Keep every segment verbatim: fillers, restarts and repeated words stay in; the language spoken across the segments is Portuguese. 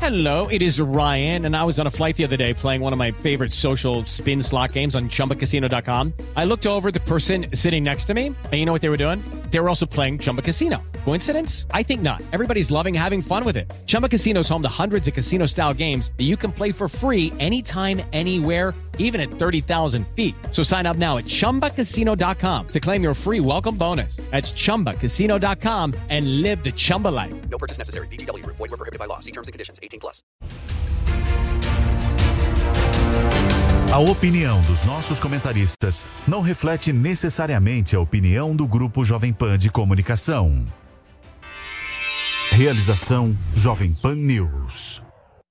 Hello, it is Ryan, and I was on a flight the other day playing one of my favorite social spin slot games on Chumba Casino dot com. I looked over at the person sitting next to me, and you know what they were doing? They were also playing Chumba Casino. Coincidence? I think not. Everybody's loving having fun with it. Chumba Casino is home to hundreds of casino-style games that you can play for free anytime, anywhere, even at thirty thousand feet. So sign up now at Chumba Casino dot com to claim your free welcome bonus. That's Chumba Casino dot com and live the Chumba life. No purchase necessary. V G W. Void where prohibited by law. See terms and conditions. eighteen plus. A opinião dos nossos comentaristas não reflete necessariamente a opinião do Grupo Jovem Pan de Comunicação. Realização Jovem Pan News.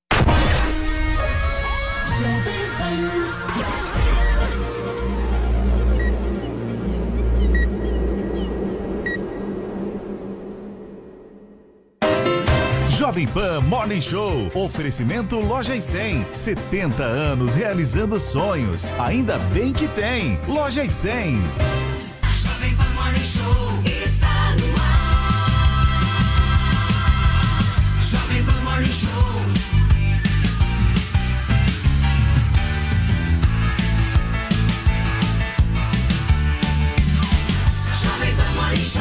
Jovem Pan Morning Show. Oferecimento Loja e cem. setenta anos realizando sonhos. Ainda bem que tem. Loja e cem. Jovem Pan Morning Show está no ar. Jovem Pan Morning Show. Jovem Pan Morning Show.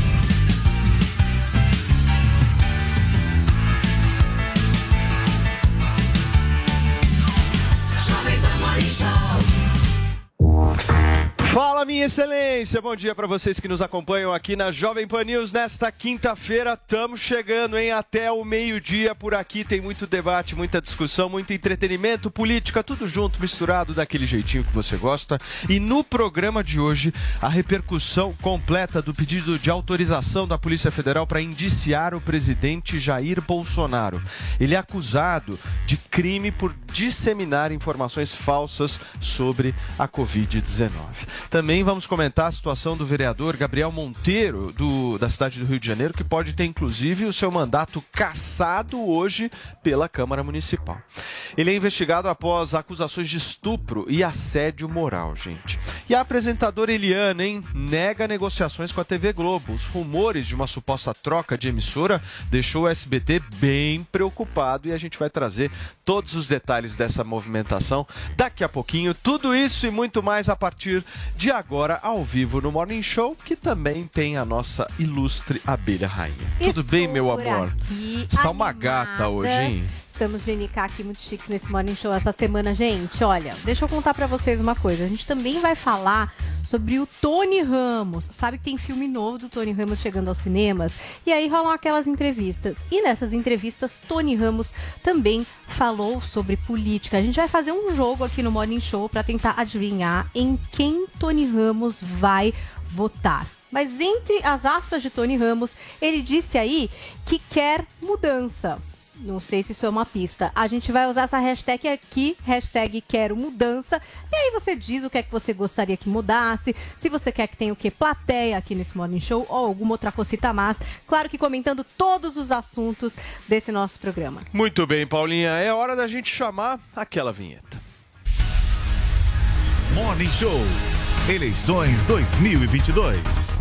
Fala, minha excelência, bom dia para vocês que nos acompanham aqui na Jovem Pan News. Nesta quinta-feira, estamos chegando, hein? Até o meio-dia por aqui, tem muito debate, muita discussão, muito entretenimento, política, tudo junto, misturado daquele jeitinho que você gosta. E no programa de hoje, a repercussão completa do pedido de autorização da Polícia Federal para indiciar o presidente Jair Bolsonaro. Ele é acusado de crime por disseminar informações falsas sobre a covid dezenove. Também vamos comentar a situação do vereador Gabriel Monteiro, do, da cidade do Rio de Janeiro, que pode ter, inclusive, o seu mandato cassado hoje pela Câmara Municipal. Ele é investigado após acusações de estupro e assédio moral, gente. E a apresentadora Eliana, hein, nega negociações com a T V Globo. Os rumores de uma suposta troca de emissora deixou o S B T bem preocupado e a gente vai trazer todos os detalhes dessa movimentação daqui a pouquinho. Tudo isso e muito mais a partir de agora, ao vivo no Morning Show, que também tem a nossa ilustre abelha rainha. Estou Tudo bem, meu amor? Aqui, Está animada. uma gata hoje, hein? Estamos de N K aqui muito chiques nesse Morning Show essa semana, gente. Olha, deixa eu contar pra vocês uma coisa. A gente também vai falar sobre o Tony Ramos. Sabe que tem filme novo do Tony Ramos chegando aos cinemas? E aí rolam aquelas entrevistas. E nessas entrevistas, Tony Ramos também falou sobre política. A gente vai fazer um jogo aqui no Morning Show pra tentar adivinhar em quem Tony Ramos vai votar. Mas entre as aspas de Tony Ramos, ele disse aí que quer mudança. Não sei se isso é uma pista. A gente vai usar essa hashtag aqui, hashtag quero mudança. E aí você diz o que é que você gostaria que mudasse. Se você quer que tenha o que? Plateia aqui nesse Morning Show ou alguma outra cosita mais. Claro que comentando todos os assuntos desse nosso programa. Muito bem, Paulinha. É hora da gente chamar aquela vinheta. Morning Show. Eleições dois mil e vinte e dois.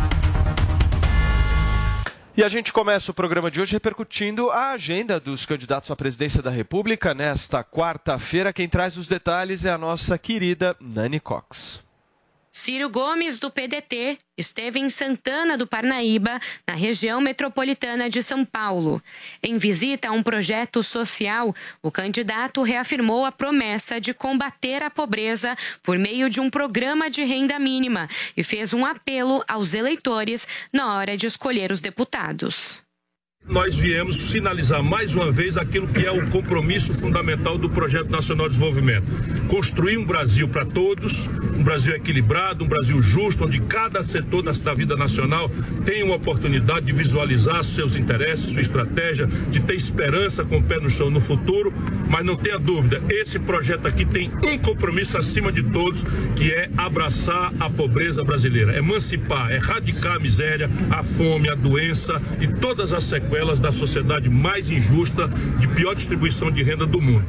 E a gente começa o programa de hoje repercutindo a agenda dos candidatos à presidência da República nesta quarta-feira. Quem traz os detalhes é a nossa querida Nani Cox. Ciro Gomes, do P D T, esteve em Santana do Parnaíba, na região metropolitana de São Paulo. Em visita a um projeto social, o candidato reafirmou a promessa de combater a pobreza por meio de um programa de renda mínima e fez um apelo aos eleitores na hora de escolher os deputados. Nós viemos sinalizar mais uma vez aquilo que é o compromisso fundamental do Projeto Nacional de Desenvolvimento. Construir um Brasil para todos, um Brasil equilibrado, um Brasil justo, onde cada setor da vida nacional tem uma oportunidade de visualizar seus interesses, sua estratégia, de ter esperança com o pé no chão no futuro, mas não tenha dúvida, esse projeto aqui tem um compromisso acima de todos, que é abraçar a pobreza brasileira, emancipar, erradicar a miséria, a fome, a doença e todas as sequências da sociedade mais injusta, de pior distribuição de renda do mundo.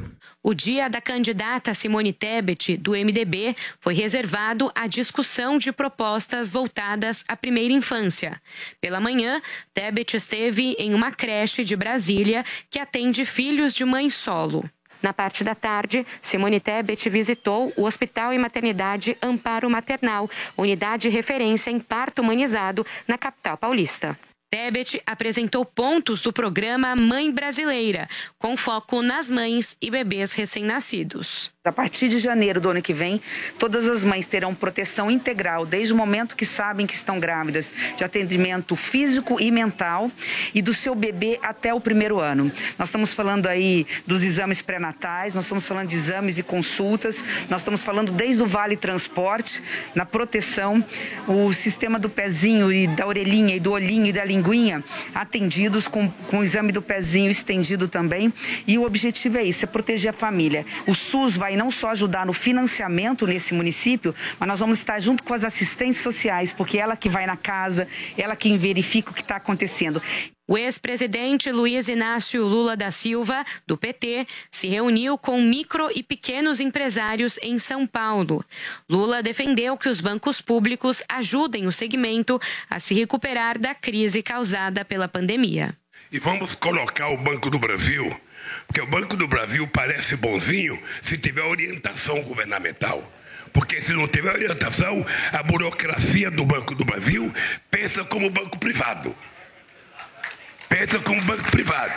O dia da candidata Simone Tebet, do M D B, foi reservado à discussão de propostas voltadas à primeira infância. Pela manhã, Tebet esteve em uma creche de Brasília que atende filhos de mãe solo. Na parte da tarde, Simone Tebet visitou o Hospital e Maternidade Amparo Maternal, unidade de referência em parto humanizado na capital paulista. Tebet apresentou pontos do programa Mãe Brasileira, com foco nas mães e bebês recém-nascidos. A partir de janeiro do ano que vem, todas as mães terão proteção integral, desde o momento que sabem que estão grávidas, de atendimento físico e mental, e do seu bebê até o primeiro ano. Nós estamos falando aí dos exames pré-natais, nós estamos falando de exames e consultas, nós estamos falando desde o Vale Transporte, na proteção, o sistema do pezinho e da orelhinha e do olhinho e da linguinha atendidos com, com o exame do pezinho estendido também. E o objetivo é isso, é proteger a família. O SUS vai não só ajudar no financiamento nesse município, mas nós vamos estar junto com as assistentes sociais, porque ela que vai na casa, ela que verifica o que está acontecendo. O ex-presidente Luiz Inácio Lula da Silva, do P T, se reuniu com micro e pequenos empresários em São Paulo. Lula defendeu que os bancos públicos ajudem o segmento a se recuperar da crise causada pela pandemia. E vamos colocar o Banco do Brasil, porque o Banco do Brasil parece bonzinho se tiver orientação governamental. Porque se não tiver orientação, a burocracia do Banco do Brasil pensa como banco privado. Pensa como banco privado.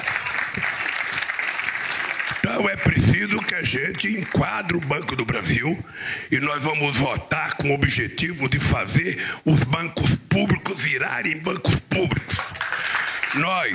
Então é preciso que a gente enquadre o Banco do Brasil e nós vamos votar com o objetivo de fazer os bancos públicos virarem bancos públicos. Nós,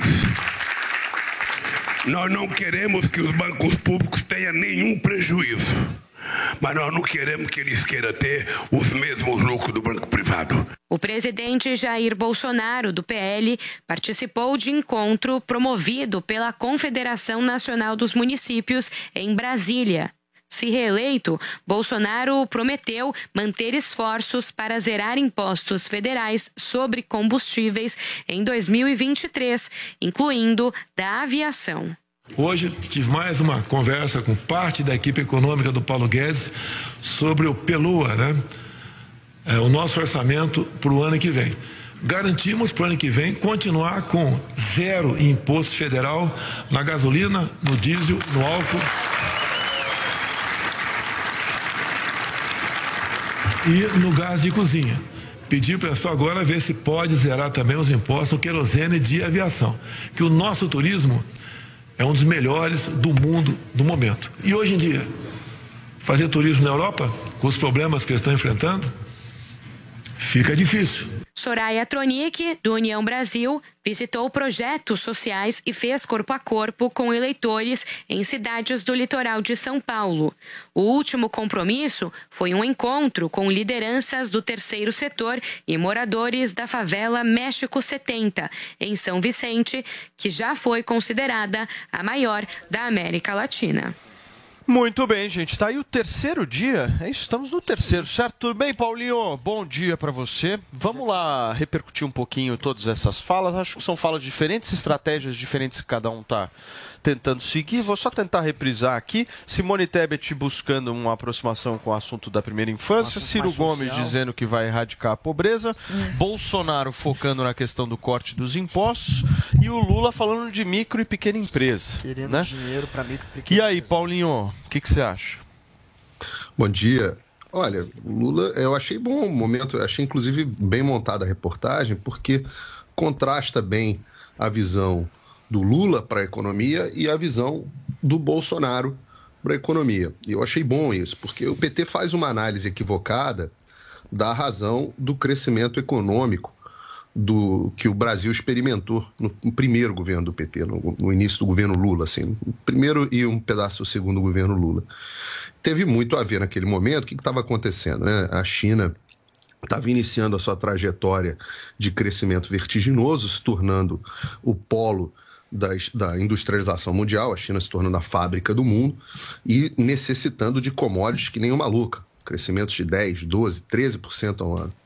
nós não queremos que os bancos públicos tenham nenhum prejuízo, mas nós não queremos que eles queiram ter os mesmos lucros do banco privado. O presidente Jair Bolsonaro, do P L, participou de encontro promovido pela Confederação Nacional dos Municípios em Brasília. Se reeleito, Bolsonaro prometeu manter esforços para zerar impostos federais sobre combustíveis em dois mil e vinte e três, incluindo da aviação. Hoje tive mais uma conversa com parte da equipe econômica do Paulo Guedes sobre o PELUA, né? É, o nosso orçamento para o ano que vem. Garantimos para o ano que vem continuar com zero imposto federal na gasolina, no diesel, no álcool e no gás de cozinha. Pedi para o pessoal agora ver se pode zerar também os impostos no querosene de aviação, que o nosso turismo é um dos melhores do mundo no momento. E hoje em dia, fazer turismo na Europa, com os problemas que eles estão enfrentando, fica difícil. Soraya Tronic, do União Brasil, visitou projetos sociais e fez corpo a corpo com eleitores em cidades do litoral de São Paulo. O último compromisso foi um encontro com lideranças do terceiro setor e moradores da favela México setenta, em São Vicente, que já foi considerada a maior da América Latina. Muito bem, gente. Tá aí o terceiro dia. É isso, estamos no terceiro, certo? Tudo bem, Paulinho? Bom dia para você. Vamos lá repercutir um pouquinho todas essas falas. Acho que são falas diferentes, estratégias diferentes que cada um tá tentando seguir. Vou só tentar reprisar aqui. Simone Tebet buscando uma aproximação com o assunto da primeira infância. Ciro Gomes dizendo que vai erradicar a pobreza. Hum. Bolsonaro focando na questão do corte dos impostos. E o Lula falando de micro e pequena empresa. Querendo né? dinheiro para micro e pequena E aí, empresa. Paulinho, o que que você acha? Bom dia. Olha, o Lula, eu achei bom o momento, eu achei inclusive bem montada a reportagem, porque contrasta bem a visão do Lula para a economia e a visão do Bolsonaro para a economia. E eu achei bom isso, porque o P T faz uma análise equivocada da razão do crescimento econômico do que o Brasil experimentou no, no primeiro governo do P T, no, no início do governo Lula, assim, no primeiro e um pedaço do segundo governo Lula. Teve muito a ver naquele momento. O que estava acontecendo, né? A China estava iniciando a sua trajetória de crescimento vertiginoso, se tornando o polo da, da industrialização mundial, a China se tornando a fábrica do mundo e necessitando de commodities que nem uma maluca, crescimentos de dez, doze, treze por cento ao ano.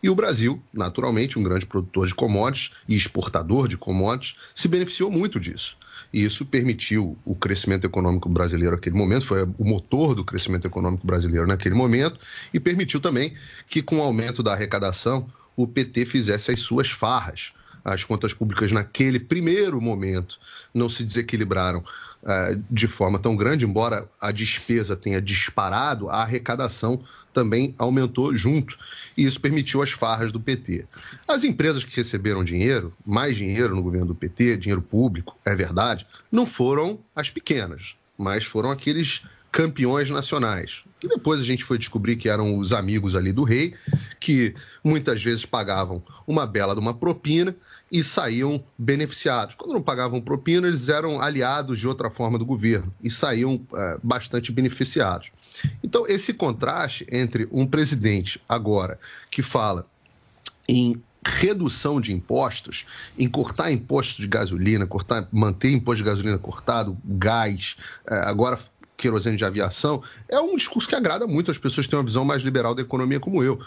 E o Brasil, naturalmente, um grande produtor de commodities e exportador de commodities, se beneficiou muito disso. E isso permitiu o crescimento econômico brasileiro naquele momento, foi o motor do crescimento econômico brasileiro naquele momento, e permitiu também que, com o aumento da arrecadação, o P T fizesse as suas farras. As contas públicas, naquele primeiro momento, não se desequilibraram uh, de forma tão grande, embora a despesa tenha disparado, a arrecadação também aumentou junto, e isso permitiu as farras do P T. As empresas que receberam dinheiro, mais dinheiro no governo do P T, dinheiro público, é verdade, não foram as pequenas, mas foram aqueles campeões nacionais. E depois a gente foi descobrir que eram os amigos ali do rei, que muitas vezes pagavam uma bela de uma propina e saíam beneficiados. Quando não pagavam propina, eles eram aliados de outra forma do governo e saíam é, bastante beneficiados. Então, esse contraste entre um presidente agora que fala em redução de impostos, em cortar impostos de gasolina, cortar, manter imposto de gasolina cortado, gás, é, agora querosene de aviação, é um discurso que agrada muito as pessoas que têm uma visão mais liberal da economia como eu.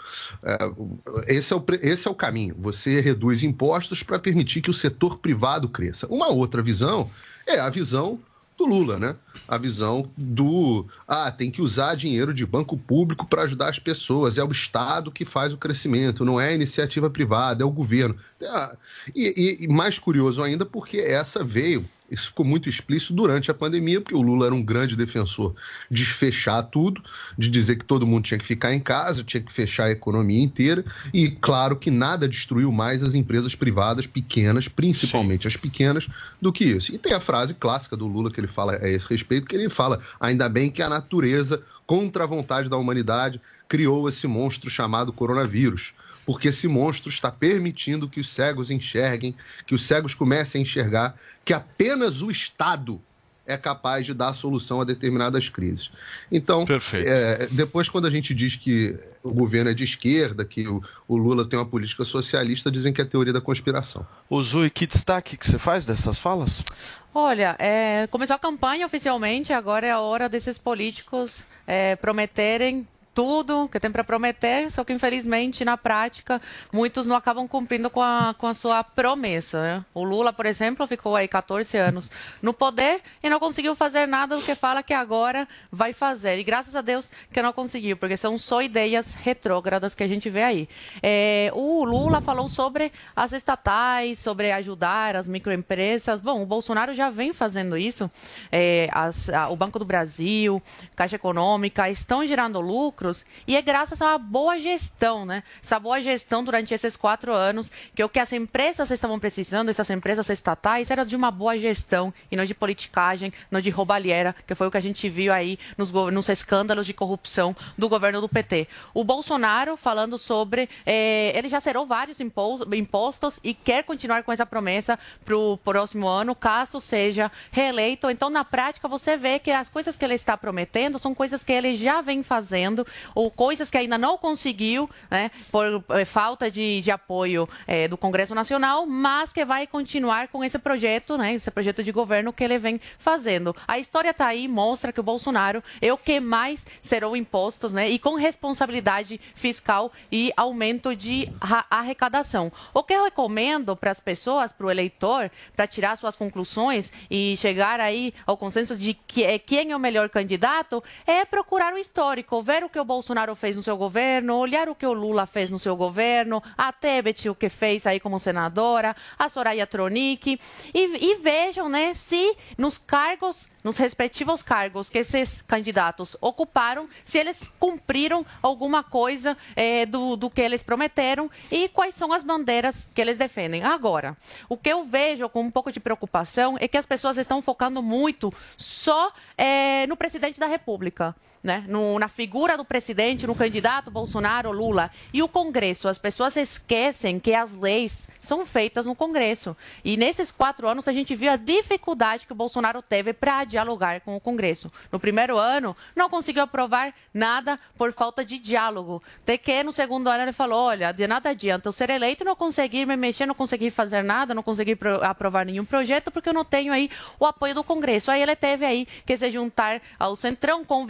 É, esse, é o, esse é o caminho. Você reduz impostos para permitir que o setor privado cresça. Uma outra visão é a visão do Lula, né? A visão do, ah, tem que usar dinheiro de banco público para ajudar as pessoas, é o Estado que faz o crescimento, não é a iniciativa privada, é o governo. É, e, e mais curioso ainda porque essa veio, isso ficou muito explícito durante a pandemia, porque o Lula era um grande defensor de fechar tudo, de dizer que todo mundo tinha que ficar em casa, tinha que fechar a economia inteira, e claro que nada destruiu mais as empresas privadas pequenas, principalmente Sim. as pequenas, do que isso. E tem a frase clássica do Lula que ele fala a esse respeito, que ele fala, ainda bem que a natureza, contra a vontade da humanidade, criou esse monstro chamado coronavírus. Porque esse monstro está permitindo que os cegos enxerguem, que os cegos comecem a enxergar que apenas o Estado é capaz de dar a solução a determinadas crises. Então, é, depois quando a gente diz que o governo é de esquerda, que o, o Lula tem uma política socialista, dizem que é teoria da conspiração. O Zui, que destaque que você faz dessas falas? Olha, é, começou a campanha oficialmente, agora é a hora desses políticos é, prometerem tudo que tem para prometer, só que infelizmente na prática muitos não acabam cumprindo com a, com a sua promessa, né? O Lula, por exemplo, ficou aí quatorze anos no poder e não conseguiu fazer nada do que fala que agora vai fazer. E graças a Deus que não conseguiu, porque são só ideias retrógradas que a gente vê aí. É, o Lula falou sobre as estatais, sobre ajudar as microempresas. Bom, o Bolsonaro já vem fazendo isso. É, as, a, o Banco do Brasil, Caixa Econômica estão gerando lucro. E é graças à boa gestão, né? Essa boa gestão durante esses quatro anos, que o que as empresas estavam precisando, essas empresas estatais, era de uma boa gestão e não de politicagem, não de roubalheira, que foi o que a gente viu aí nos, nos escândalos de corrupção do governo do P T. O Bolsonaro falando sobre... Eh, ele já zerou vários impostos e quer continuar com essa promessa para o próximo ano, caso seja reeleito. Então, na prática, você vê que as coisas que ele está prometendo são coisas que ele já vem fazendo, ou coisas que ainda não conseguiu, né, por é, falta de, de apoio é, do Congresso Nacional, mas que vai continuar com esse projeto, né, esse projeto de governo que ele vem fazendo. A história está aí, mostra que o Bolsonaro é o que mais zerou impostos, né, e com responsabilidade fiscal e aumento de arrecadação. O que eu recomendo para as pessoas, para o eleitor, para tirar suas conclusões e chegar aí ao consenso de que, quem é o melhor candidato, é procurar o histórico, ver o que o Bolsonaro fez no seu governo, olhar o que o Lula fez no seu governo, a Tebet o que fez aí como senadora, a Soraya Tronic, e, e vejam, né, se nos cargos, nos respectivos cargos que esses candidatos ocuparam, se eles cumpriram alguma coisa é, do, do que eles prometeram e quais são as bandeiras que eles defendem. Agora, o que eu vejo com um pouco de preocupação é que as pessoas estão focando muito só é, no presidente da República, né? No, na figura do presidente, no candidato Bolsonaro, Lula. E o Congresso, as pessoas esquecem que as leis são feitas no Congresso. E nesses quatro anos a gente viu a dificuldade que o Bolsonaro teve para dialogar com o Congresso. No primeiro ano, não conseguiu aprovar nada por falta de diálogo. Até que no segundo ano ele falou, olha, de nada adianta eu ser eleito, não conseguir me mexer, não conseguir fazer nada, não conseguir aprovar nenhum projeto, porque eu não tenho aí o apoio do Congresso. Aí ele teve aí que se juntar ao Centrão, conversar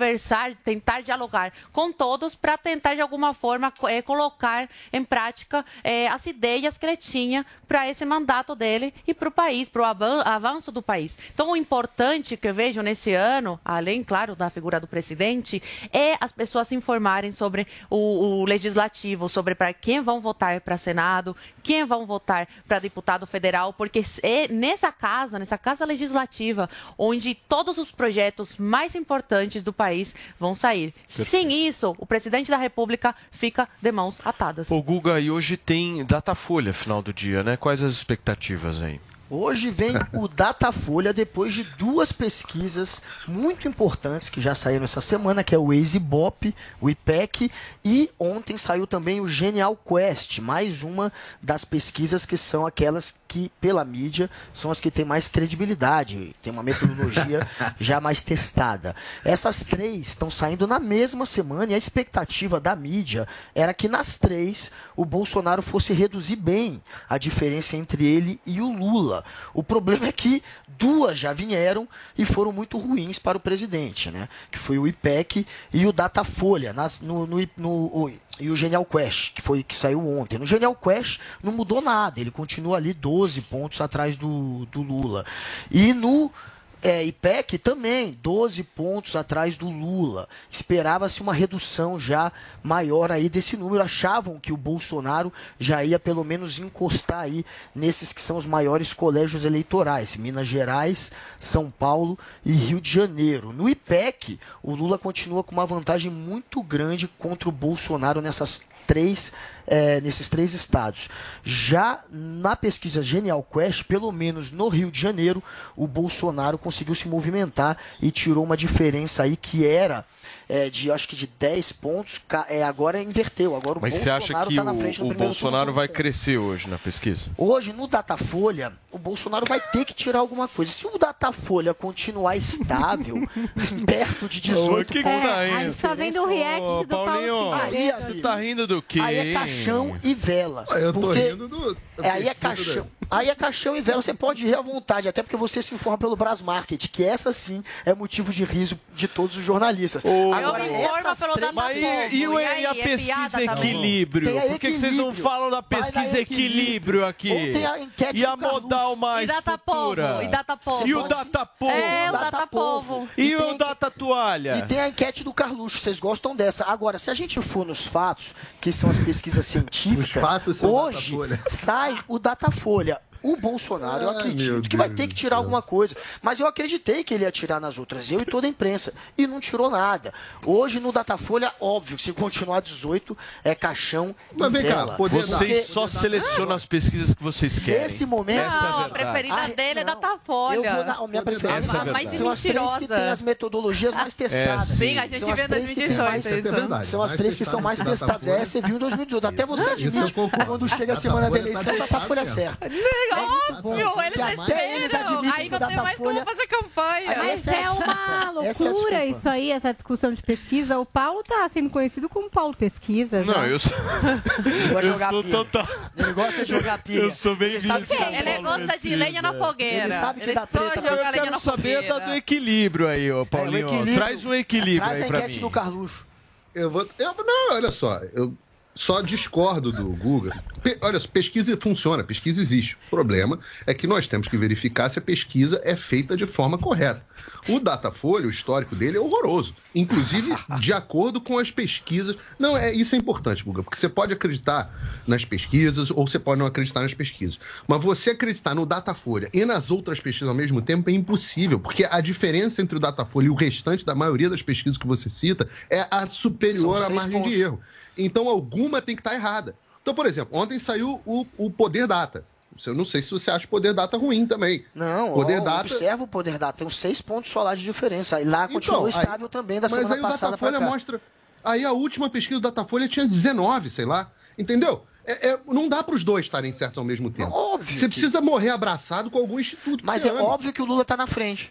dialogar, tentar dialogar com todos para tentar, de alguma forma, é, colocar em prática é, as ideias que ele tinha para esse mandato dele e para o país, para o avanço do país. Então, o importante que eu vejo nesse ano, além, claro, da figura do presidente, é as pessoas se informarem sobre o, o legislativo, sobre para quem vão votar para Senado, quem vão votar para deputado federal, porque é nessa casa, nessa casa legislativa, onde todos os projetos mais importantes do país vão sair. Perfeito. Sem isso, o presidente da República fica de mãos atadas. Ô Guga, e hoje tem Datafolha final do dia, né? Quais as expectativas aí? Hoje vem o Datafolha, depois de duas pesquisas muito importantes que já saíram essa semana, que é o Ex-Ibope, o I P E C, e ontem saiu também o Genial Quest, mais uma das pesquisas que são aquelas que, pela mídia, são as que têm mais credibilidade, tem uma metodologia já mais testada. Essas três estão saindo na mesma semana e a expectativa da mídia era que nas três o Bolsonaro fosse reduzir bem a diferença entre ele e o Lula. O problema é que duas já vieram e foram muito ruins para o presidente, né? Que foi o I P E C e o Datafolha, nas, no, no, no, e o Genial Quest, que foi que saiu ontem. No Genial Quest não mudou nada, ele continua ali doze pontos atrás do, do Lula. E no É, I P E C também, doze pontos atrás do Lula. Esperava-se uma redução já maior aí desse número. Achavam que o Bolsonaro já ia pelo menos encostar aí nesses que são os maiores colégios eleitorais, Minas Gerais, São Paulo e Rio de Janeiro. No I P E C, o Lula continua com uma vantagem muito grande contra o Bolsonaro nessas três É, nesses três estados. Já na pesquisa Genial Quest, pelo menos no Rio de Janeiro, o Bolsonaro conseguiu se movimentar e tirou uma diferença aí que era é, de, acho que de dez pontos, é, agora inverteu. Agora o Mas Bolsonaro você acha que tá na frente o, no o Bolsonaro turno. vai crescer hoje na pesquisa? Hoje, no Datafolha, o Bolsonaro vai ter que tirar alguma coisa. Se o Datafolha continuar estável, perto de dezoito que que pontos... você tá rindo? A gente tá vendo o react Ô, do Paulo Paulinho, Silveira. Aí, você tá rindo do quê? Aí é caixão e vela. Ah, eu tô porque rindo do... é, aí é caixão. Aí é caixão e vela, você pode rir à vontade, até porque você se informa pelo Brasmarket, que essa sim é motivo de riso de todos os jornalistas. Ô, Agora, eu me informo essas pelo três- Mas Datafolha. e, e, o- E e aí, a é pesquisa piada também? equilíbrio? Tem a Por que, que vocês não equilíbrio. falam da Vai dar pesquisa equilíbrio aqui? Ontem a enquete E a do Carluxo. modal mais E Datapovo, futura? e Datapovo. E o Você pode- Datapovo? É, o Datapovo. Datapovo. E E o tem- Data Toalha? E tem a enquete do Carluxo, vocês gostam dessa. Agora, se a gente for nos fatos, que são as pesquisas científicas, Os fatos são hoje Datafolha. sai o Datafolha. O Bolsonaro, eu Ai, acredito meu que vai Deus ter que do tirar céu. alguma coisa. Mas eu acreditei que ele ia tirar nas outras, eu e toda a imprensa. E não tirou nada. Hoje, no Datafolha, óbvio que se continuar dezoito, é caixão Mas e vem cá, vela. poder dar- Vocês Porque só selecionam as pesquisas que vocês querem. nesse momento... Essa é a Não, a verdade. preferida Ah, dele é não. Datafolha. Eu vou dar a minha Poder dar- preferência. Essa é a mais São as três que mentirosa. têm as metodologias mais testadas. sim. Sim, a gente São as vê em três que têm mais- dois mil e dezoito Isso é verdade. São as Mais três que são mais testado, testadas. Datafolha. É, você viu em dois mil e dezoito. Até você Isso eu admite concordo. quando chega a semana da Datafolha tá eleição, a Datafolha testado mesmo. acerta. Óbvio, eles até eles esperam. admitem Aí que que eu o tenho mais como Datafolha- fazer campanha. Aí Mas essa é a é uma desculpa. Essa é a loucura desculpa. isso aí, essa discussão de pesquisa. O Paulo tá sendo conhecido como Paulo Pesquisa. Já. Não, eu sou, Ele gosta de eu jogar sou pilha. total... Ele gosta de jogar pilha. Eu sou bem Ele sabe visto. que dá Ele treta. gosta de lenha na fogueira. Ele sabe que dá só treta. joga Eu lenha quero na saber fogueira. da- do equilíbrio aí, ô Paulinho. É, o equilíbrio- Traz um equilíbrio Traz aí a pra enquete mim. do Carluxo. Eu vou. Eu, não, olha só. Eu só discordo do Guga. Pe- olha, pesquisa funciona, pesquisa existe. O problema é que nós temos que verificar se a pesquisa é feita de forma correta. O Datafolha, o histórico dele é horroroso. Inclusive, de acordo com as pesquisas. Não, é, isso é importante, Guga, porque você pode acreditar nas pesquisas ou você pode não acreditar nas pesquisas. Mas você acreditar no Datafolha e nas outras pesquisas ao mesmo tempo é impossível, porque a diferença entre o Datafolha e o restante da maioria das pesquisas que você cita é a superior São à seis margem pontos. de erro. Então, alguma tem que estar errada. Então, por exemplo, ontem saiu o, o Poder Data. Eu não sei se você acha o Poder Data ruim também. Não, Poder ó, Data... observa o Poder Data. Tem uns seis pontos só lá de diferença. E lá continuou Então, estável aí- também da Mas semana aí o passada pra Datafolha cá. mostra... Aí a última pesquisa do Datafolha tinha dezenove, sei lá. Entendeu? É, é, não dá para os dois estarem certos ao mesmo tempo. Óbvio Você que- precisa morrer abraçado com algum instituto. que Mas você é ame. óbvio que o Lula tá na frente.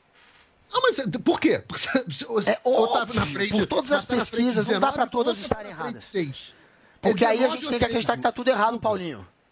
Ah, mas por quê? Porque É óbvio, por todas as tá na frente pesquisas, não dá pra dezenove, todas outra estarem tá na frente erradas. seis. Porque É aí a dezenove gente ou tem que seis, acreditar que tá tudo errado, Paulinho.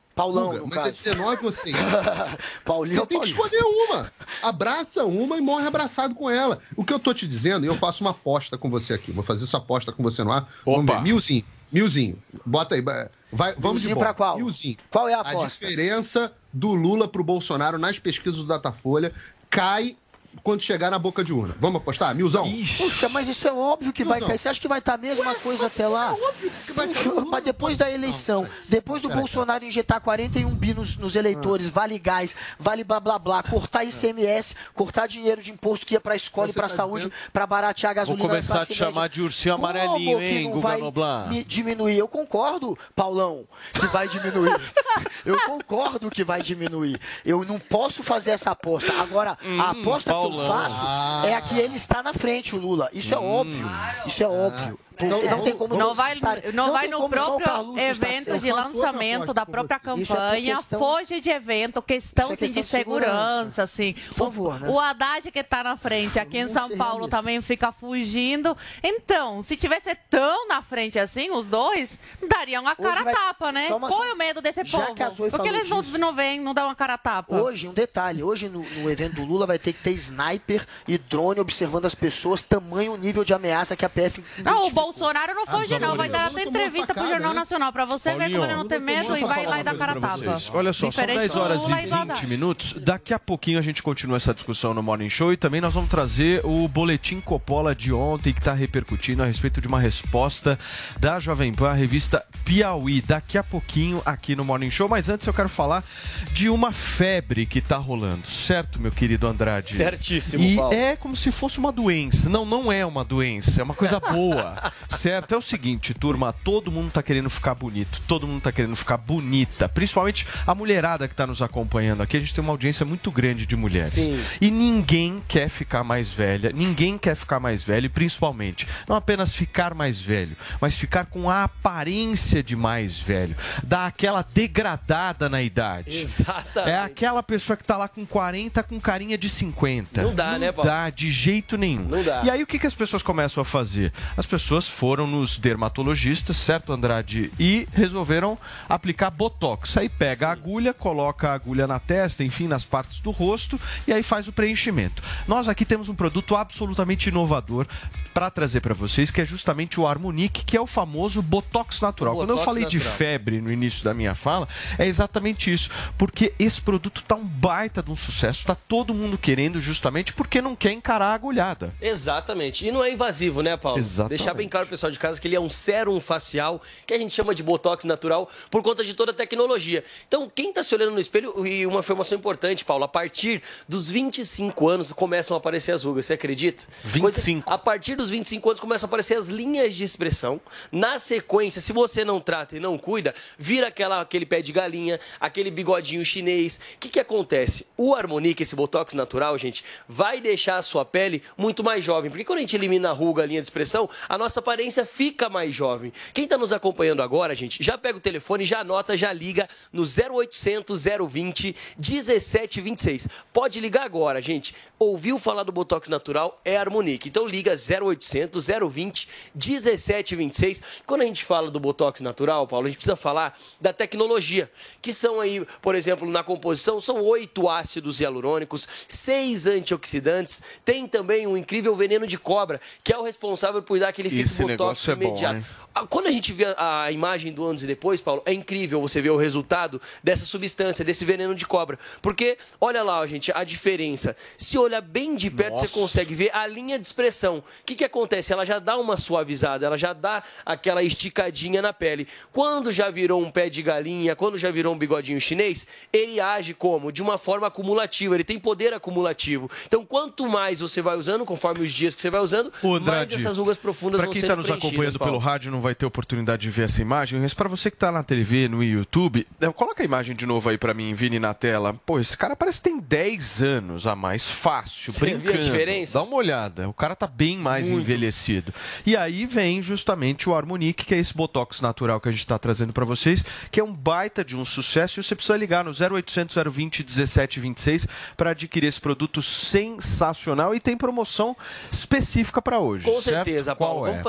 Paulão, Guga, no mas caso. é dezenove ou cem? Paulinho, Você tem que escolher uma. Abraça uma e morre abraçado com ela. O que eu tô te dizendo, eu faço uma aposta com você aqui. Vou fazer essa aposta com você no ar. Vamos ver. Milzinho. Milzinho. Bota aí. Vai, vamos Milzinho de pra qual? Milzinho. Qual é a A aposta? diferença do Lula pro Bolsonaro nas pesquisas do Datafolha cai quando chegar na boca de urna. Vamos apostar? Milzão? Puxa, mas isso é óbvio que vai cair. Você acha que vai estar a mesma coisa até lá? Puxa, mas depois da eleição, depois do Bolsonaro injetar quarenta e um bi nos, nos eleitores, vale gás, vale blá blá blá, cortar I C M S, cortar dinheiro de imposto que ia pra escola e pra saúde, pra baratear a gasolina. Vou começar da a te classe chamar média. de ursinho Como amarelinho, que hein, não Guga vai Noblar? me diminuir? Eu concordo, Paulão, que vai diminuir. Eu concordo que vai diminuir. Eu não posso fazer essa aposta. Agora, Hum, a aposta Paulão. que eu faço Ah. é a que ele está na frente, o Lula. Isso é óbvio. Isso é óbvio. Então, não tem como não vai, estar- não vai tem no como só o próprio Carluxo estar evento certo. de Eu faço outra lançamento aposta da com própria você. Isso é por campanha, questão- foge de evento, questão, Isso é sim, questão de de segurança. segurança, assim. Por favor, né? O Haddad que está na frente aqui em Vamos São ser Paulo realistas. também fica fugindo. Então, se tivesse tão na frente assim, os dois, dariam uma Hoje cara vai- tapa, né? só uma- Qual é o medo desse Já povo? que a Zoe Porque falou eles não, disso. não vêm, não dão uma cara tapa. Hoje, um detalhe, hoje no, no evento do Lula vai ter que ter sniper e drone observando as pessoas, tamanho nível de ameaça que a P F Não, o Bolsonaro não foge, não. Vai dar Lula até tomou entrevista pro facada, Jornal né? Nacional pra você ver Paulinho, como ele não tem medo e vai lá e dá cara a tapa. Olha só, Diferente são dez horas do Lula e do Haddad. vinte minutos. Daqui a pouquinho a gente continua essa discussão no Morning Show e também nós vamos trazer o boletim Coppola de ontem que está repercutindo a respeito de uma resposta da Jovem Pan, a revista Piauí. Daqui a pouquinho aqui no Morning Show, mas antes eu quero falar de uma febre que está rolando, certo, meu querido Andrade? Certíssimo, E Paulo. é como se fosse uma doença. Não, não é uma doença, é uma coisa boa, certo? É o seguinte, turma, todo mundo tá querendo ficar bonito, todo mundo tá querendo ficar bonita, principalmente a mulherada que tá nos acompanhando aqui. A gente tem uma audiência muito grande de mulheres. Sim. E ninguém quer ficar mais velha, ninguém quer ficar mais velho, e principalmente, não apenas ficar mais velho, mas ficar com a aparência de mais velho, dar aquela degradada na idade. Exatamente. É aquela pessoa que tá lá com quarenta com carinha de cinquenta. Não dá, né, Paulo? Não dá, de jeito nenhum. Não dá. E aí o que, que as pessoas começam a fazer? As pessoas foram nos dermatologistas, certo, Andrade? E resolveram aplicar Botox. Aí pega a agulha, coloca a agulha na testa, enfim, nas partes do rosto, e aí faz o preenchimento. Nós aqui temos um produto absolutamente inovador para trazer para vocês, que é justamente o Harmonique, que é o famoso Botox natural. O Quando eu Botox falei de natural. febre no início da minha fala, é exatamente isso. Porque esse produto tá um baita de um sucesso, tá todo mundo querendo justamente porque não quer encarar a agulhada. Exatamente. E não é invasivo, né, Paulo? Exatamente. Deixar bem claro pro pessoal de casa que ele é um sérum facial, que a gente chama de botox natural, por conta de toda a tecnologia. Então, quem tá se olhando no espelho, e uma informação importante, Paulo, a partir dos vinte e cinco anos começam a aparecer as rugas, você acredita? vinte e cinco. Coisa- a partir dos vinte e cinco anos começam a aparecer as linhas de expressão. Na sequência, se você não trata e não cuida, vira aquela, aquele pé de galinha, aquele bigodinho chinês. O que que acontece? O Harmonique, esse botox natural, gente, vai deixar a sua pele muito mais jovem. Porque quando a gente elimina a ruga, a linha de expressão, a nossa aparência fica mais jovem. Quem está nos acompanhando agora, gente, já pega o telefone, já anota, já liga no zero oitocentos, zero vinte, dezessete vinte e seis. Pode ligar agora, gente. Ouviu falar do Botox Natural? É Harmonique. Então liga zero oitocentos, zero vinte, dezessete vinte e seis. Quando a gente fala do Botox Natural, Paulo, a gente precisa falar da tecnologia, que são aí, por exemplo, na composição, são oito ácidos hialurônicos, seis antioxidantes, tem também um incrível veneno de cobra, que é o responsável por dar aquele efeito Esse botox negócio é bom, imediato. hein? Ah, Quando a gente vê a a imagem do antes e depois, Paulo, é incrível você ver o resultado dessa substância, desse veneno de cobra. Porque, olha lá, ó, gente, a diferença. Se olhar bem de perto, Nossa. você consegue ver a linha de expressão. O que, que acontece? Ela já dá uma suavizada, ela já dá aquela esticadinha na pele. Quando já virou um pé de galinha, quando já virou um bigodinho chinês, ele age como? De uma forma acumulativa, ele tem poder acumulativo. Então, quanto mais você vai usando, conforme os dias que você vai usando, Ô, mais Andrade, essas rugas profundas pra vão quem sendo está nos preenchidas, acompanhando Paulo. pelo rádio não vai ter oportunidade de ver essa imagem, mas para você que está na T V, no YouTube, eh, coloca a imagem de novo aí para mim, Vini, na tela. Pô, esse cara parece que tem dez anos a mais, fácil, Você viu a brincando. diferença? Dá uma olhada, o cara tá bem mais Muito. envelhecido. E aí vem justamente o Harmonique, que é esse botox natural que a gente está trazendo para vocês, que é um baita de um sucesso, e você precisa ligar no zero oitocentos, zero vinte, dezessete vinte e seis para adquirir esse produto sensacional, e tem promoção específica para hoje. Com certo? certeza, Qual Paulo. é? Vamos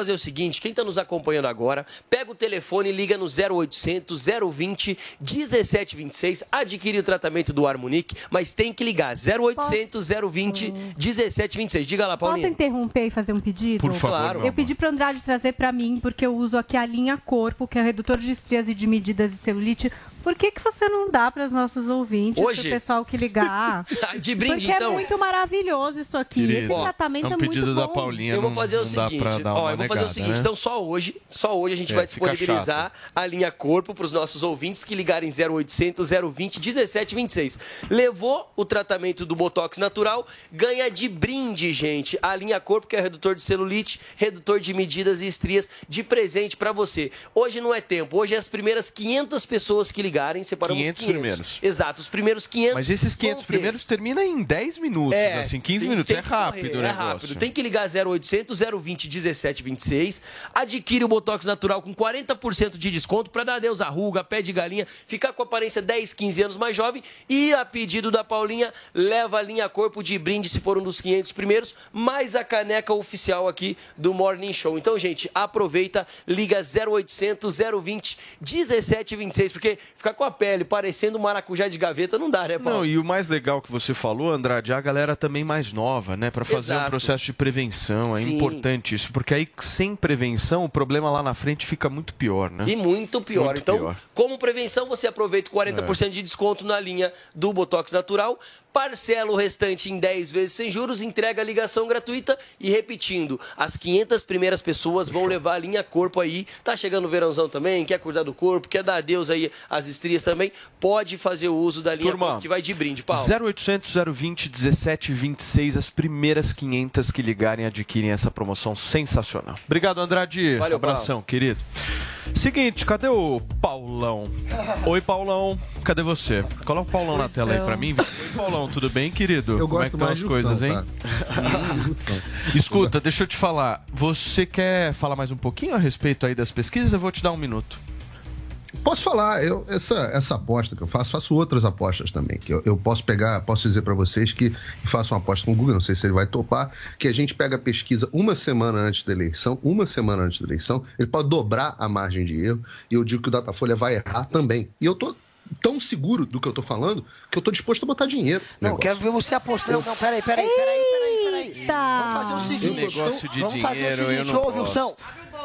fazer o seguinte, quem está nos acompanhando agora, pega o telefone e liga no zero oitocentos, zero vinte, dezessete vinte e seis, adquire o tratamento do Harmonic, mas tem que ligar, zero oitocentos, zero vinte, dezessete vinte e seis. Diga lá, Paulinha. Posso interromper e fazer um pedido? Por favor, Claro. meu Eu pedi para o Andrade trazer para mim, porque eu uso aqui a linha Corpo, que é redutor de estrias e de medidas de celulite. Por que, que você não dá para os nossos ouvintes, Hoje? para o pessoal que ligar? De brinde, Porque então. é muito maravilhoso isso aqui. Querido, Esse tratamento é um é, muito pedido bom. da Paulinha, Eu vou fazer o seguinte, ó, eu vou fazer o seguinte, então só hoje, só hoje a gente É, vai fica disponibilizar a linha Corpo para os nossos ouvintes que ligarem zero oitocentos, zero vinte, dezessete vinte e seis. Levou o tratamento do Botox natural, ganha de brinde, gente, a linha Corpo, que é redutor de celulite, redutor de medidas e estrias, de presente para você. Hoje não é tempo, hoje é as primeiras quinhentas pessoas que ligarem, separamos quinhentos primeiros. Exato, os primeiros quinhentos. Mas esses quinhentos vão ter. primeiros termina em dez minutos, É, assim, quinze tem- minutos. tem É que rápido correr, o É negócio. rápido. Tem que ligar zero oitocentos, zero vinte, dezessete vinte e seis. Adquire o Botox natural com quarenta por cento de desconto para dar adeus à ruga, pé de galinha, ficar com a aparência dez, quinze anos mais jovem. E a pedido da Paulinha, leva a linha Corpo de brinde se for um dos quinhentos primeiros, mais a caneca oficial aqui do Morning Show. Então, gente, aproveita, liga zero oitocentos, zero vinte, dezessete vinte e seis, porque ficar com a pele parecendo um maracujá de gaveta não dá, né, Paulo? Não, e o mais legal que você falou, Andrade, é a galera também mais nova, né? Pra fazer Exato. um processo de prevenção. É Sim. importante isso, porque aí sem prevenção o problema lá na frente fica muito pior, né? E muito pior. Muito então, pior. como prevenção, você aproveita quarenta por cento de desconto na linha do Botox Natural, parcela o restante em dez vezes sem juros, entrega a ligação gratuita e repetindo, as quinhentas primeiras pessoas vão levar a linha Corpo aí. Tá chegando o verãozão também, quer cuidar do corpo, quer dar adeus aí às estrias também, pode fazer o uso da linha Turma, Corpo, que vai de brinde, Paulo. zero oitocentos, zero vinte, dezessete vinte e seis, as primeiras quinhentas que ligarem adquirem essa promoção sensacional. Obrigado, Andrade. Valeu, Abração, Paulo. querido. Seguinte, cadê o Paulão? Oi, Paulão. Cadê você? Coloca o Paulão na tela aí pra mim. Oi, Paulão, tudo bem, querido? Eu Como é gosto que estão mais as de coisas, Ursão, hein? tá? Escuta, deixa eu te falar. Você quer falar mais um pouquinho a respeito aí das pesquisas? Eu vou te dar um minuto. Posso falar, eu, essa, essa aposta que eu faço, faço outras apostas também, que eu, eu posso pegar, posso dizer para vocês que faço uma aposta com o Google, não sei se ele vai topar, que a gente pega a pesquisa uma semana antes da eleição, uma semana antes da eleição, ele pode dobrar a margem de erro, e eu digo que o Datafolha vai errar também. E eu tô tão seguro do que eu tô falando, que eu tô disposto a botar dinheiro. Não, negócio. quero ver você apostando. Não, peraí, peraí, peraí, peraí, peraí. Vamos fazer o seguinte. Esse negócio de vamos fazer o dinheiro, eu seguinte, não ouve, gosto. Ursão.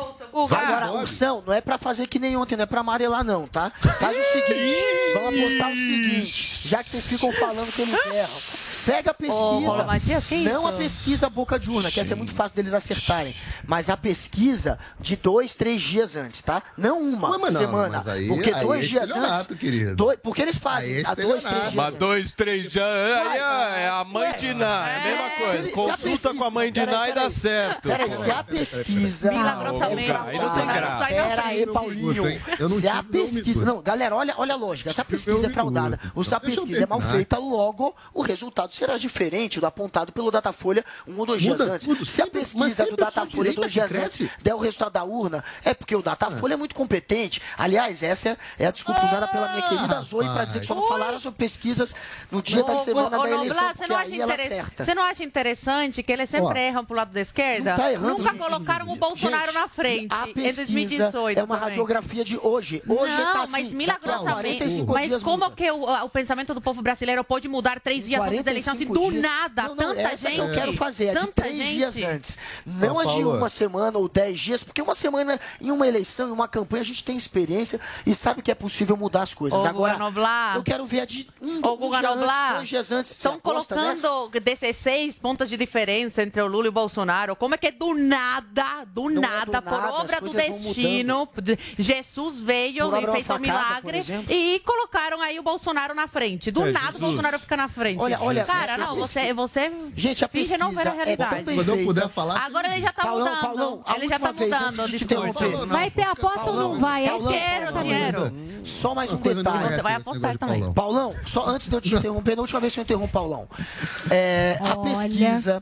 Agora, Ursão, não é pra fazer que nem ontem, não é pra amarelar, não, tá? Faz o seguinte, vamos apostar o seguinte, já que vocês ficam falando que eles erram. Pega a pesquisa, Ô, Paulo Matias, que não isso? a pesquisa boca de urna, que essa é muito fácil deles acertarem, mas a pesquisa de dois, três dias antes, tá? Não uma Mas, mas não, semana, mas aí- porque aí dois é dias antes... estelionato, querido. Dois, porque eles fazem Aí é há dois, três estelionato. dias Mas antes. dois, três já. Aí é, é a mãe de Ná, é a mesma Se coisa. ele- se a Consulta pesquisa- com a mãe de Peraí, Ná e dá peraí. certo. Peraí, se a pesquisa... Milagrosamente, Aí não tem graça. sai da Pera aí, frente. Paulinho. Eu não Se a tive meu pesquisa. minuto. Não, galera, olha, olha a lógica. Se a pesquisa meu é fraudada, minuto. ou se a Deixa eu pesquisa é mal terminar. feita, logo o resultado será diferente do apontado pelo Datafolha um ou dois Muda dias antes. tudo, Se a sempre- mas pesquisa sempre do a sua Datafolha direita dois dias que cresce. antes der o resultado da urna, é porque o Datafolha é muito competente. Aliás, essa é a desculpa usada pela minha querida Zoe para dizer que só não falaram sobre pesquisas no dia da Ô, semana ô, da Noblar, eleição, você porque não acha aí ela interess- acerta. Você não acha interessante que eles sempre Ó, erram pro lado da esquerda? não tá errando, Nunca gente. colocaram o Bolsonaro Gente, na frente A em dois mil e pesquisa dezoito. é uma também. radiografia de hoje. Hoje não, tá assim, mas daqui a milagrosamente. quarenta e cinco Mas dias como muda. que o, o pensamento do povo brasileiro pode mudar três dias antes da eleição? Se do quarenta e cinco dias. nada, Não, não, tanta essa gente. que eu quero fazer, é de tanta três gente. dias antes. Não Ô, a de Paulo. uma semana ou dez dias, porque uma semana em uma eleição, em uma campanha, a gente tem experiência e sabe que é possível mudar as coisas. Ô, Agora, Guga Noblar. eu quero ver a de um, Ô, um Guga dia antes, Noblar, dois dias antes. Você estão aposta nessa? colocando dezesseis pontos de diferença entre o Lula e o Bolsonaro. Como é que do nada, do Não é nada, do por nada, obra as do coisas vão destino, Jesus veio Por obra e de fez uma um facada, por milagre exemplo. e colocaram aí o Bolsonaro na frente. Do É, nada Jesus. o Bolsonaro fica na frente. Olha, olha, Cara, a não, pesquisa- você, você Gente, a finge não ver a pesquisa é realidade. tão bem Quando eu feita. puder falar... Agora ele já tá Paulão, mudando. Paulão, a ele já tá última vez, mudando antes o de te discurso. interromper. Vai ter aposta ou não vai? É Paulão, quero, Paulão, quero. Só mais um Uma coisa detalhe. não Você vai esse apostar negócio de também. Paulão. Paulão, só antes de eu te interromper, na última vez que eu interrompo, Paulão. É, a Olha. pesquisa,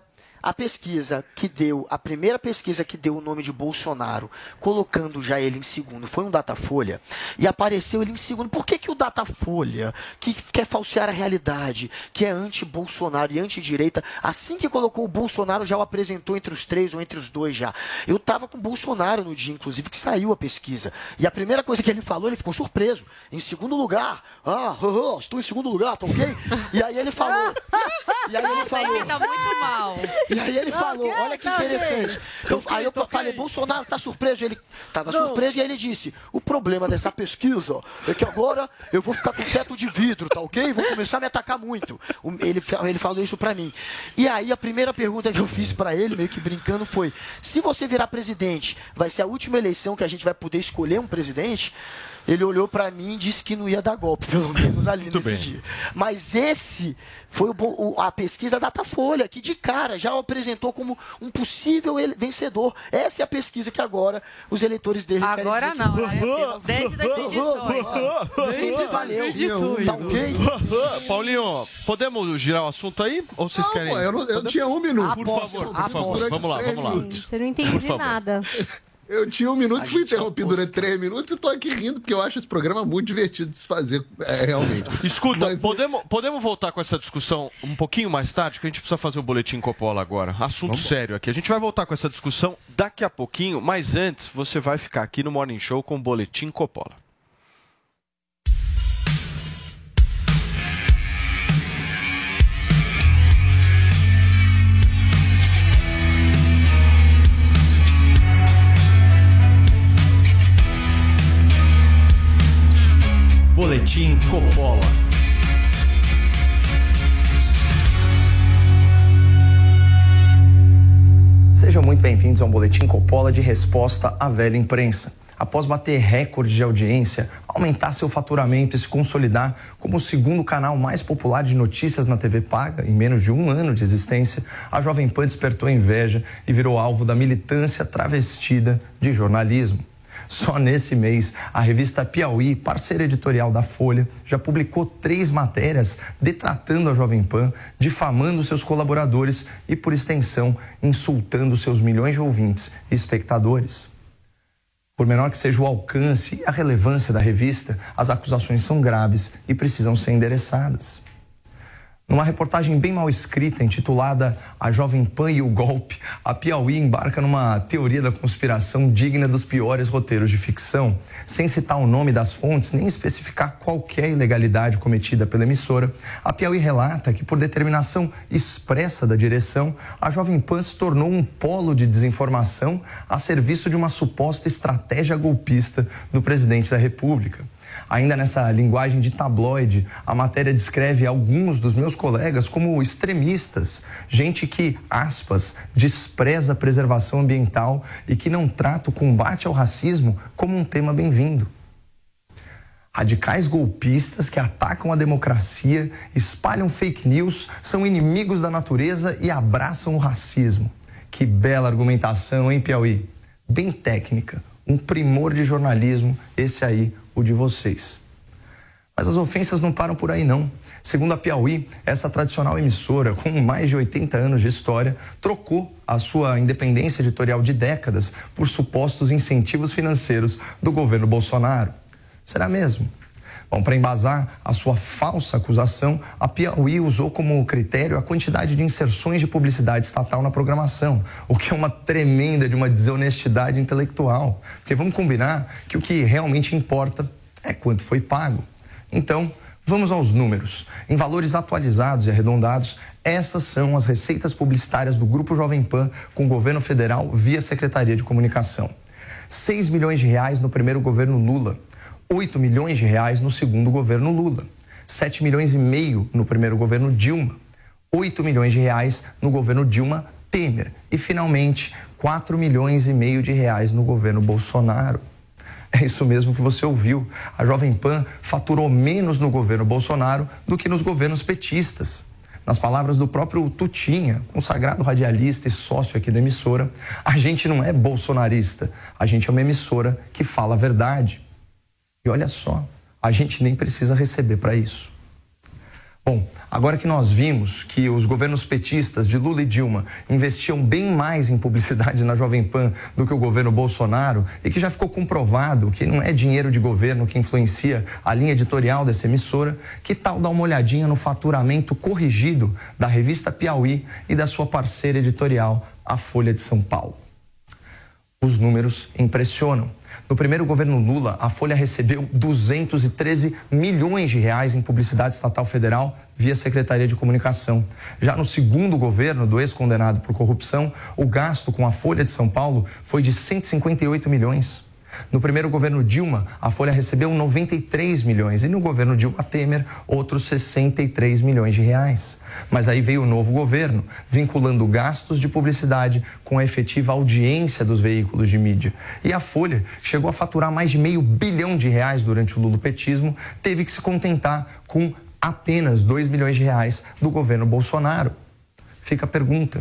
a pesquisa que deu, a primeira pesquisa que deu o nome de Bolsonaro, colocando já ele em segundo, foi um Datafolha, e apareceu ele em segundo. Por que que o Datafolha, que quer falsear a realidade, que é anti-Bolsonaro e anti-direita, assim que colocou o Bolsonaro, já o apresentou entre os três ou entre os dois já? Eu tava com o Bolsonaro no dia, inclusive, que saiu a pesquisa. E a primeira coisa que ele falou, ele ficou surpreso. Em segundo lugar. Ah, uh, uh, estou em segundo lugar, tá ok? E aí ele falou... E aí ele falou... Tá muito mal. E aí ele falou, Okay, olha que tá interessante. Eu, okay, aí eu okay. falei, Bolsonaro tá surpreso? Ele tava Não. surpreso e aí ele disse, o problema dessa pesquisa é que agora eu vou ficar com teto de vidro, tá ok? Vou começar a me atacar muito. Ele, ele falou isso pra mim. E aí a primeira pergunta que eu fiz pra ele, meio que brincando, foi, se você virar presidente, vai ser a última eleição que a gente vai poder escolher um presidente? Ele olhou pra mim e disse que não ia dar golpe, pelo menos ali Muito nesse bem. dia. Mas esse foi o, o, a pesquisa Datafolha, que de cara já o apresentou como um possível ele, vencedor. Essa é a pesquisa que agora os eleitores dele Agora querem dizer não, que... né? Desde dois mil e dezoito. Sempre valeu. Tá ok? Paulinho, podemos girar o assunto aí? Ou vocês Não, querem? pô, eu, não- eu Podemos? tinha um minuto. Por favor, por favor. Durante Vamos lá, três vamos lá. minutos. Você não entendi Por favor. nada. Eu tinha um minuto, fui interrompido durante três minutos e tô aqui rindo, porque eu acho esse programa muito divertido de se fazer, é, realmente. Escuta, Mas- podemos, podemos voltar com essa discussão um pouquinho mais tarde, que a gente precisa fazer o boletim Coppola agora. Assunto sério aqui. A gente vai voltar com essa discussão daqui a pouquinho, mas antes você vai ficar aqui no Morning Show com o boletim Coppola. Boletim Coppola. Sejam muito bem-vindos ao Boletim Coppola de resposta à velha imprensa. Após bater recorde de audiência, aumentar seu faturamento e se consolidar como o segundo canal mais popular de notícias na T V paga em menos de um ano de existência, a Jovem Pan despertou inveja e virou alvo da militância travestida de jornalismo. Só nesse mês, a revista Piauí, parceira editorial da Folha, já publicou três matérias detratando a Jovem Pan, difamando seus colaboradores e, por extensão, insultando seus milhões de ouvintes e espectadores. Por menor que seja o alcance e a relevância da revista, as acusações são graves e precisam ser endereçadas. Numa reportagem bem mal escrita, intitulada A Jovem Pan e o Golpe, a Piauí embarca numa teoria da conspiração digna dos piores roteiros de ficção. Sem citar o nome das fontes, nem especificar qualquer ilegalidade cometida pela emissora, a Piauí relata que, por determinação expressa da direção, a Jovem Pan se tornou um polo de desinformação a serviço de uma suposta estratégia golpista do presidente da República. Ainda nessa linguagem de tabloide, a matéria descreve alguns dos meus colegas como extremistas, gente que, aspas, despreza a preservação ambiental e que não trata o combate ao racismo como um tema bem-vindo. Radicais golpistas que atacam a democracia, espalham fake news, são inimigos da natureza e abraçam o racismo. Que bela argumentação, hein, Piauí? Bem técnica, um primor de jornalismo, esse aí, o de vocês. Mas as ofensas não param por aí, não. Segundo a Piauí, essa tradicional emissora, com mais de oitenta anos de história, trocou a sua independência editorial de décadas por supostos incentivos financeiros do governo Bolsonaro. Será mesmo? Bom, para embasar a sua falsa acusação, a Piauí usou como critério a quantidade de inserções de publicidade estatal na programação, o que é uma tremenda de uma desonestidade intelectual. Porque vamos combinar que o que realmente importa é quanto foi pago. Então, vamos aos números. Em valores atualizados e arredondados, essas são as receitas publicitárias do Grupo Jovem Pan com o governo federal via Secretaria de Comunicação. seis milhões de reais no primeiro governo Lula. oito milhões de reais no segundo governo Lula, sete milhões e meio no primeiro governo Dilma, oito milhões de reais no governo Dilma Temer e, finalmente, quatro milhões e meio de reais no governo Bolsonaro. É isso mesmo que você ouviu. A Jovem Pan faturou menos no governo Bolsonaro do que nos governos petistas. Nas palavras do próprio Tutinha, consagrado radialista e sócio aqui da emissora, a gente não é bolsonarista, a gente é uma emissora que fala a verdade. E olha só, a gente nem precisa receber para isso. Bom, agora que nós vimos que os governos petistas de Lula e Dilma investiam bem mais em publicidade na Jovem Pan do que o governo Bolsonaro e que já ficou comprovado que não é dinheiro de governo que influencia a linha editorial dessa emissora, que tal dar uma olhadinha no faturamento corrigido da revista Piauí e da sua parceira editorial, a Folha de São Paulo? Os números impressionam. No primeiro governo Lula, a Folha recebeu duzentos e treze milhões de reais em publicidade estatal federal via Secretaria de Comunicação. Já no segundo governo do ex-condenado por corrupção, o gasto com a Folha de São Paulo foi de cento e cinquenta e oito milhões. No primeiro governo Dilma, a Folha recebeu noventa e três milhões e no governo Dilma Temer, outros sessenta e três milhões de reais. Mas aí veio o novo governo, vinculando gastos de publicidade com a efetiva audiência dos veículos de mídia. E a Folha, que chegou a faturar mais de meio bilhão de reais durante o lulopetismo, teve que se contentar com apenas dois milhões de reais do governo Bolsonaro. Fica a pergunta.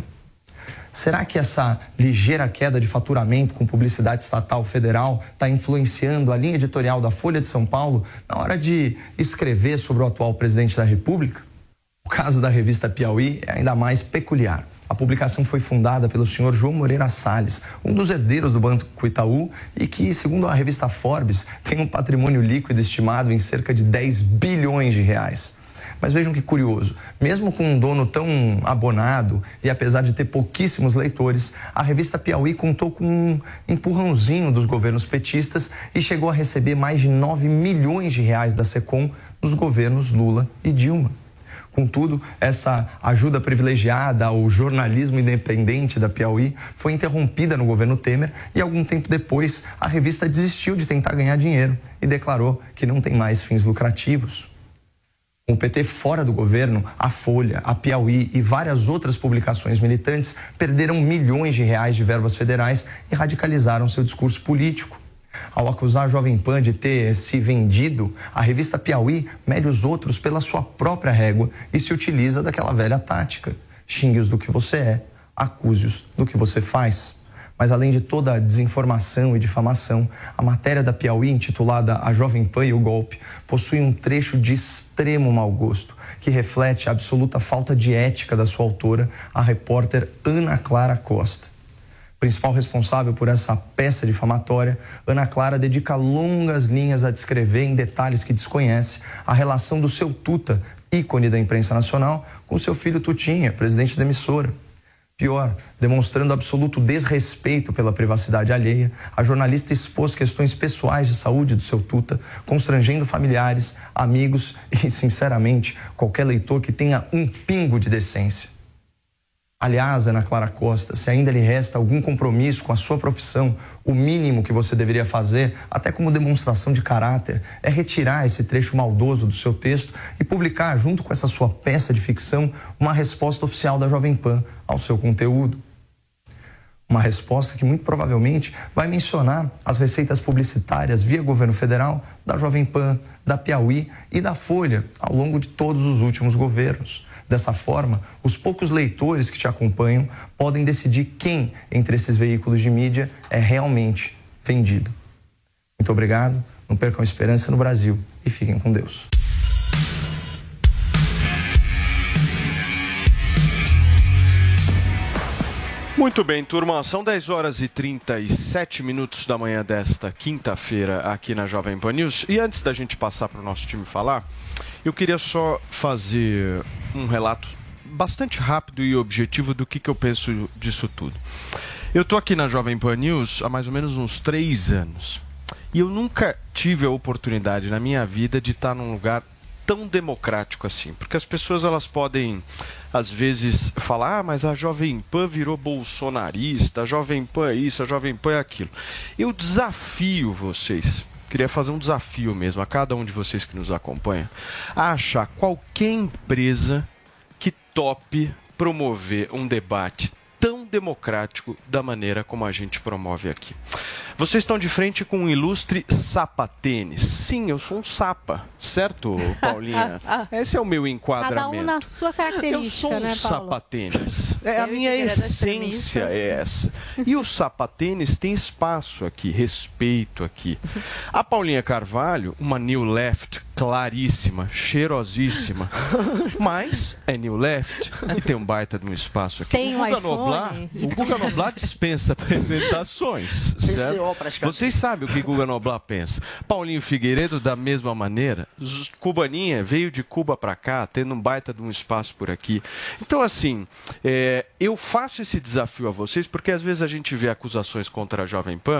Será que essa ligeira queda de faturamento com publicidade estatal federal está influenciando a linha editorial da Folha de São Paulo na hora de escrever sobre o atual presidente da República? O caso da revista Piauí é ainda mais peculiar. A publicação foi fundada pelo senhor João Moreira Salles, um dos herdeiros do Banco Itaú e que, segundo a revista Forbes, tem um patrimônio líquido estimado em cerca de dez bilhões de reais. Mas vejam que curioso, mesmo com um dono tão abonado e apesar de ter pouquíssimos leitores, a revista Piauí contou com um empurrãozinho dos governos petistas e chegou a receber mais de nove milhões de reais da Secom nos governos Lula e Dilma. Contudo, essa ajuda privilegiada ao jornalismo independente da Piauí foi interrompida no governo Temer e, algum tempo depois, a revista desistiu de tentar ganhar dinheiro e declarou que não tem mais fins lucrativos. Com o P T fora do governo, a Folha, a Piauí e várias outras publicações militantes perderam milhões de reais de verbas federais e radicalizaram seu discurso político. Ao acusar a Jovem Pan de ter se vendido, a revista Piauí mede os outros pela sua própria régua e se utiliza daquela velha tática. Xingue-os do que você é, acuse-os do que você faz. Mas além de toda a desinformação e difamação, a matéria da Piauí, intitulada A Jovem Pan e o Golpe, possui um trecho de extremo mau gosto, que reflete a absoluta falta de ética da sua autora, a repórter Ana Clara Costa. Principal responsável por essa peça difamatória, Ana Clara dedica longas linhas a descrever em detalhes que desconhece a relação do seu Tuta, ícone da imprensa nacional, com seu filho Tutinha, presidente da emissora. Pior, demonstrando absoluto desrespeito pela privacidade alheia, a jornalista expôs questões pessoais de saúde do seu Tuta, constrangendo familiares, amigos e, sinceramente, qualquer leitor que tenha um pingo de decência. Aliás, Ana Clara Costa, se ainda lhe resta algum compromisso com a sua profissão, o mínimo que você deveria fazer, até como demonstração de caráter, é retirar esse trecho maldoso do seu texto e publicar, junto com essa sua peça de ficção, uma resposta oficial da Jovem Pan ao seu conteúdo. Uma resposta que muito provavelmente vai mencionar as receitas publicitárias via governo federal da Jovem Pan, da Piauí e da Folha ao longo de todos os últimos governos. Dessa forma, os poucos leitores que te acompanham podem decidir quem entre esses veículos de mídia é realmente vendido. Muito obrigado, não percam a esperança no Brasil e fiquem com Deus. Muito bem, turma, são dez horas e trinta e sete minutos da manhã desta quinta-feira aqui na Jovem Pan News. E antes da gente passar para o nosso time falar, eu queria só fazer um relato bastante rápido e objetivo do que, que eu penso disso tudo. Eu estou aqui na Jovem Pan News há mais ou menos uns três anos. E eu nunca tive a oportunidade na minha vida de estar num lugar tão democrático assim. Porque as pessoas elas podem, às vezes, falar: ah, mas a Jovem Pan virou bolsonarista, a Jovem Pan é isso, a Jovem Pan é aquilo. Eu desafio vocês, queria fazer um desafio mesmo a cada um de vocês que nos acompanha, a achar qualquer empresa que tope promover um debate tão democrático da maneira como a gente promove aqui. Vocês estão de frente com um ilustre sapatênis. Sim, eu sou um sapa, certo, Paulinha? Esse é o meu enquadramento. Cada um na sua característica, eu sou um né, Paulo? sapatênis. É, a minha essência é essa. E o sapatênis tem espaço aqui, respeito aqui. A Paulinha Carvalho, uma New Left claríssima, cheirosíssima, mas é New Left e tem um baita de um espaço aqui. Tem o um Guga iPhone. Noblar, o Guga Noblar dispensa apresentações, certo? Vocês sabem o que Guga Noblar pensa. Paulinho Figueiredo, da mesma maneira, Cubaninha veio de Cuba para cá, tendo um baita de um espaço por aqui. Então, assim, é, eu faço esse desafio a vocês, porque às vezes a gente vê acusações contra a Jovem Pan,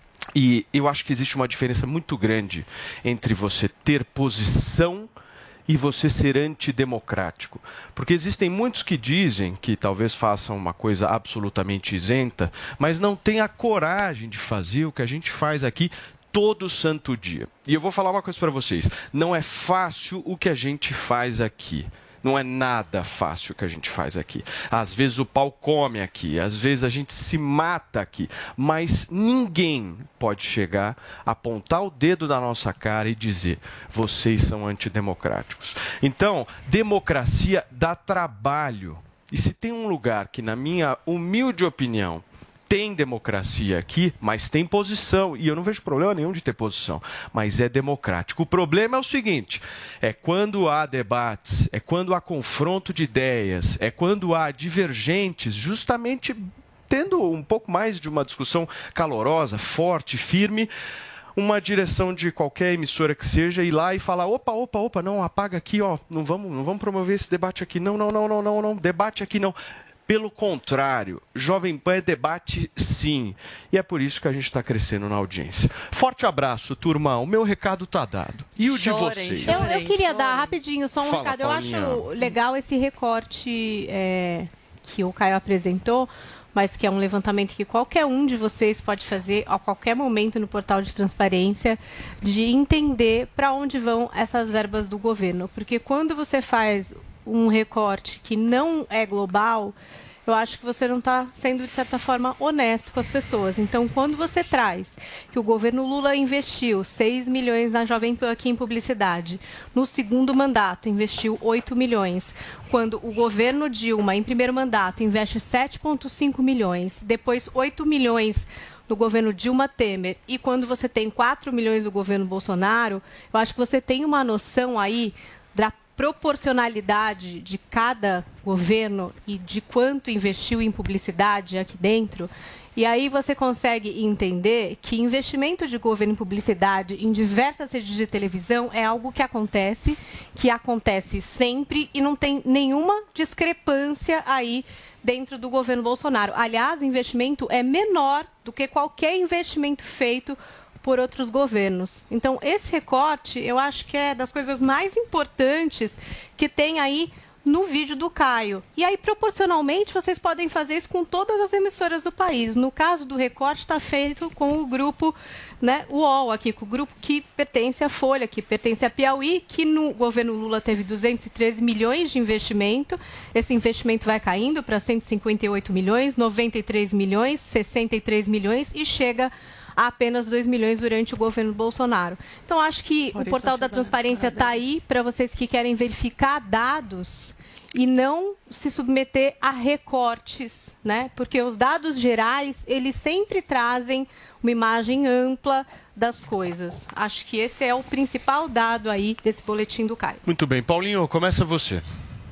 e eu acho que existe uma diferença muito grande entre você ter posição e você ser antidemocrático. Porque existem muitos que dizem que talvez façam uma coisa absolutamente isenta, mas não têm a coragem de fazer o que a gente faz aqui todo santo dia. E eu vou falar uma coisa para vocês. Não é fácil o que a gente faz aqui. Não é nada fácil o que a gente faz aqui. Às vezes o pau come aqui, às vezes a gente se mata aqui, mas ninguém pode chegar, apontar o dedo na nossa cara e dizer: vocês são antidemocráticos. Então, democracia dá trabalho. E se tem um lugar que, na minha humilde opinião, tem democracia aqui, mas tem posição. E eu não vejo problema nenhum de ter posição, mas é democrático. O problema é o seguinte, é quando há debates, é quando há confronto de ideias, é quando há divergentes, justamente tendo um pouco mais de uma discussão calorosa, forte, firme, uma direção de qualquer emissora que seja ir lá e falar: opa, opa, opa, não, apaga aqui, ó, não vamos, não vamos promover esse debate aqui, não, não, não, não, não, não, debate aqui não. Pelo contrário, Jovem Pan é debate sim. E é por isso que a gente está crescendo na audiência. Forte abraço, turma. O meu recado está dado. E o de vocês? Eu, eu queria dar rapidinho só um Fala, recado. Eu Paulinha. acho legal esse recorte é, que o Caio apresentou, mas que é um levantamento que qualquer um de vocês pode fazer a qualquer momento no portal de transparência, de entender para onde vão essas verbas do governo. Porque quando você faz um recorte que não é global, eu acho que você não está sendo, de certa forma, honesto com as pessoas. Então, quando você traz que o governo Lula investiu seis milhões na Jovem Pan aqui em publicidade, no segundo mandato investiu oito milhões, quando o governo Dilma, em primeiro mandato, investe sete vírgula cinco milhões, depois oito milhões no governo Dilma Temer, e quando você tem quatro milhões do governo Bolsonaro, eu acho que você tem uma noção aí da proporcionalidade de cada governo e de quanto investiu em publicidade aqui dentro. E aí você consegue entender que investimento de governo em publicidade em diversas redes de televisão é algo que acontece, que acontece sempre e não tem nenhuma discrepância aí dentro do governo Bolsonaro. Aliás, o investimento é menor do que qualquer investimento feito por outros governos. Então, esse recorte, eu acho que é das coisas mais importantes que tem aí no vídeo do Caio. E aí, proporcionalmente, vocês podem fazer isso com todas as emissoras do país. No caso do recorte, está feito com o grupo, né, U O L aqui, com o grupo que pertence à Folha, que pertence à Piauí, que no governo Lula teve duzentos e treze milhões de investimento. Esse investimento vai caindo para cento e cinquenta e oito milhões, noventa e três milhões, sessenta e três milhões e chega a apenas dois milhões durante o governo Bolsonaro. Então, acho que o portal da transparência está aí para vocês que querem verificar dados e não se submeter a recortes, né? Porque os dados gerais, eles sempre trazem uma imagem ampla das coisas. Acho que esse é o principal dado aí desse boletim do Caio. Muito bem. Paulinho, começa você.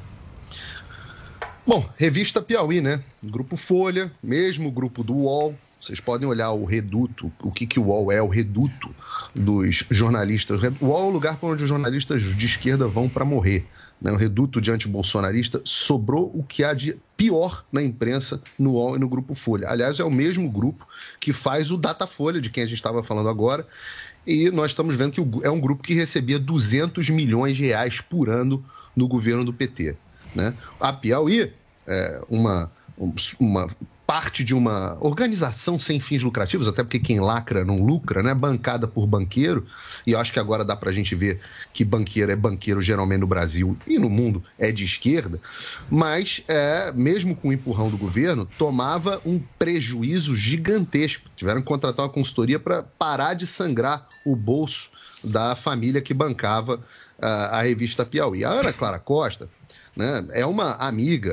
Bom, revista Piauí, né? Grupo Folha, mesmo grupo do U O L. Vocês podem olhar o reduto, o que, que o U O L é, o reduto dos jornalistas. O U O L é o lugar para onde os jornalistas de esquerda vão para morrer. Né? O reduto de antibolsonarista, sobrou o que há de pior na imprensa no U O L e no Grupo Folha. Aliás, é o mesmo grupo que faz o Datafolha, de quem a gente estava falando agora, e nós estamos vendo que é um grupo que recebia duzentos milhões de reais por ano no governo do P T. Né? A Piauí, é uma... uma parte de uma organização sem fins lucrativos, até porque quem lacra não lucra, né? Bancada por banqueiro, e eu acho que agora dá para a gente ver que banqueiro é banqueiro geralmente no Brasil e no mundo é de esquerda, mas é, mesmo com o empurrão do governo, tomava um prejuízo gigantesco. Tiveram que contratar uma consultoria para parar de sangrar o bolso da família que bancava uh, a revista Piauí. A Ana Clara Costa, né, é uma amiga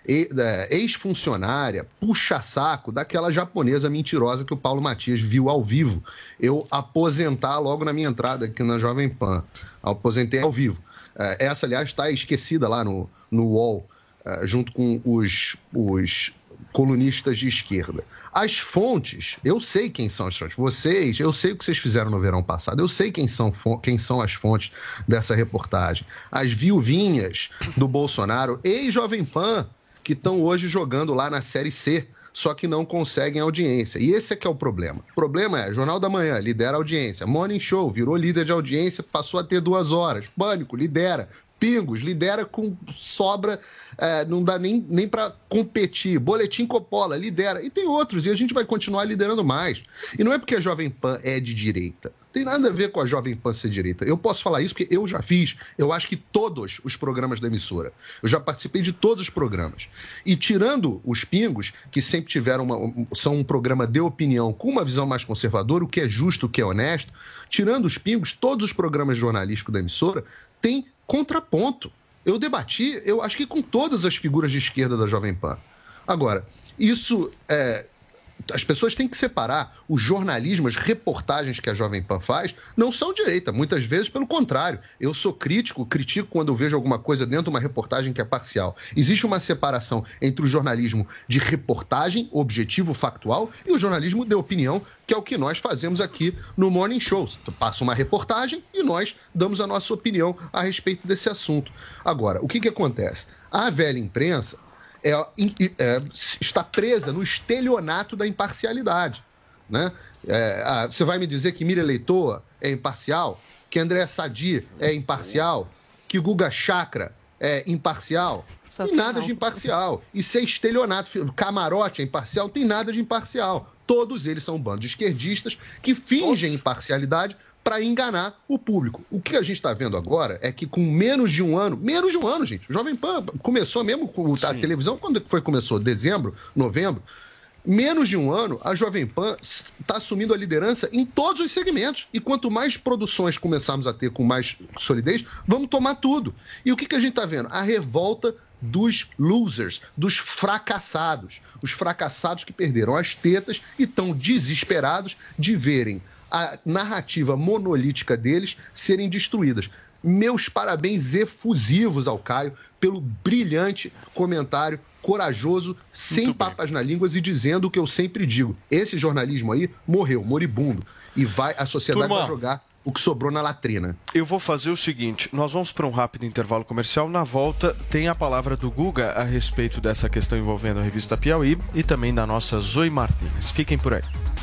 ex-funcionária, puxa-saco daquela japonesa mentirosa que o Paulo Matias viu ao vivo. Eu aposentar logo na minha entrada aqui na Jovem Pan. Aposentei ao vivo. Essa, aliás, está esquecida lá no, no U O L, junto com os, os colunistas de esquerda. As fontes, eu sei quem são as fontes. Vocês, eu sei o que vocês fizeram no verão passado. Eu sei quem são, quem são as fontes dessa reportagem. As viuvinhas do Bolsonaro, ex-Jovem Pan, que estão hoje jogando lá na Série C, só que não conseguem audiência. E esse é que é o problema. O problema é, Jornal da Manhã, lidera a audiência. Morning Show, virou líder de audiência, passou a ter duas horas. Pânico, lidera. Pingos, lidera com sobra, é, não dá nem, nem para competir. Boletim Coppola, lidera. E tem outros, e a gente vai continuar liderando mais. E não é porque a Jovem Pan é de direita. Não tem nada a ver com a Jovem Pan ser direita. Eu posso falar isso porque eu já fiz, eu acho que todos os programas da emissora. Eu já participei de todos os programas. E tirando os Pingos, que sempre tiveram uma, são um programa de opinião com uma visão mais conservadora, o que é justo, o que é honesto, tirando os Pingos, todos os programas jornalísticos da emissora têm contraponto. Eu debati, eu acho que com todas as figuras de esquerda da Jovem Pan. Agora, isso é... As pessoas têm que separar o jornalismo, as reportagens que a Jovem Pan faz, não são direita, muitas vezes pelo contrário. Eu sou crítico, critico quando eu vejo alguma coisa dentro de uma reportagem que é parcial. Existe uma separação entre o jornalismo de reportagem, objetivo, factual, e o jornalismo de opinião, que é o que nós fazemos aqui no Morning Show. Passa uma reportagem e nós damos a nossa opinião a respeito desse assunto. Agora, o que que acontece? A velha imprensa É, é, está presa no estelionato da imparcialidade, né? É, ah, você vai me dizer que Miriam Leitoa é imparcial, que André Sadi é imparcial, que Guga Chakra é imparcial? Só tem nada não. de imparcial. Isso é estelionato. Camarote é imparcial? Tem nada de imparcial. Todos eles são um bando de esquerdistas que fingem imparcialidade para enganar o público. O que a gente está vendo agora é que com menos de um ano, menos de um ano, gente, o Jovem Pan começou mesmo com a Sim. televisão, quando foi começou? Dezembro, novembro? Menos de um ano, a Jovem Pan está assumindo a liderança em todos os segmentos. E quanto mais produções começarmos a ter com mais solidez, vamos tomar tudo. E o que, que a gente está vendo? A revolta dos losers, dos fracassados. Os fracassados que perderam as tetas e estão desesperados de verem a narrativa monolítica deles serem destruídas. Meus parabéns efusivos ao Caio pelo brilhante comentário, corajoso, sem papas na língua e dizendo o que eu sempre digo. Esse jornalismo aí morreu, moribundo. E vai, a sociedade Turma. vai jogar o que sobrou na latrina. Eu vou fazer o seguinte, nós vamos para um rápido intervalo comercial. Na volta tem a palavra do Guga a respeito dessa questão envolvendo a revista Piauí e também da nossa Zoe Martins. Fiquem por aí.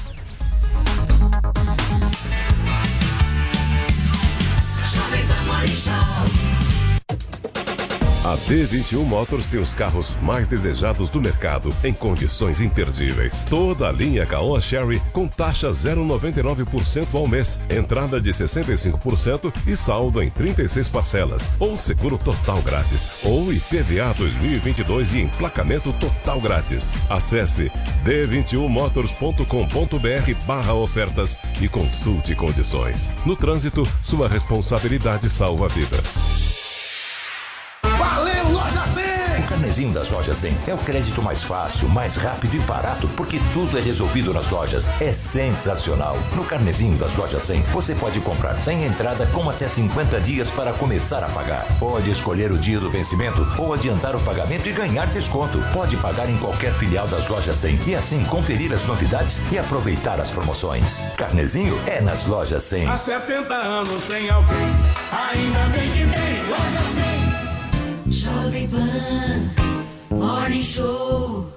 A D vinte e um Motors tem os carros mais desejados do mercado em condições imperdíveis. Toda a linha Caoa Sherry com taxa zero vírgula noventa e nove por cento ao mês, entrada de sessenta e cinco por cento e saldo em trinta e seis parcelas, ou seguro total grátis, ou I P V A dois mil e vinte e dois e emplacamento total grátis. Acesse d vinte e um motors ponto com ponto b r barra ofertas e consulte condições. No trânsito, sua responsabilidade salva vidas. Valeu, Loja cem! O carnezinho das Lojas cem é o crédito mais fácil, mais rápido e barato, porque tudo é resolvido nas lojas. É sensacional. No carnezinho das Lojas cem, você pode comprar sem entrada com até cinquenta dias para começar a pagar. Pode escolher o dia do vencimento ou adiantar o pagamento e ganhar desconto. Pode pagar em qualquer filial das Lojas cem e assim conferir as novidades e aproveitar as promoções. Carnezinho é nas Lojas cem. Há setenta anos tem alguém, ainda bem que tem Loja cem. Jovem Pan Morning Show.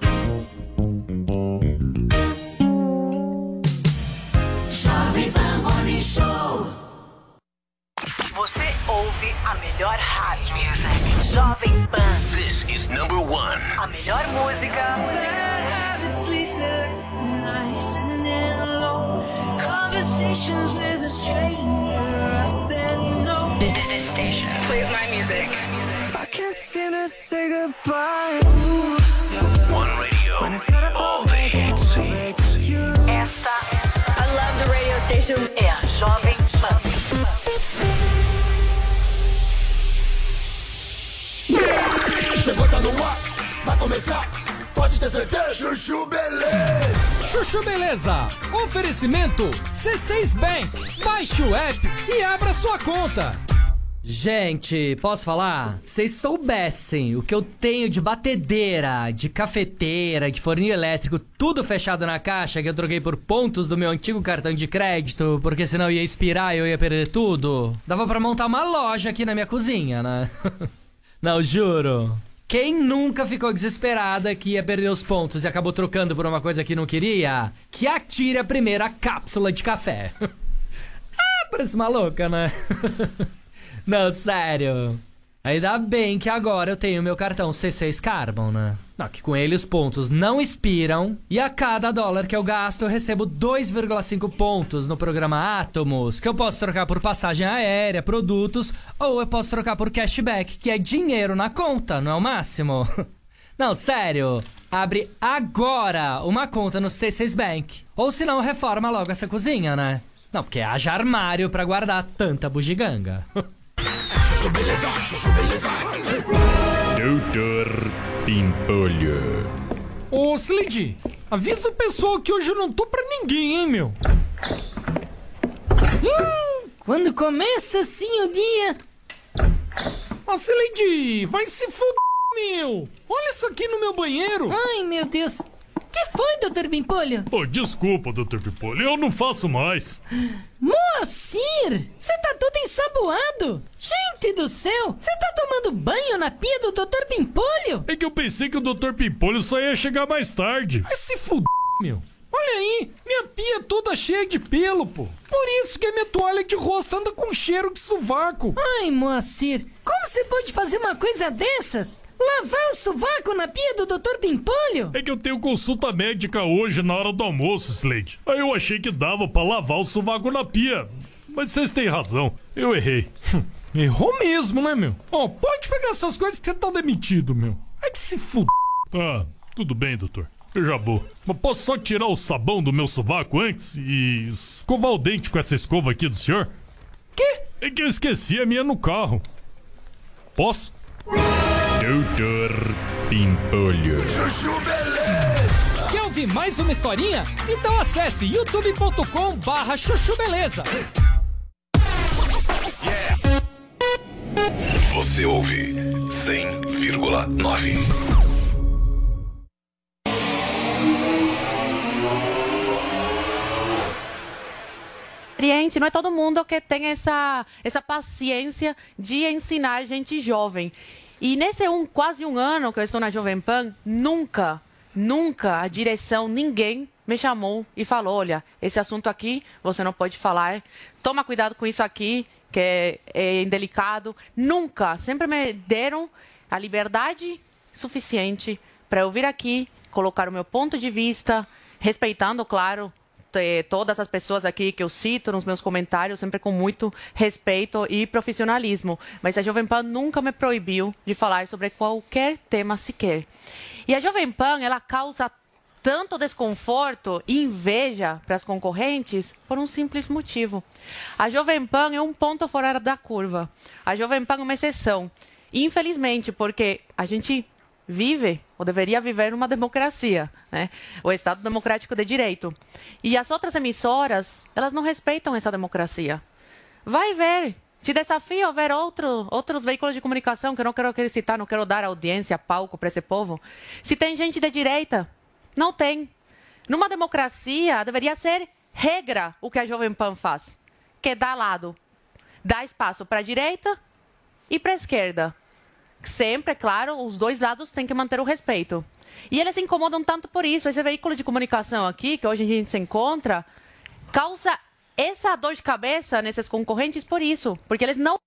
Jovem Pan Morning Show. Você ouve a melhor rádio. Jovem Pan. This is number one. A melhor música. Conversations with a stranger. This station plays my music. I can't seem to say goodbye. One radio, all the hits. Esta, I love the radio station, é a Jovem Pan. Chegou, tá no ar, vai começar. beleza, pode ter certeza. Chuchu Beleza. Chuchu Beleza. Oferecimento C seis Bank. Baixe o app e abra sua conta. Gente, posso falar? Vocês soubessem o que eu tenho de batedeira, de cafeteira, de forninho elétrico, tudo fechado na caixa que eu troquei por pontos do meu antigo cartão de crédito, porque senão ia expirar e eu ia perder tudo. Dava pra montar uma loja aqui na minha cozinha, né? Não, juro. Quem nunca ficou desesperada que ia perder os pontos e acabou trocando por uma coisa que não queria? Que atire a primeira cápsula de café. Ah, parece maluca, né? Não, sério. Ainda bem que agora eu tenho meu cartão C seis Carbon, né? Não, que com ele os pontos não expiram e a cada dólar que eu gasto eu recebo dois vírgula cinco pontos no programa Atomos, que eu posso trocar por passagem aérea, produtos, ou eu posso trocar por cashback, que é dinheiro na conta, não é o máximo? Não, sério. Abre agora uma conta no C seis Bank. Ou senão reforma logo essa cozinha, né? Não, porque haja armário pra guardar tanta bugiganga. Chuchu Beleza, Chuchu Beleza. Doutor Pimpolho. Ô, Slade, avisa o pessoal que hoje eu não tô pra ninguém, hein, meu? Hum, quando começa assim o dia... Ô, Slade, vai se foder, meu. Olha isso aqui no meu banheiro. Ai, meu Deus. Que foi, doutor Pimpolho? Oh, desculpa, doutor Pimpolho, eu não faço mais. Moacir, você tá todo ensaboado. Gente do céu, você tá tomando banho na pia do doutor Pimpolho? É que eu pensei que o doutor Pimpolho só ia chegar mais tarde. Vai se fuder, meu. Olha aí, minha pia toda cheia de pelo, pô. Por isso que a minha toalha de rosto anda com cheiro de sovaco. Ai, Moacir, como você pode fazer uma coisa dessas? Lavar o sovaco na pia do doutor Pimpolho? É que eu tenho consulta médica hoje na hora do almoço, Slade. Aí eu achei que dava pra lavar o sovaco na pia. Mas vocês têm razão, eu errei. Errou mesmo, né, meu? Ó, oh, pode pegar essas coisas que você tá demitido, meu. É que se fuder. Ah, tudo bem, doutor. Eu já vou. Mas posso só tirar o sabão do meu sovaco antes e escovar o dente com essa escova aqui do senhor? Quê? É que eu esqueci a minha no carro. Posso? Doutor Pimpolho. Chuchu Beleza. Quer ouvir mais uma historinha? Então acesse youtube ponto com barra chuchu beleza. Yeah. Você ouve cem vírgula nove. Não é todo mundo que tem essa, essa paciência de ensinar gente jovem. E nesse um, quase um ano que eu estou na Jovem Pan, nunca, nunca a direção, ninguém me chamou e falou, olha, esse assunto aqui você não pode falar, toma cuidado com isso aqui, que é, é indelicado. Nunca, sempre me deram a liberdade suficiente para eu vir aqui, colocar o meu ponto de vista, respeitando, claro, todas as pessoas aqui que eu cito nos meus comentários, sempre com muito respeito e profissionalismo. Mas a Jovem Pan nunca me proibiu de falar sobre qualquer tema sequer. E a Jovem Pan, ela causa tanto desconforto e inveja para as concorrentes por um simples motivo. A Jovem Pan é um ponto fora da curva. A Jovem Pan é uma exceção. Infelizmente, porque a gente vive, ou deveria viver, numa democracia, né? O Estado Democrático de Direito. E as outras emissoras, elas não respeitam essa democracia. Vai ver. Te desafio a ver outro, outros veículos de comunicação, que eu não quero citar, não quero dar audiência, palco para esse povo. Se tem gente de direita, não tem. Numa democracia, deveria ser regra o que a Jovem Pan faz, que é dar lado, dar espaço para a direita e para a esquerda. Sempre, é claro, os dois lados têm que manter o respeito. E eles se incomodam tanto por isso. Esse veículo de comunicação aqui, que hoje a gente se encontra, causa essa dor de cabeça nesses concorrentes por isso. Porque eles não...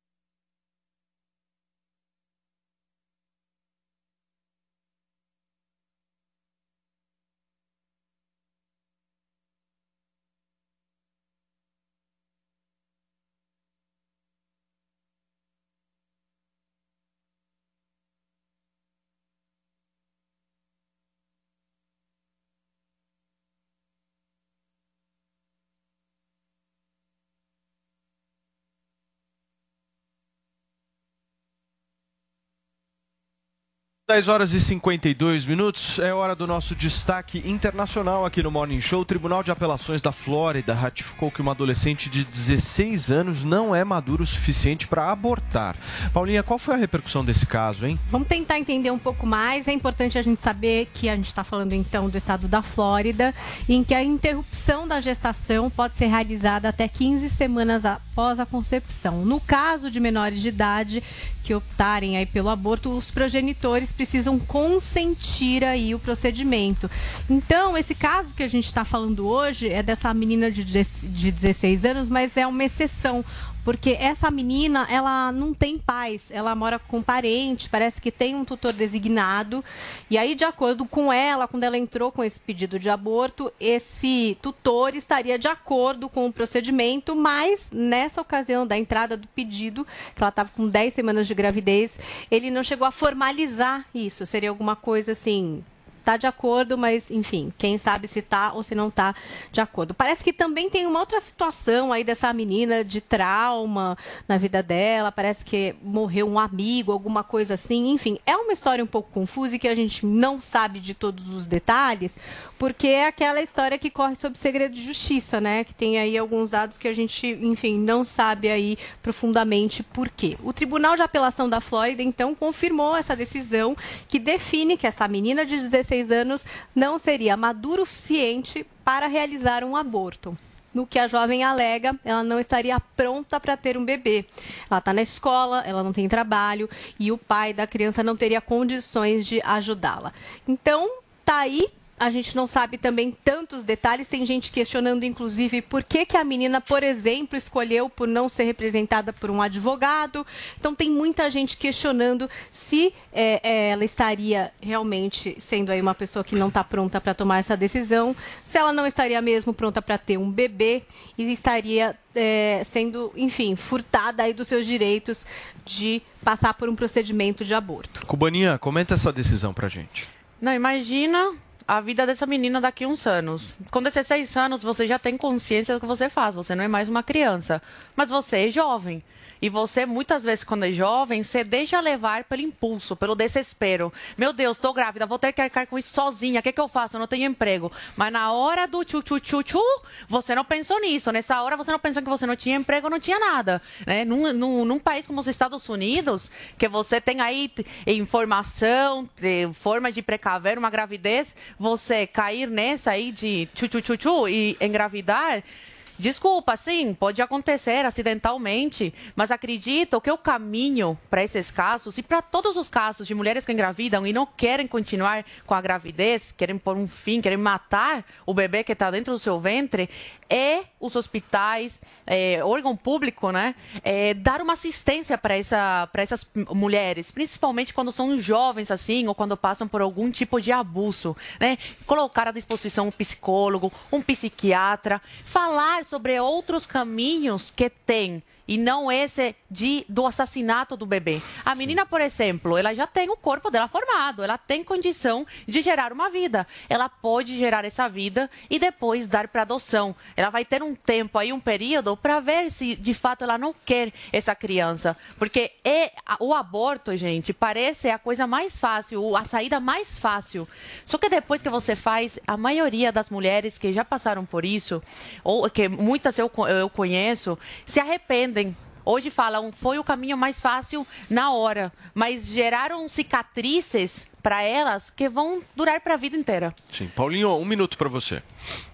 dez horas e cinquenta e dois minutos, é hora do nosso destaque internacional aqui no Morning Show. O Tribunal de Apelações da Flórida ratificou que uma adolescente de dezesseis anos não é madura o suficiente para abortar. Paulinha, qual foi a repercussão desse caso, hein? Vamos tentar entender um pouco mais. É importante a gente saber que a gente está falando então do estado da Flórida, em que a interrupção da gestação pode ser realizada até quinze semanas após a concepção. No caso de menores de idade que optarem aí pelo aborto, os progenitores precisam consentir aí o procedimento. Então, esse caso que a gente está falando hoje é dessa menina de dezesseis anos, mas é uma exceção, porque essa menina, ela não tem pais, ela mora com um parente, parece que tem um tutor designado, e aí, de acordo com ela, quando ela entrou com esse pedido de aborto, esse tutor estaria de acordo com o procedimento, mas nessa ocasião da entrada do pedido, que ela estava com dez semanas de gravidez, ele não chegou a formalizar isso, seria alguma coisa assim... Está de acordo, mas, enfim, quem sabe se está ou se não está de acordo. Parece que também tem uma outra situação aí dessa menina de trauma na vida dela, parece que morreu um amigo, alguma coisa assim. Enfim, é uma história um pouco confusa e que a gente não sabe de todos os detalhes, porque é aquela história que corre sob segredo de justiça, né? Que tem aí alguns dados que a gente, enfim, não sabe aí profundamente por quê. O Tribunal de Apelação da Flórida, então, confirmou essa decisão que define que essa menina de dezesseis anos não seria madura o suficiente para realizar um aborto. No que a jovem alega, ela não estaria pronta para ter um bebê. Ela está na escola, ela não tem trabalho e o pai da criança não teria condições de ajudá-la. Então, tá aí. A gente não sabe também tantos detalhes. Tem gente questionando, inclusive, por que, que a menina, por exemplo, escolheu por não ser representada por um advogado. Então, tem muita gente questionando se é, é, ela estaria realmente sendo aí uma pessoa que não está pronta para tomar essa decisão, se ela não estaria mesmo pronta para ter um bebê e estaria é, sendo, enfim, furtada aí dos seus direitos de passar por um procedimento de aborto. Cubaninha, comenta essa decisão pra gente. Não, imagina... a vida dessa menina daqui a uns anos. Com dezesseis anos, você já tem consciência do que você faz. Você não é mais uma criança. Mas você é jovem. E você, muitas vezes, quando é jovem, você deixa levar pelo impulso, pelo desespero. Meu Deus, estou grávida, vou ter que arcar com isso sozinha. O que, que eu faço? Eu não tenho emprego. Mas na hora do tchu-tchu-tchu-tchu, você não pensou nisso. Nessa hora, você não pensou que você não tinha emprego, não tinha nada. Né? Num, num, num país como os Estados Unidos, que você tem aí informação, forma de precaver uma gravidez, você cair nessa aí de tchu-tchu-tchu-tchu e engravidar... Desculpa, sim, pode acontecer acidentalmente, mas acredito que o caminho para esses casos e para todos os casos de mulheres que engravidam e não querem continuar com a gravidez, querem pôr um fim, querem matar o bebê que está dentro do seu ventre, é os hospitais, é, órgão público, né, é, dar uma assistência para essa, para essas mulheres, principalmente quando são jovens assim ou quando passam por algum tipo de abuso, né, colocar à disposição um psicólogo, um psiquiatra, falar sobre outros caminhos que tem e não esse de, do assassinato do bebê. A menina, por exemplo, ela já tem o corpo dela formado, ela tem condição de gerar uma vida. Ela pode gerar essa vida e depois dar para adoção. Ela vai ter um tempo aí, um período, para ver se de fato ela não quer essa criança. Porque é, o aborto, gente, parece a coisa mais fácil, a saída mais fácil. Só que depois que você faz, a maioria das mulheres que já passaram por isso, ou que muitas eu, eu conheço, se arrependem. Hoje falam, foi o caminho mais fácil na hora, mas geraram cicatrizes para elas que vão durar para a vida inteira. Sim. Paulinho, um minuto para você.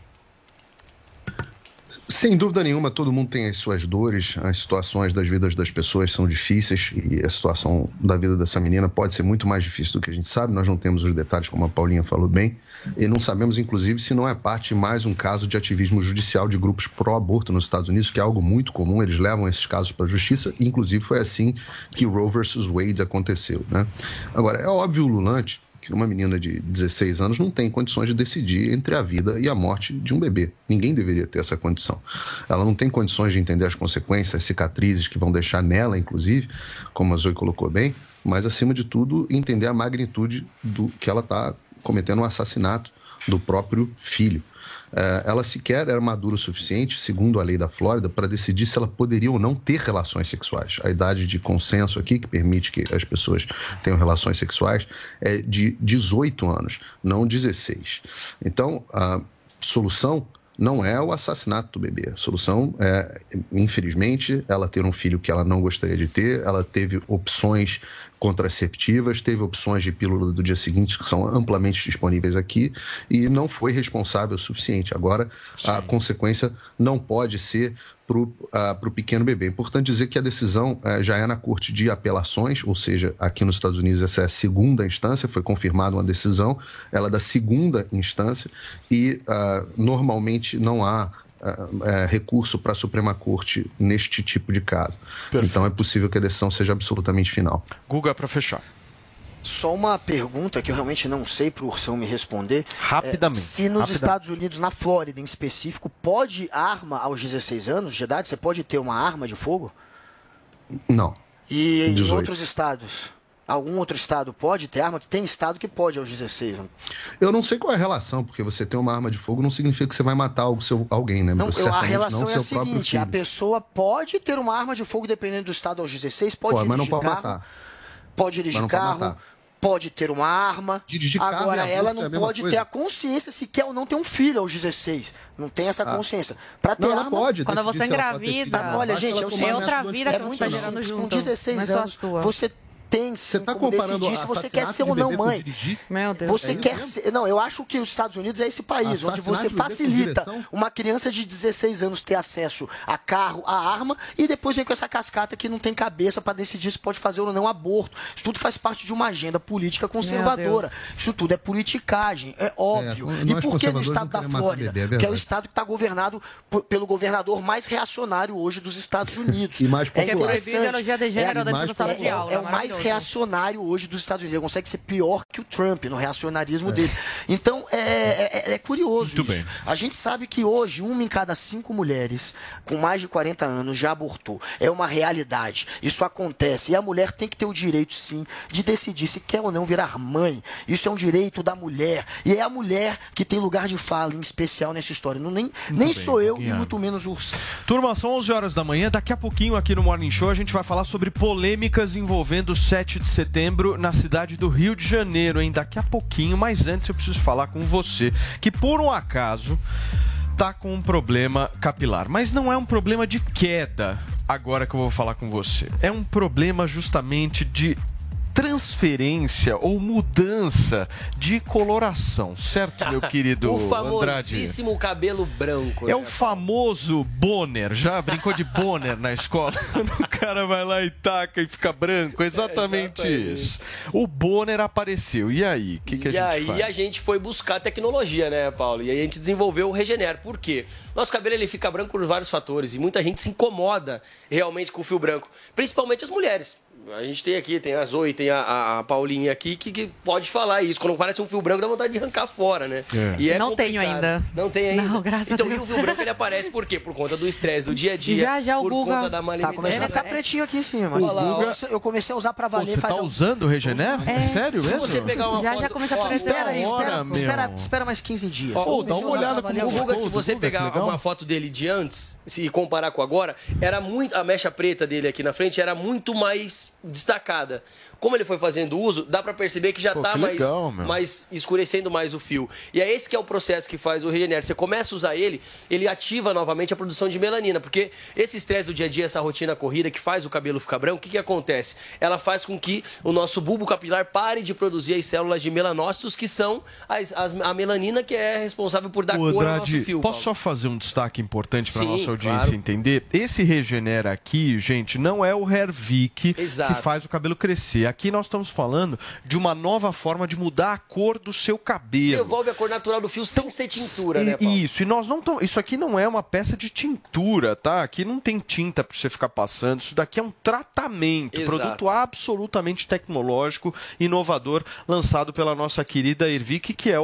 Sem dúvida nenhuma, todo mundo tem as suas dores, as situações das vidas das pessoas são difíceis e a situação da vida dessa menina pode ser muito mais difícil do que a gente sabe. Nós não temos os detalhes, como a Paulinha falou bem, e não sabemos, inclusive, se não é parte de mais um caso de ativismo judicial de grupos pró-aborto nos Estados Unidos, que é algo muito comum, eles levam esses casos para a justiça, e inclusive foi assim que Roe versus Wade aconteceu, né? Agora, é óbvio, ululante, que uma menina de dezesseis anos não tem condições de decidir entre a vida e a morte de um bebê. Ninguém deveria ter essa condição. Ela não tem condições de entender as consequências, as cicatrizes que vão deixar nela, inclusive, como a Zoe colocou bem, mas, acima de tudo, entender a magnitude do que ela está cometendo um assassinato do próprio filho. É, ela sequer era madura o suficiente, segundo a lei da Flórida, para decidir se ela poderia ou não ter relações sexuais. A idade de consenso aqui, que permite que as pessoas tenham relações sexuais, é de dezoito anos, não dezesseis. Então, a solução não é o assassinato do bebê. A solução é, infelizmente, ela ter um filho que ela não gostaria de ter. Ela teve opções contraceptivas, teve opções de pílula do dia seguinte que são amplamente disponíveis aqui e não foi responsável o suficiente. Agora, Sim. a consequência não pode ser para o uh, pequeno bebê. É importante dizer que a decisão uh, já é na Corte de Apelações, ou seja, aqui nos Estados Unidos essa é a segunda instância, foi confirmada uma decisão, ela é da segunda instância e uh, normalmente não há uh, uh, recurso para a Suprema Corte neste tipo de caso. Perfeito. Então é possível que a decisão seja absolutamente final. Guga, para fechar. Só uma pergunta que eu realmente não sei para o Ursão me responder. Rapidamente. É, se nos rapidamente. Estados Unidos, na Flórida em específico, pode arma aos dezesseis anos de idade? Você pode ter uma arma de fogo? Não. E em dezoito. outros estados? Algum outro estado pode ter arma? Tem estado que pode aos dezesseis. Eu não sei qual é a relação, porque você ter uma arma de fogo não significa que você vai matar o seu, alguém, né? Não, eu, a relação é a seguinte, a pessoa pode ter uma arma de fogo dependendo do estado aos dezesseis, pode pô, dirigir mas não pode carro, matar. pode dirigir carro, pode ter uma arma. Dirigir Agora, carro ela é não a pode coisa. ter a consciência se quer ou não ter um filho aos dezesseis. Não tem essa consciência. Para ter não, ela arma, pode. Quando você engravida, ah, olha, gente, eu sei, é outra vida é que você muito está gerando simples. junto. Com dezesseis anos, você tem sim tá como decidir se você quer ser ou não mãe. Meu Deus. Você é quer ser... Não, eu acho que os Estados Unidos é esse país onde você facilita uma criança de dezesseis anos ter acesso a carro, a arma, e depois vem com essa cascata que não tem cabeça para decidir se pode fazer ou não aborto. Isso tudo faz parte de uma agenda política conservadora. Isso tudo é politicagem, é óbvio. É, e por que no estado da Flórida? Bebê, é que é o estado que está governado por, pelo governador mais reacionário hoje dos Estados Unidos. E mais é popular. interessante. É, é, é, é o mais reacionário hoje dos Estados Unidos. Ele consegue ser pior que o Trump no reacionarismo é. dele. Então, é, é, é curioso Muito isso. Bem. A gente sabe que hoje, uma em cada cinco mulheres com mais de quarenta anos já abortou. É uma realidade. Isso acontece. E a mulher tem que ter o direito, sim, de decidir se quer ou não virar mãe. Isso é um direito da mulher. E é a mulher que tem lugar de fala, em especial nessa história. Não, nem nem bem, sou eu, Guinha. e muito menos o Urso. Turma, são onze horas da manhã. Daqui a pouquinho aqui no Morning Show a gente vai falar sobre polêmicas envolvendo o sete de setembro na cidade do Rio de Janeiro, hein? Daqui a pouquinho, mas antes eu preciso falar com você que por um acaso tá com um problema capilar, mas não é um problema de queda agora que eu vou falar com você. É um problema justamente de transferência ou mudança de coloração, certo, meu querido o Andrade? O famosíssimo cabelo branco. É né? o famoso boner. Já brincou de boner na escola? O cara vai lá e taca e fica branco. Exatamente, é exatamente. isso. O boner apareceu. E aí? O que, que a e gente aí faz? a gente foi buscar tecnologia, né, Paulo? E aí a gente desenvolveu o Regener. Por quê? Nosso cabelo ele fica branco por vários fatores e muita gente se incomoda realmente com o fio branco. Principalmente as mulheres. A gente tem aqui, tem a Zoe, tem a, a, a Paulinha aqui que, que pode falar isso. Quando parece um fio branco, dá vontade de arrancar fora, né? É. E é não complicado. tenho ainda. Não tem ainda? Não, graças então, a Deus. E o fio branco ele aparece por quê? Por conta do estresse do dia a dia. Já, já o por Guga... conta da malemidade. Tá começando a ficar pretinho aqui em cima. O Guga... Eu comecei a usar pra valer. Pô, você faz tá um... usando o Regener? É, é sério Se mesmo? você pegar uma já, foto... já começa a aparecer. Espera aí, espera, Hora, espera, meu. espera mais quinze dias. Ó, dá uma olhada como O Guga, se você Guga, pegar uma foto dele de antes, se comparar com agora, era muito a mecha preta dele aqui na frente era muito mais destacada. Como ele foi fazendo uso, dá pra perceber que já Pô, tá que mais, legal, meu. mais escurecendo mais o fio. E é esse que é o processo que faz o Regener. Você começa a usar ele, ele ativa novamente a produção de melanina, porque esse estresse do dia a dia, essa rotina corrida que faz o cabelo ficar branco, o que que acontece? Ela faz com que o nosso bulbo capilar pare de produzir as células de melanócitos, que são as, as, a melanina que é responsável por dar Ô, cor ao Andrade, nosso fio. posso Paulo. só fazer um destaque importante para Sim, nossa audiência claro. entender? Esse Regener aqui, gente, não é o Hervik Exato. que faz o cabelo crescer. Aqui nós estamos falando de uma nova forma de mudar a cor do seu cabelo. Devolve a cor natural do fio sem ser tintura, né, E- Paulo? Isso, e nós não estamos. Isso aqui não é uma peça de tintura, tá? Aqui não tem tinta para você ficar passando. Isso daqui é um tratamento, Exato. produto absolutamente tecnológico, inovador, lançado pela nossa querida Hervik, que é o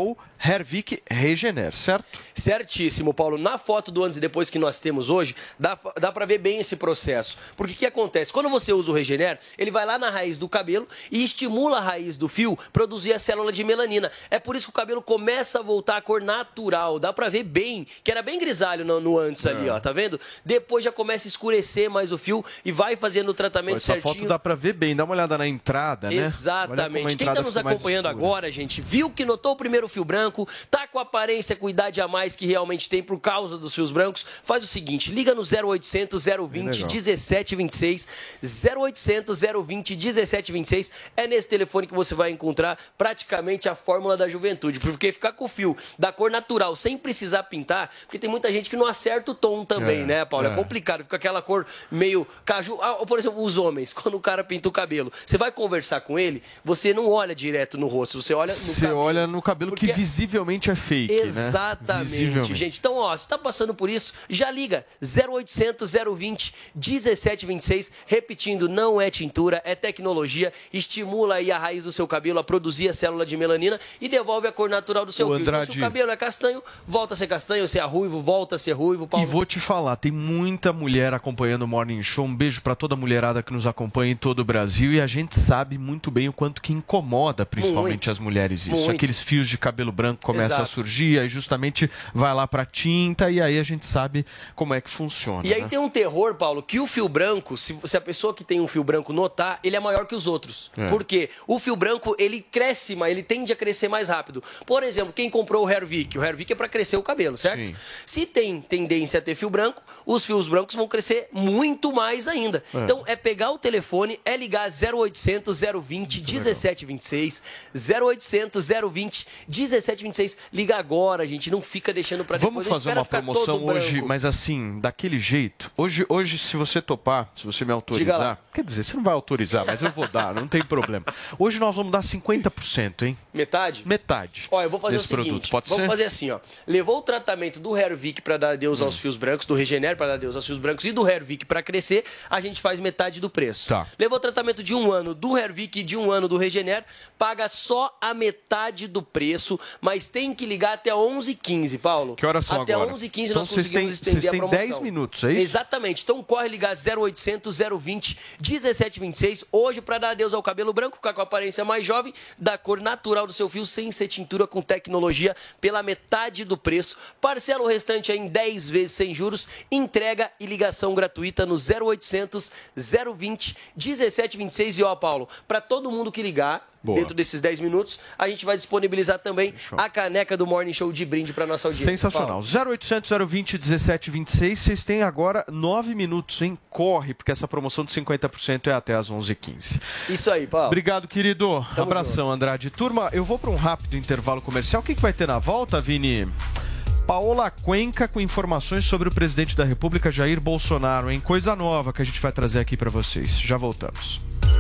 Hervik Regener, certo? Certíssimo, Paulo. Na foto do antes e depois que nós temos hoje, dá, dá para ver bem esse processo. Porque o que acontece? Quando você usa o Regener, ele vai lá na raiz do cabelo e estimula a raiz do fio produzir a célula de melanina. É por isso que o cabelo começa a voltar à cor natural. Dá para ver bem, que era bem grisalho no, no antes é. ali, ó, tá vendo? Depois já começa a escurecer mais o fio e vai fazendo o tratamento Essa certinho. Essa foto dá para ver bem, dá uma olhada na entrada, né? Exatamente. Quem está nos acompanhando agora, gente, viu que notou o primeiro fio branco, tá com a aparência com idade a mais que realmente tem por causa dos fios brancos, faz o seguinte, liga no zero oitocentos, zero vinte, dezessete vinte e seis, zero oitocentos, zero vinte, dezessete vinte e seis, é nesse telefone que você vai encontrar praticamente a fórmula da juventude, porque ficar com o fio da cor natural sem precisar pintar, porque tem muita gente que não acerta o tom também, é, né, Paulo? É. é complicado, fica aquela cor meio caju, ah, por exemplo, os homens, quando o cara pinta o cabelo, você vai conversar com ele, você não olha direto no rosto, você olha no você cabelo. Você olha no cabelo porque... que visivelmente é fake, Exatamente, né? gente. Então, ó, se tá passando por isso, já liga zero oitocentos, zero vinte, dezessete vinte e seis, repetindo, não é tintura, é tecnologia, estimula aí a raiz do seu cabelo a produzir a célula de melanina e devolve a cor natural do seu fio. Então, se o cabelo é castanho, volta a ser castanho, se é ruivo, volta a ser ruivo, Paulo. E vou te falar, tem muita mulher acompanhando o Morning Show, um beijo pra toda a mulherada que nos acompanha em todo o Brasil e a gente sabe muito bem o quanto que incomoda principalmente muito, as mulheres isso. Muito. Aqueles fios de cabelo branco começam Exato. a surgir, aí justamente vai lá pra tinta e aí a gente sabe como é que funciona. E aí né? tem um terror, Paulo, que o fio branco, se, se a pessoa que tem um fio branco notar, ele é maior que os outros. É. Por quê? O fio branco, ele cresce, mas ele tende a crescer mais rápido. Por exemplo, quem comprou o Hervik? O Hervik é pra crescer o cabelo, certo? Sim. Se tem tendência a ter fio branco, os fios brancos vão crescer muito mais ainda. É. Então, é pegar o telefone, é ligar zero oitocentos, zero vinte, dezessete vinte e seis, zero oitocentos, zero vinte, dezessete vinte e seis. Liga agora, gente, não fica deixando pra depois. Vamos fazer uma promoção hoje, mas assim, daquele jeito. Hoje, hoje, se você topar, se você me autorizar, quer dizer, você não vai autorizar, mas eu vou dar, não tem problema. Hoje nós vamos dar cinquenta por cento, hein? Metade? Metade. Ó, eu vou fazer o seguinte, produto. Pode vamos ser? fazer assim, ó. Levou o tratamento do Hervik pra dar adeus hum. aos fios brancos, do Regener pra dar adeus aos fios brancos e do Hervik pra crescer, a gente faz metade do preço. Tá. Levou o tratamento de um ano do Hervik e de um ano do Regener, paga só a metade do preço, mas tem que ligar até onze e quinze, Paulo. Que horas são até agora? onze e quinze então, nós conseguimos têm, estender têm a promoção. dez minutos, é isso? Exatamente. Então corre ligar zero oitocentos, zero vinte, dezessete vinte e seis hoje para dar adeus ao cabelo branco, ficar com a aparência mais jovem, da cor natural do seu fio, sem ser tintura, com tecnologia, pela metade do preço. Parcela o restante em dez vezes sem juros, entrega e ligação gratuita no zero oitocentos, zero vinte, dezessete vinte e seis. E ó, Paulo, para todo mundo que ligar, Boa. dentro desses dez minutos, a gente vai disponibilizar também Show. a caneca do Morning Show de brinde para nossa audiência. Sensacional. Paulo. zero oitocentos, zero vinte, dezessete vinte e seis. Vocês têm agora nove minutos, hein? Corre, porque essa promoção de cinquenta por cento é até às onze e quinze. Isso aí, Paulo. Obrigado, querido. Tamo Abração, junto. Andrade. Turma, eu vou para um rápido intervalo comercial. O que, que vai ter na volta, Vini? Paola Cuenca com informações sobre o presidente da República, Jair Bolsonaro, hein? Coisa nova que a gente vai trazer aqui para vocês. Já voltamos.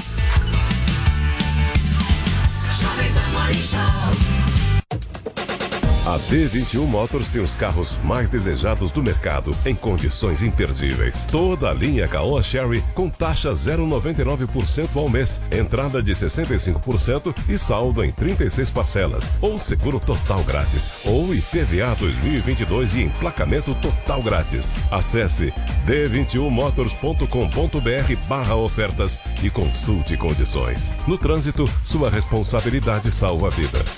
A D vinte e um Motors tem os carros mais desejados do mercado em condições imperdíveis. Toda a linha K O Sherry com taxa zero vírgula noventa e nove por cento ao mês, entrada de sessenta e cinco por cento e saldo em trinta e seis parcelas, ou seguro total grátis, ou I P V A dois mil e vinte e dois e emplacamento total grátis. Acesse d vinte e um motors ponto com ponto br barra ofertas e consulte condições. No trânsito, sua responsabilidade salva vidas.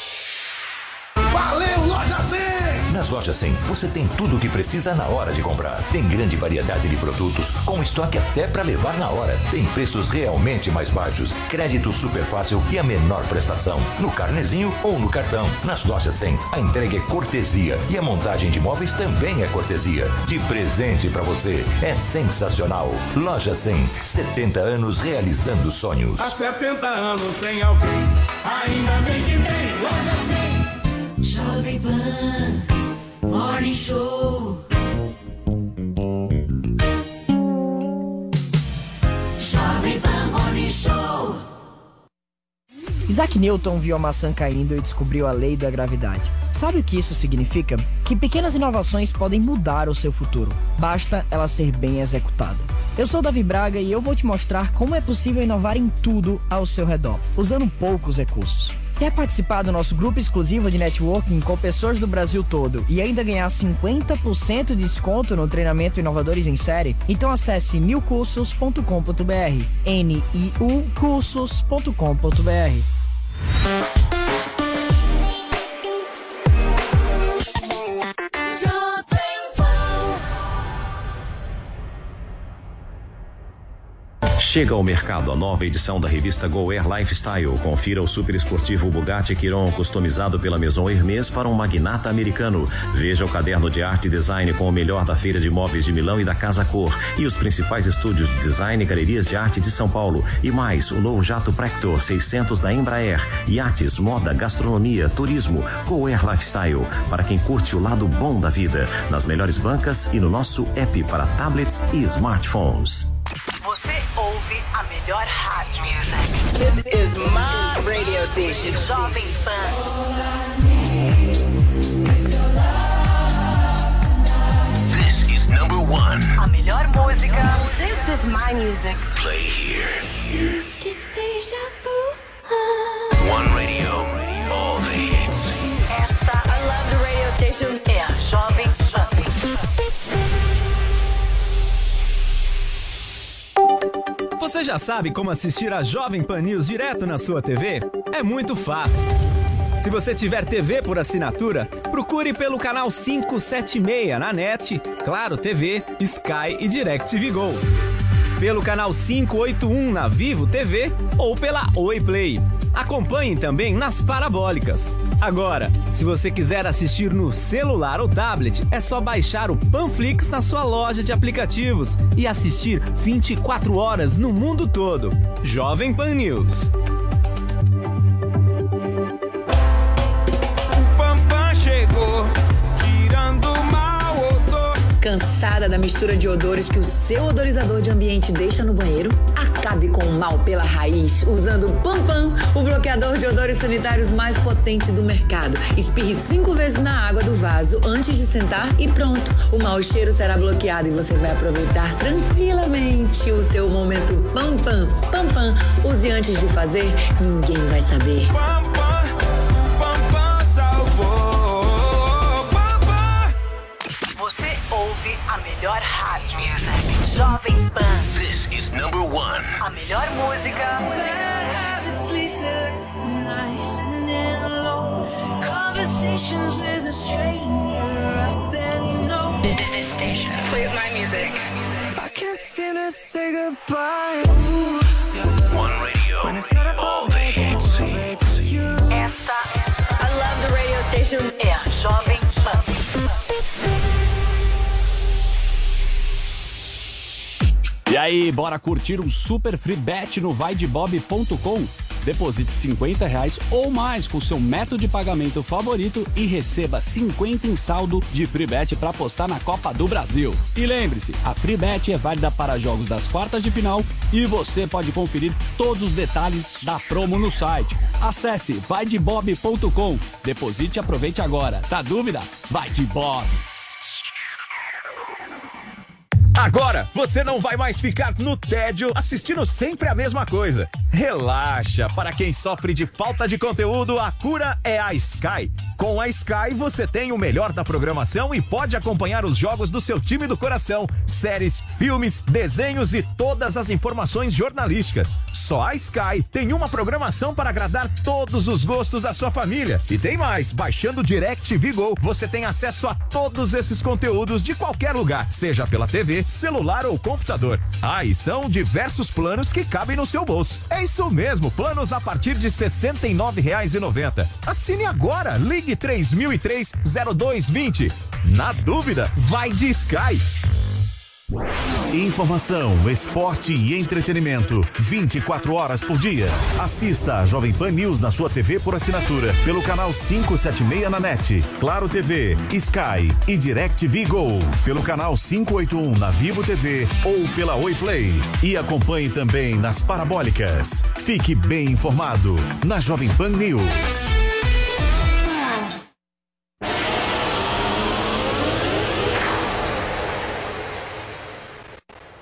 Valeu, Loja cem! Nas Lojas cem, você tem tudo o que precisa na hora de comprar. Tem grande variedade de produtos, com estoque até para levar na hora. Tem preços realmente mais baixos, crédito super fácil e a menor prestação. No carnezinho ou no cartão. Nas Lojas cem, a entrega é cortesia e a montagem de móveis também é cortesia. De presente para você. É sensacional. Loja cem, setenta anos realizando sonhos. Há setenta anos tem alguém, ainda bem que tem Loja cem. Jovem Pan Morning Show. Jovem Pan Morning Show. Isaac Newton viu a maçã caindo e descobriu a lei da gravidade. Sabe o que isso significa? Que pequenas inovações podem mudar o seu futuro. Basta ela ser bem executada. Eu sou Davi Braga e eu vou te mostrar como é possível inovar em tudo ao seu redor, usando poucos recursos. Quer participar do nosso grupo exclusivo de networking com pessoas do Brasil todo e ainda ganhar cinquenta por cento de desconto no treinamento Inovadores em Série? Então acesse mil cursos ponto com ponto b r, N I U cursos ponto com ponto b r. Chega ao mercado a nova edição da revista Go Air Lifestyle. Confira o super esportivo Bugatti Chiron customizado pela Maison Hermès para um magnata americano. Veja o caderno de arte e design com o melhor da Feira de Móveis de Milão e da Casa Cor. E os principais estúdios de design e galerias de arte de São Paulo. E mais, o novo jato Prector seiscentos da Embraer. Iates, moda, gastronomia, turismo. Go Air Lifestyle. Para quem curte o lado bom da vida. Nas melhores bancas e no nosso app para tablets e smartphones. Você ouve a melhor rádio. This is my radio station, Jovem Pan. This is number one. A melhor música. This is my music. Play here. here. One radio, all the hits. Esta, I love the radio station, é a Jovem Pan. Você já sabe como assistir a Jovem Pan News direto na sua T V? É muito fácil. Se você tiver T V por assinatura, procure pelo canal quinhentos e setenta e seis na NET, Claro T V, Sky e DirecTV Go. Pelo canal quinhentos e oitenta e um na Vivo T V ou pela Oi Play. Acompanhe também nas parabólicas. Agora, se você quiser assistir no celular ou tablet, é só baixar o Panflix na sua loja de aplicativos e assistir vinte e quatro horas no mundo todo. Jovem Pan News. O Pampam chegou, tirando o mau odor. Cansada da mistura de odores que o seu odorizador de ambiente deixa no banheiro? Acabe com o mal pela raiz usando o Pampam, o bloqueador de odores sanitários mais potente do mercado. Espirre cinco vezes na água do vaso antes de sentar e pronto. O mau cheiro será bloqueado e você vai aproveitar tranquilamente o seu momento Pampam. Pampam, use antes de fazer, ninguém vai saber. Pampam, Pampam salvou. Pampam. Você ouve a melhor rádio. Jovem Pan. This is number one. A melhor música. This station plays my music. I can't seem to say goodbye. One radio, all the hits. Esta, I love the radio station, é a Jovem Pan. E aí, bora curtir um super free bet no vai de bob ponto com? Deposite cinquenta reais ou mais com seu método de pagamento favorito e receba cinquenta em saldo de free bet para apostar na Copa do Brasil. E lembre-se, a free bet é válida para jogos das quartas de final e você pode conferir todos os detalhes da promo no site. Acesse vai de bob ponto com. Deposite e aproveite agora. Tá dúvida? Vai de Bob! Agora, você não vai mais ficar no tédio assistindo sempre a mesma coisa. Relaxa, para quem sofre de falta de conteúdo, a cura é a Sky. Com a Sky, você tem o melhor da programação e pode acompanhar os jogos do seu time do coração, séries, filmes, desenhos e todas as informações jornalísticas. Só a Sky tem uma programação para agradar todos os gostos da sua família. E tem mais, baixando o DirecTV Go, você tem acesso a todos esses conteúdos de qualquer lugar, seja pela T V, celular ou computador. Ah, e são diversos planos que cabem no seu bolso. É isso mesmo, planos a partir de sessenta e nove reais e noventa centavos. Assine agora, ligue três mil e três, zero dois vinte. Na dúvida, vai de Sky. Informação, esporte e entretenimento, vinte e quatro horas por dia. Assista a Jovem Pan News na sua T V por assinatura, pelo canal quinhentos e setenta e seis na NET, Claro T V, Sky e DirecTV Go, pelo canal quinhentos e oitenta e um na Vivo T V ou pela Oi Play. E acompanhe também nas parabólicas. Fique bem informado na Jovem Pan News. Por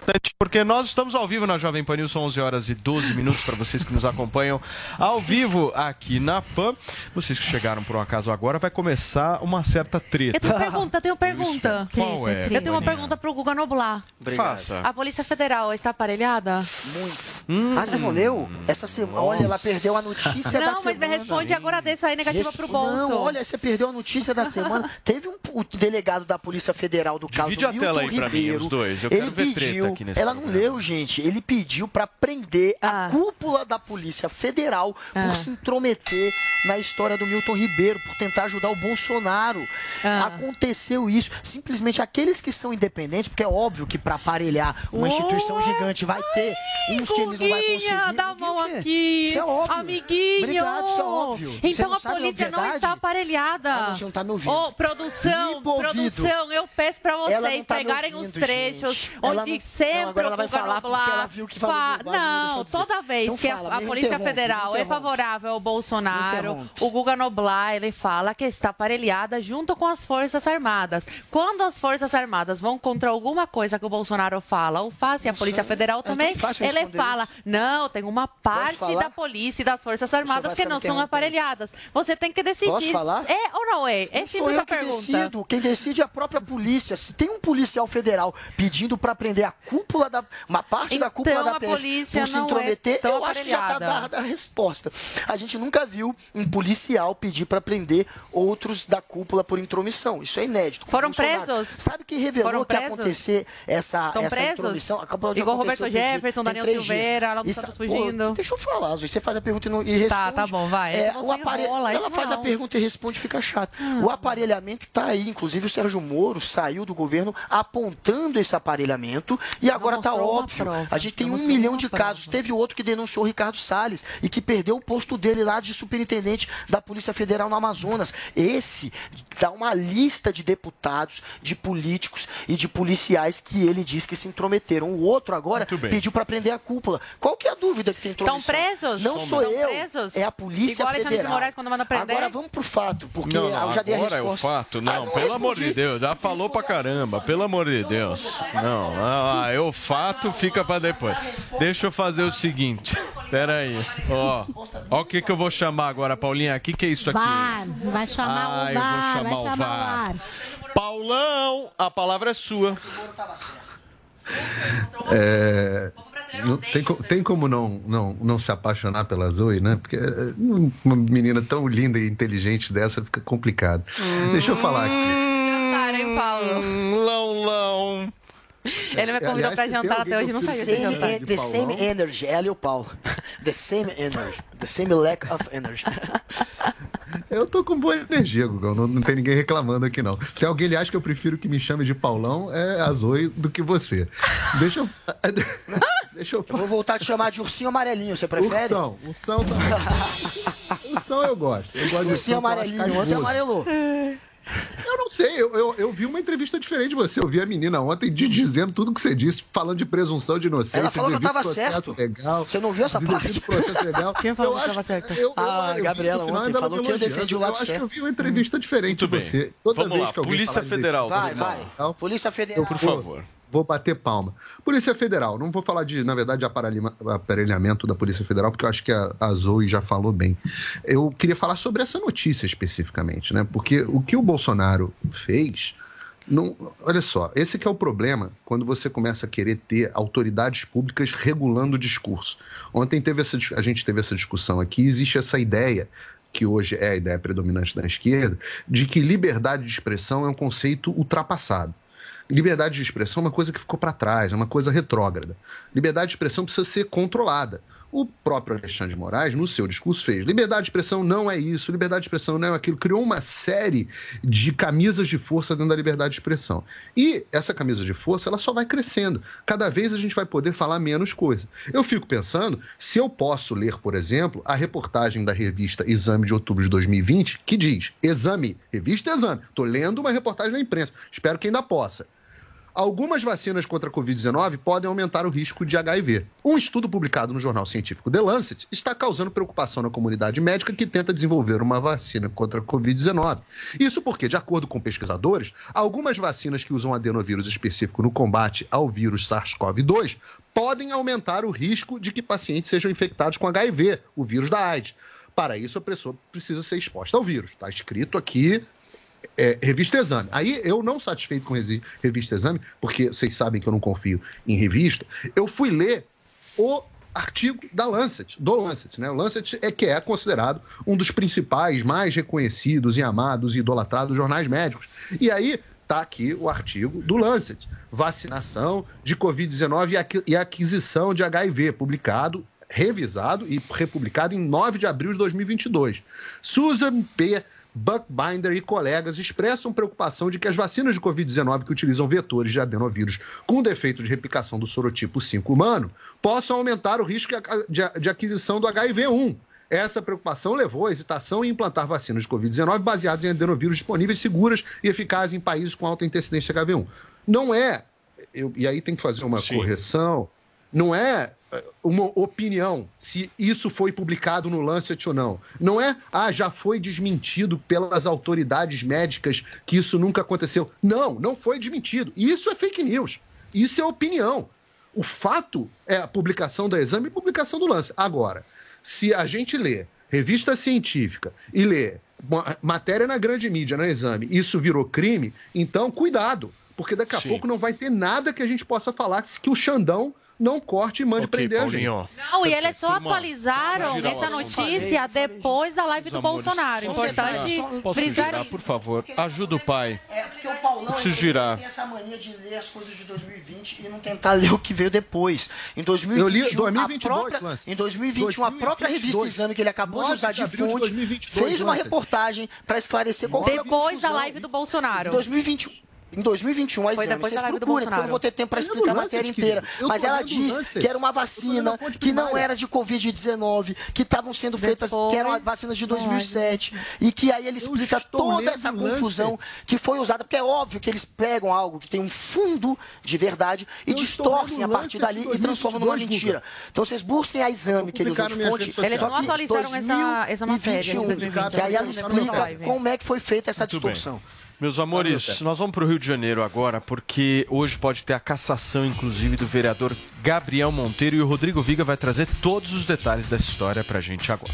porque nós estamos ao vivo na Jovem Pan News, são onze horas e doze minutos para vocês que nos acompanham ao vivo aqui na Pan. Vocês que chegaram por um acaso agora, vai começar uma certa treta. Eu tenho pergunta, eu tenho pergunta. Qual é? Eu tenho uma pergunta pro Guga Noblar. Faça. A Polícia Federal está aparelhada? Muito. Hum. Ah, você não leu? Essa semana, olha, ela perdeu a notícia da semana. Não, mas me responde agora dessa aí negativa Esse... pro bolso. Não, olha, você perdeu a notícia da semana. Teve um o delegado da Polícia Federal do caso Divide a Milton tela aí Ribeiro. pra mim, os dois. Eu ele quero ver pediu, treta aqui nesse ela não programa. leu, gente. Ele pediu pra prender Ah. a cúpula da Polícia Federal Ah. por se intrometer na história do Milton Ribeiro, por tentar ajudar o Bolsonaro. Ah. Aconteceu isso. Simplesmente aqueles que são independentes, porque é óbvio que pra aparelhar uma instituição gigante vai ter uns que eles não vai conseguir. Dá a mão aqui. Isso é óbvio. Amiguinho. Obrigado, isso é óbvio. Você Então não a sabe a polícia não verdade? está aparelhada. Ah, não, você não tá me ouvindo. Ô, produção, Lipa o ouvido. produção, eu peço pra Ela não vocês tá me pegarem ouvindo, os trechos gente. Ela onde não- sempre não, agora ela vai o Guga falar porque Noblar ela viu que falou fa- bobagem, deixa eu Não, dizer. toda vez Então que a- fala, a, me Polícia interrompe, Federal me é interrompe. favorável ao Me Bolsonaro, interrompe. o Guga Noblar, ele fala que está aparelhada junto com as Forças Armadas. Quando as Forças Armadas vão contra alguma coisa que o Bolsonaro fala ou faz, e a Não Polícia sei. Federal É tão também, fácil ele responder fala, não, tem uma parte falar? da polícia e das Forças Armadas vai que ficar não me são interrompendo. aparelhadas. Você tem que decidir. Posso falar? É ou não é? É Não sou simples eu a que pergunta. decido. Quem decide é a própria polícia. Se tem um policial federal pedindo pra prender a cúpula da uma parte da cúpula Então da a P F polícia por se não é intrometer, tão eu acho que já tá aparelhada. dada a resposta. A gente nunca viu um policial pedir pra prender outros da cúpula por intromissão. Isso é inédito. Foram Bolsonaro. presos? Sabe que revelou Foram que ia presos? acontecer essa, Estão essa presos? intromissão? Acabou de Igual acontecer Roberto outro dia. Jefferson, Tem Daniel três dias. Silveira, Alan dos Isso- Santos pô, fugindo. deixa eu falar, às vezes você faz a pergunta e, não, e responde. Tá, tá bom, vai. É, Você o apare... enrola, Ela isso faz não. a pergunta e responde, fica chato. O aparelhamento tá aí. Inclusive o Sérgio Moro saiu do governo apontando esse aparelhamento e agora tá mostrou uma óbvio. prova, A gente tem não um mostrou milhão uma de prova. casos. Teve outro que denunciou o Ricardo Salles e que perdeu o posto dele lá de superintendente da Polícia Federal no Amazonas. Esse dá uma lista de deputados, de políticos e de policiais que ele diz que se intrometeram. O outro agora Muito bem. pediu para prender a cúpula. Qual que é a dúvida que tem Estão intromissão? presos? Não sou Estão eu. presos? É a Polícia Igual Alexandre de Federal. Moraes quando manda prender? Agora vamos pro fato, porque Não, não, eu já dei a agora é o resposta. fato. Não, Ah, pelo amor respondi. de Deus, já falou pra caramba, pelo amor de Deus. Não, ah, é o fato, fica pra depois. Deixa eu fazer o seguinte. Pera aí, ó. Ó o que que eu vou chamar agora, Paulinha. O que que é isso aqui? VAR, vai chamar Ah, o eu vou VAR, chamar vai o chamar VAR. o VAR. Paulão, a palavra é sua. É, não- tem, co- tem como não, não, não se apaixonar pela Zoe, né? Porque é, uma menina tão linda e inteligente dessa fica complicado. Deixa eu falar aqui. Jantar, hein, Paulo? Lão, lão. Ele me convidou Aliás, pra tem jantar alguém até hoje, que não eu saiu fiz desse Same, jantar. e- the same energy, ela e o Paulo. The same energy. The same lack of energy. Eu tô com boa energia, Gugão. Não, não tem ninguém reclamando aqui, não. Se alguém ele acha que eu prefiro que me chame de Paulão, é a Zoe do que você. Deixa eu. Deixa eu Eu vou voltar a te chamar de ursinho amarelinho, você prefere? Ursão, Ursão também. Ursão eu gosto. Eu gosto de Ursinho Ursão, que eu acho amarelinho, ontem carinhoso. amarelou. Eu não sei, eu, eu, eu vi uma entrevista diferente de você. Eu vi a menina ontem de- dizendo tudo que você disse, falando de presunção de inocência. Ela falou que eu devido tava processo certo. Legal, Você não viu essa de parte? devido processo legal. Quem falou Eu que acho- tava certo? eu- eu- Ah, eu vi Gabriela no final ontem ainda falou me que eu elogiando. defendi o lado Eu acho certo. que eu vi uma entrevista diferente Muito de bem. você. Toda Vamos vez lá, que alguém Polícia falar de Federal. Vai, vamos lá. vai. Então, Polícia Federal. Por favor. Vou bater palma. Polícia Federal, não vou falar de, na verdade, de aparelhama- aparelhamento da Polícia Federal, porque eu acho que a, a Zoe já falou bem. Eu queria falar sobre essa notícia especificamente, né? Porque o que o Bolsonaro fez. Não, olha só, esse que é o problema quando você começa a querer ter autoridades públicas regulando o discurso. Ontem teve essa, a gente teve essa discussão aqui, existe essa ideia, que hoje é a ideia predominante da esquerda, de que liberdade de expressão é um conceito ultrapassado. Liberdade de expressão é uma coisa que ficou para trás, é uma coisa retrógrada. Liberdade de expressão precisa ser controlada. O próprio Alexandre de Moraes, no seu discurso, fez liberdade de expressão não é isso, liberdade de expressão não é aquilo. Criou uma série de camisas de força dentro da liberdade de expressão. E essa camisa de força, ela só vai crescendo. Cada vez a gente vai poder falar menos coisa. Eu fico pensando, se eu posso ler, por exemplo, a reportagem da revista Exame de outubro de dois mil e vinte, que diz, Exame, revista Exame. Estou lendo uma reportagem da imprensa, espero que ainda possa. Algumas vacinas contra a covid dezenove podem aumentar o risco de H I V. Um estudo publicado no jornal científico The Lancet está causando preocupação na comunidade médica que tenta desenvolver uma vacina contra a covid dezenove. Isso porque, de acordo com pesquisadores, algumas vacinas que usam adenovírus específico no combate ao vírus SARS-CoV dois podem aumentar o risco de que pacientes sejam infectados com H I V, o vírus da AIDS. Para isso, a pessoa precisa ser exposta ao vírus. Está escrito aqui... É, revista Exame. Aí, eu não satisfeito com revista Exame, porque vocês sabem que eu não confio em revista, eu fui ler o artigo da Lancet, do Lancet, né? O Lancet é que é considerado um dos principais, mais reconhecidos e amados e idolatrados jornais médicos. E aí, está aqui o artigo do Lancet, vacinação de covid dezenove e aquisição de H I V, publicado, revisado e republicado em nove de abril de dois mil e vinte e dois. Susan P. Buckbinder e colegas expressam preocupação de que as vacinas de covid dezenove que utilizam vetores de adenovírus com defeito de replicação do sorotipo cinco humano possam aumentar o risco de aquisição do H I V um. Essa preocupação levou à hesitação em implantar vacinas de covid dezenove baseadas em adenovírus disponíveis, seguras e eficazes em países com alta incidência de H I V um. Não é, eu, e aí tem que fazer uma Sim. correção, não é uma opinião se isso foi publicado no Lancet ou não. Não é, ah, já foi desmentido pelas autoridades médicas que isso nunca aconteceu. Não, não foi desmentido. Isso é fake news. Isso é opinião. O fato é a publicação da Exame e a publicação do Lancet. Agora, se a gente lê revista científica e lê matéria na grande mídia, na Exame, isso virou crime, então cuidado, porque daqui a Sim. pouco não vai ter nada que a gente possa falar que o Xandão não corte e mande okay, prender Paulinho. a gente. Não, e eles só atualizaram essa notícia depois da live do Bolsonaro. Importante frisar isso. Por favor, ajuda o pai. É, porque o Paulão preciso girar. tem essa mania de ler as coisas de dois mil e vinte e não tentar ler o que veio depois. Em dois mil e vinte e um, a própria, em dois mil e vinte e um, a própria revista Exame, que ele acabou de usar de fonte, fez uma reportagem para esclarecer qual foi a confusão. Depois da live do Bolsonaro. Em dois mil e vinte e um. Em dois mil e vinte e um, a Exame, vocês procurem, porque eu não vou ter tempo para explicar a matéria inteira. Mas ela disse que era uma vacina que não era de covid dezenove, que estavam sendo feitas, que eram vacinas de dois mil e sete, e que aí ele explica toda essa confusão que foi usada, porque é óbvio que eles pegam algo que tem um fundo de verdade e distorcem a partir dali e transformam numa mentira. Então vocês busquem a Exame, que ele usou de fonte. Eles não atualizaram essa, essa matéria em dois mil e vinte. Que aí ela explica como é que foi feita essa distorção. Meus amores, nós vamos para o Rio de Janeiro agora, porque hoje pode ter a cassação, inclusive, do vereador Gabriel Monteiro, e o Rodrigo Viga vai trazer todos os detalhes dessa história para a gente agora.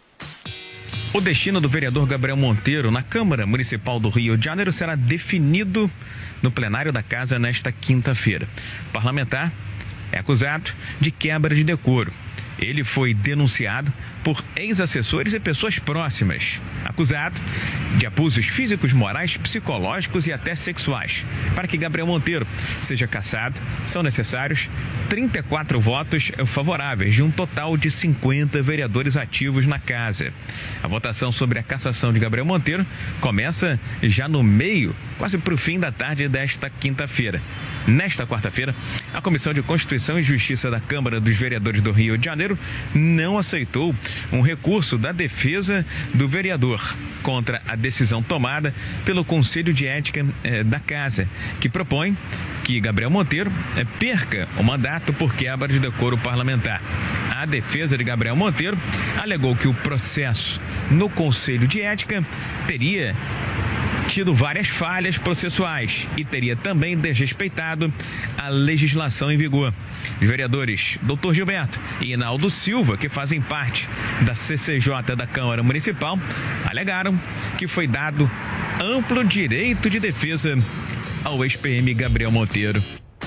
O destino do vereador Gabriel Monteiro na Câmara Municipal do Rio de Janeiro será definido no plenário da Casa nesta quinta-feira. O parlamentar é acusado de quebra de decoro. Ele foi denunciado por ex-assessores e pessoas próximas, acusado de abusos físicos, morais, psicológicos e até sexuais. Para que Gabriel Monteiro seja cassado, são necessários trinta e quatro votos favoráveis, de um total de cinquenta vereadores ativos na casa. A votação sobre a cassação de Gabriel Monteiro começa já no meio, quase para o fim da tarde desta quinta-feira. Nesta quarta-feira, a Comissão de Constituição e Justiça da Câmara dos Vereadores do Rio de Janeiro não aceitou um recurso da defesa do vereador contra a decisão tomada pelo Conselho de Ética eh, da Casa, que propõe que Gabriel Monteiro eh, perca o mandato por quebra de decoro parlamentar. A defesa de Gabriel Monteiro alegou que o processo no Conselho de Ética teria tido várias falhas processuais e teria também desrespeitado a legislação em vigor. Os vereadores doutor Gilberto e Hinaldo Silva, que fazem parte da C C J da Câmara Municipal, alegaram que foi dado amplo direito de defesa ao ex-P M Gabriel Monteiro.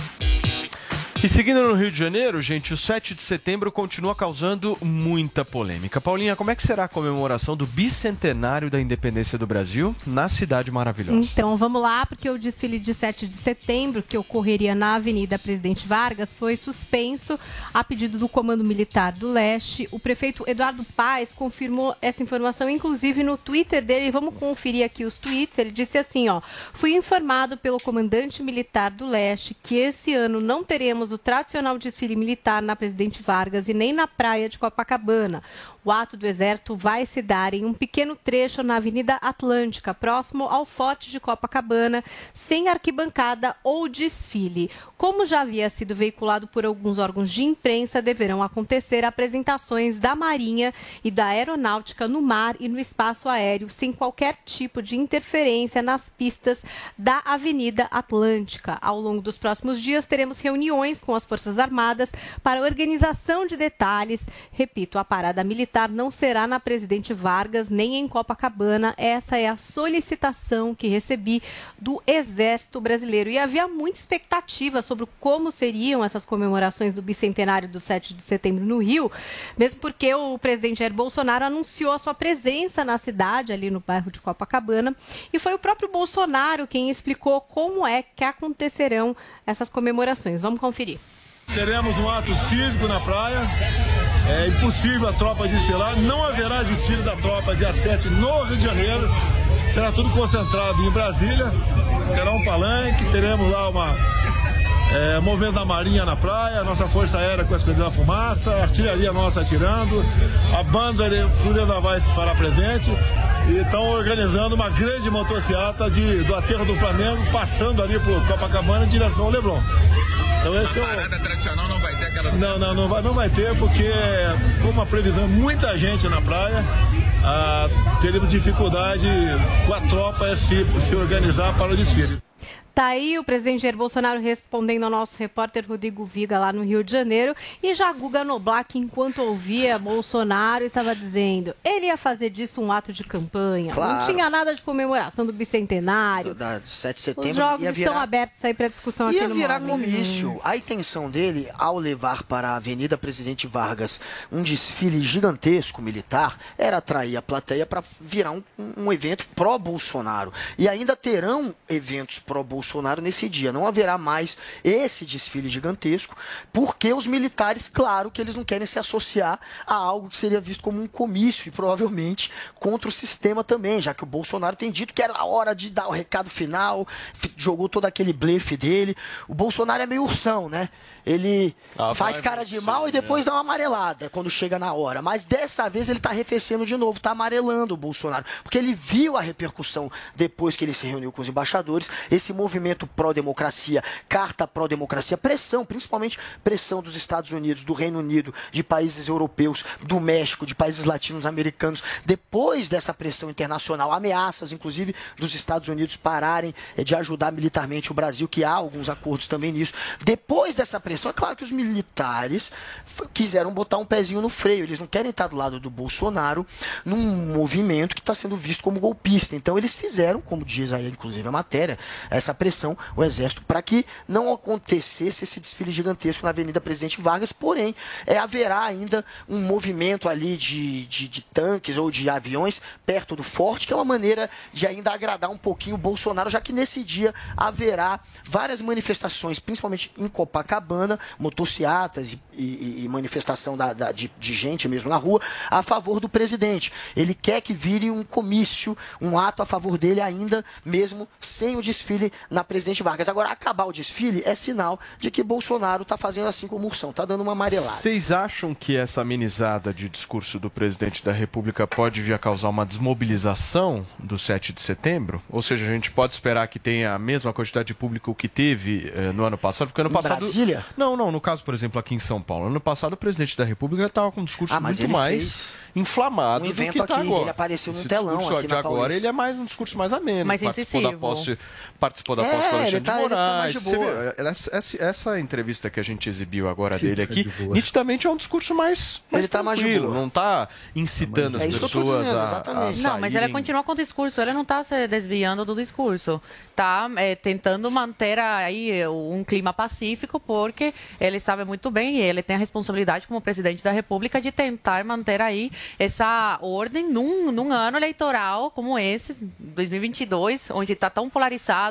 E seguindo no Rio de Janeiro, gente, o sete de setembro continua causando muita polêmica. Paulinha, como é que será a comemoração do bicentenário da independência do Brasil na Cidade Maravilhosa? Então, vamos lá, porque o desfile de sete de setembro, que ocorreria na Avenida Presidente Vargas, foi suspenso a pedido do Comando Militar do Leste. O prefeito Eduardo Paes confirmou essa informação, inclusive no Twitter dele. Vamos conferir aqui os tweets. Ele disse assim, ó: fui informado pelo comandante militar do Leste que esse ano não teremos o tradicional desfile militar na Presidente Vargas e nem na praia de Copacabana. O ato do Exército vai se dar em um pequeno trecho na Avenida Atlântica, próximo ao Forte de Copacabana, sem arquibancada ou desfile. Como já havia sido veiculado por alguns órgãos de imprensa, deverão acontecer apresentações da Marinha e da Aeronáutica no mar e no espaço aéreo, sem qualquer tipo de interferência nas pistas da Avenida Atlântica. Ao longo dos próximos dias, teremos reuniões com as Forças Armadas para a organização de detalhes. Repito, a parada militar não será na Presidente Vargas nem em Copacabana. Essa é a solicitação que recebi do Exército Brasileiro. E havia muita expectativa sobre como seriam essas comemorações do bicentenário do sete de setembro no Rio, mesmo porque o presidente Jair Bolsonaro anunciou a sua presença na cidade, ali no bairro de Copacabana, e foi o próprio Bolsonaro quem explicou como é que acontecerão essas comemorações. Vamos conferir. Teremos um ato cívico na praia. É impossível a tropa desfilar. Não haverá desfile da tropa dia sete no Rio de Janeiro. Será tudo concentrado em Brasília. Terá um palanque, teremos lá uma é, movimento da Marinha na praia, a nossa Força Aérea com a Esquadrilha da Fumaça, a artilharia nossa atirando, a banda Fundo Naval se fará presente. E estão organizando uma grande motociata de, do aterro do Flamengo, passando ali por Copacabana em direção ao Leblon. Então esse a parada é o... tradicional não vai ter aquela... Não, não, não vai, não vai ter, porque com uma previsão, muita gente na praia, ah, teremos dificuldade com a tropa se, se organizar para o desfile. Tá aí o presidente Jair Bolsonaro respondendo ao nosso repórter Rodrigo Viga lá no Rio de Janeiro. E já Guga Noblat, enquanto ouvia Bolsonaro, estava dizendo ele ia fazer disso um ato de campanha. Claro. Não tinha nada de comemoração do bicentenário. Da sete de setembro. Os jogos ia virar... estão abertos aí para discussão aqui ia no virar Morning. comício. A intenção dele, ao levar para a Avenida Presidente Vargas um desfile gigantesco militar, era atrair a plateia para virar um, um evento pró-Bolsonaro. E ainda terão eventos pró-Bolsonaro Bolsonaro nesse dia. Não haverá mais esse desfile gigantesco, porque os militares, claro, que eles não querem se associar a algo que seria visto como um comício e provavelmente contra o sistema também, já que o Bolsonaro tem dito que era a hora de dar o recado final, jogou todo aquele blefe dele. O Bolsonaro é meio ursão, né? Ele ah, faz cara de mal e depois dá uma amarelada quando chega na hora. Mas dessa vez ele está arrefecendo de novo, está amarelando o Bolsonaro. Porque ele viu a repercussão depois que ele se reuniu com os embaixadores. Esse movimento pró-democracia, carta pró-democracia, pressão, principalmente pressão dos Estados Unidos, do Reino Unido, de países europeus, do México, de países latinos-americanos. Depois dessa pressão internacional, ameaças, inclusive, dos Estados Unidos pararem de ajudar militarmente o Brasil, que há alguns acordos também nisso. Depois dessa pressão, é claro que os militares quiseram botar um pezinho no freio. Eles não querem estar do lado do Bolsonaro num movimento que está sendo visto como golpista. Então eles fizeram, como diz aí inclusive a matéria, essa pressão, o Exército, para que não acontecesse esse desfile gigantesco na Avenida Presidente Vargas. Porém, é, haverá ainda um movimento ali de, de, de tanques ou de aviões perto do forte, que é uma maneira de ainda agradar um pouquinho o Bolsonaro, já que nesse dia haverá várias manifestações, principalmente em Copacabana, motocicletas e, e, e manifestação da, da, de, de gente mesmo na rua, a favor do presidente. Ele quer que vire um comício, um ato a favor dele ainda, mesmo sem o desfile na Presidente Vargas. Agora, acabar o desfile é sinal de que Bolsonaro está fazendo assim como Ursão, está dando uma amarelada. Vocês acham que essa amenizada de discurso do presidente da República pode vir a causar uma desmobilização do sete de setembro? Ou seja, a gente pode esperar que tenha a mesma quantidade de público que teve eh, no ano passado? Porque ano em passado... Brasília? Não, não. No caso, por exemplo, aqui em São Paulo. Ano passado, o presidente da República estava com um discurso ah, muito mais inflamado um do que evento está aqui, agora. ele apareceu no Esse telão discurso aqui de na agora, Paulista. ele é mais um discurso mais ameno. Mais participou incisivo. da posse, participou da É, posse do Alexandre ele de tá- ele tá mais Moraes. de Você boa. vê, essa, essa- essa entrevista que a gente exibiu agora Que dele tá aqui, de boa. nitidamente é um discurso mais, mais Ele tá mais de tranquilo. boa. Não está incitando É as isso que eu tô pessoas dizendo, a, a exatamente. Não, mas ele saírem. continua com o discurso, ele não está se desviando do discurso. Está tentando manter aí um clima pacífico, porque ele sabe muito bem e ele tem a responsabilidade como presidente da República de tentar manter aí essa ordem num, num ano eleitoral como esse, dois mil e vinte e dois, onde está tão polarizado, todo mundo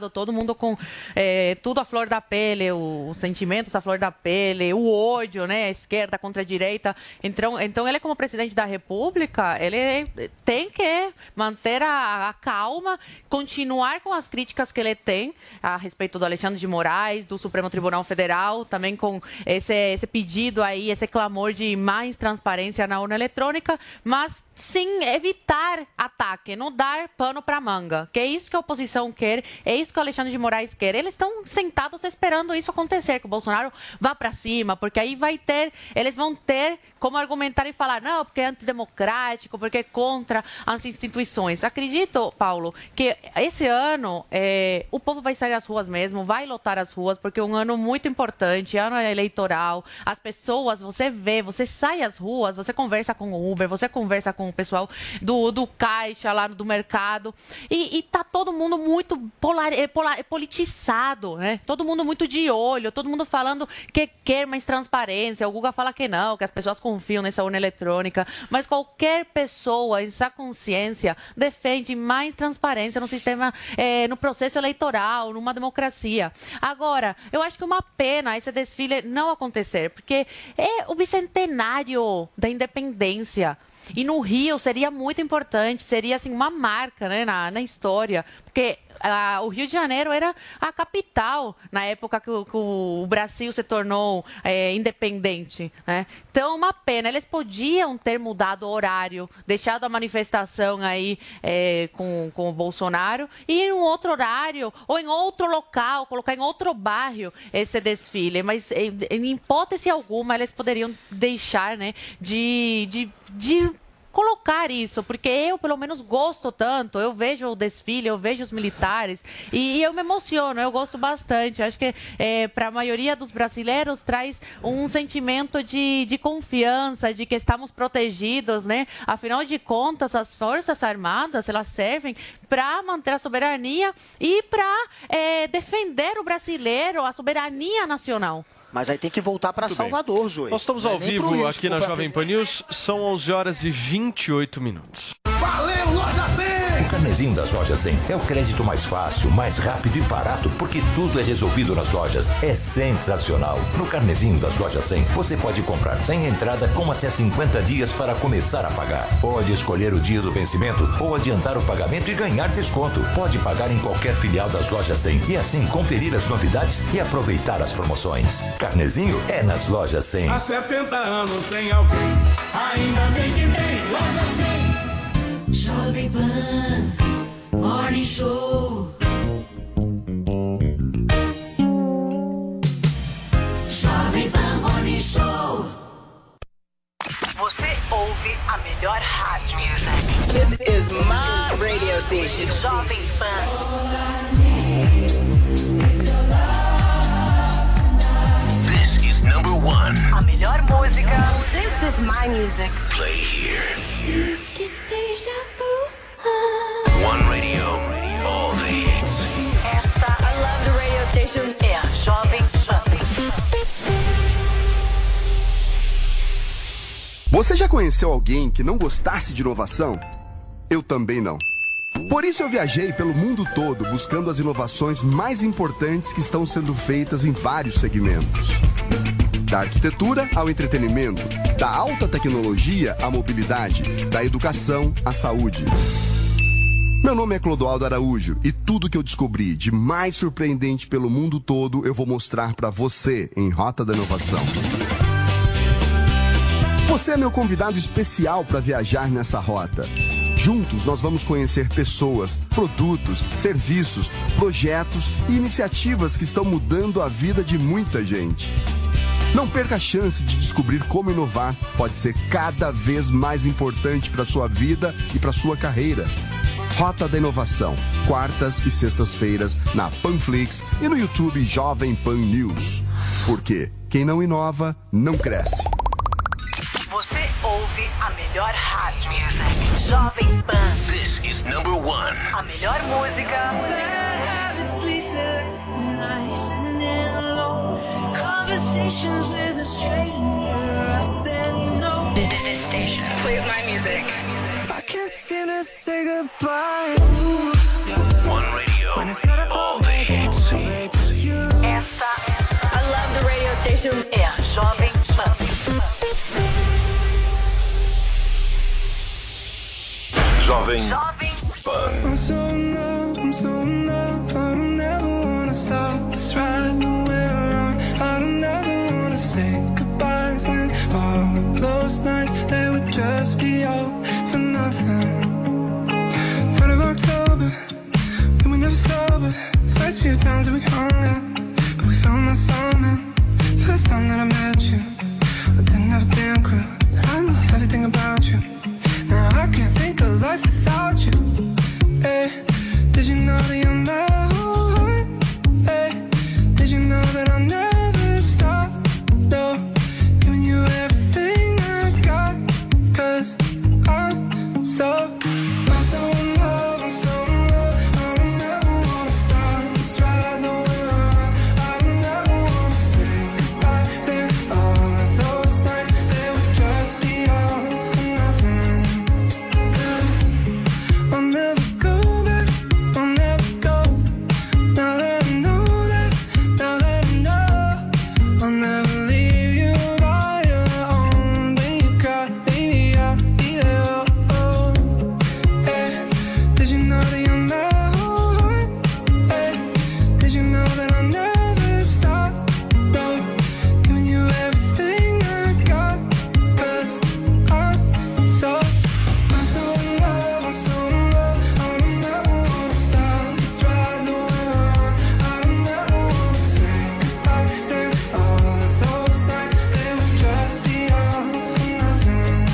mundo com é, tudo à flor da pele, os sentimentos à flor da pele, o ódio, né, a esquerda contra a direita. Então, então ele como presidente da República, ele tem que manter a, a calma, continuar com as críticas que ele tem a respeito do Alexandre de Moraes, do Supremo Tribunal Federal, também com esse, esse pedido aí, esse clamor de mais transparência na urna eletrônica, mas sim evitar ataque, não dar pano para manga, que é isso que a oposição quer, é isso que o Alexandre de Moraes quer. Eles estão sentados esperando isso acontecer, que o Bolsonaro vá para cima, porque aí vai ter, eles vão ter como argumentar e falar, não, porque é antidemocrático, porque é contra as instituições. Acredito, Paulo, que esse ano é, o povo vai sair às ruas mesmo, vai lotar as ruas, porque é um ano muito importante, ano eleitoral, as pessoas, você vê, você sai às ruas, você conversa com o Uber, você conversa com o pessoal do, do caixa lá do mercado, e, e tá todo mundo muito polar, polar, politizado, né? Todo mundo muito de olho, todo mundo falando que quer mais transparência. O Guga fala que não, que as pessoas confiam nessa urna eletrônica, mas qualquer pessoa em sua consciência defende mais transparência no sistema, eh, no processo eleitoral, numa democracia. Agora, eu acho que é uma pena esse desfile não acontecer, porque é o bicentenário da independência. E no Rio seria muito importante, seria assim uma marca, né, na, na história, porque ah, o Rio de Janeiro era a capital na época que o, que o Brasil se tornou é, independente, né? Então, uma pena, eles podiam ter mudado o horário, deixado a manifestação aí é, com, com o Bolsonaro e em um outro horário ou em outro local, colocar em outro bairro esse desfile, mas em, em hipótese alguma eles poderiam deixar, né, de, de, de colocar isso, porque eu pelo menos gosto tanto, eu vejo o desfile, eu vejo os militares e, e eu me emociono, eu gosto bastante. Acho que é, para a maioria dos brasileiros traz um sentimento de, de confiança, de que estamos protegidos, né? Afinal de contas, as Forças Armadas, elas servem para manter a soberania e para é, defender o brasileiro, a soberania nacional. Mas aí tem que voltar para Salvador, Zoe. Nós estamos ao vivo aqui na Jovem Pan News, são onze horas e vinte e oito minutos. Valeu, Loja cem! O carnezinho das Lojas cem é o crédito mais fácil, mais rápido e barato, porque tudo é resolvido nas lojas. É sensacional. No carnezinho das Lojas cem, você pode comprar sem entrada com até cinquenta dias para começar a pagar. Pode escolher o dia do vencimento ou adiantar o pagamento e ganhar desconto. Pode pagar em qualquer filial das Lojas cem e assim conferir as novidades e aproveitar as promoções. Carnezinho é nas Lojas cem. Há setenta anos tem alguém, ainda bem que tem Loja cem. Jovem Pan Morning Show. Jovem Pan Morning Show. Você ouve a melhor rádio. This is my radio station, Jovem Pan. This is number one. A melhor música. This is my music. Play here. One radio, all the hits. Esta, I love the radio station, é a Jovem Pan. Você já conheceu alguém que não gostasse de inovação? Eu também não. Por isso eu viajei pelo mundo todo buscando as inovações mais importantes que estão sendo feitas em vários segmentos. Da arquitetura ao entretenimento, da alta tecnologia à mobilidade, da educação à saúde. Meu nome é Clodoaldo Araújo e tudo que eu descobri de mais surpreendente pelo mundo todo eu vou mostrar para você em Rota da Inovação. Você é meu convidado especial para viajar nessa rota. Juntos nós vamos conhecer pessoas, produtos, serviços, projetos e iniciativas que estão mudando a vida de muita gente. Não perca a chance de descobrir como inovar pode ser cada vez mais importante para sua vida e para sua carreira. Rota da Inovação, quartas e sextas-feiras na Panflix e no YouTube Jovem Pan News. Porque quem não inova, não cresce. Você ouve a melhor rádio. Jovem Pan. This is number one. A melhor música. Conversations with a stranger out there, you know. This, this station plays my music. I can't seem to say goodbye. Ooh, yeah. One radio, all the hits. Jovem Pan. I'm so in love, I'm so in love. I don't ever wanna stop this ride that we're on. I don't ever wanna say goodbyes, and all of those nights they would just be all for nothing. Front of October, we were never sober. The first few times that we hung out, but we found our summer. First time that I met you, I didn't have a damn clue that I love everything about you. Now I can't think of life without you. Hey, did you know that you're my whole heart? Hey, did you know that I'll never stop? No, giving you everything I got. Cause I'm so, I'm so in love, I'm so in love. I don't ever wanna stop this ride that we're on. I don't ever wanna say goodbye. Say all of those nights, they would just be all for nothing. I'll never go back, I'll never go. Now that I know that, now that I know, I'll never leave you by your own. When you cry, baby, I'll be there. Oh, hey, did you know that you're my whole heart? Hey, did you know that I'll never stop? No, giving you everything I got. Cause I'm so, I'm so in love, I'm so in love. I don't ever wanna stop this ride that we're on. I don't ever wanna say goodbye. Say all of those nights, they would just be all for nothing.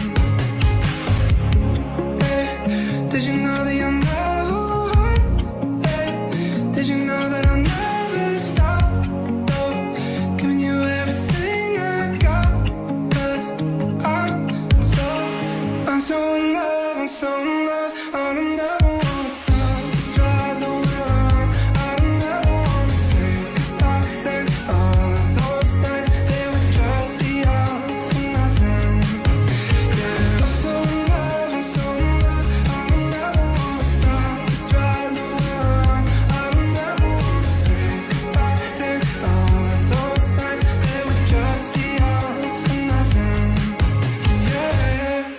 Hey, did you know that you're my whole heart? Hey, did you know that I'll never stop? No, giving you everything I got. Cause I'm so, I'm so in love, I'm so in love. I don't ever wanna stop this ride that we're on. I don't ever wanna say goodbye. Say all of those nights, they would just be all for nothing. Yeah, I'm so in love, I'm so in love. I don't ever wanna stop this ride that we're on. I don't ever wanna say goodbye. Say all of those nights, they would just be all for nothing. Yeah.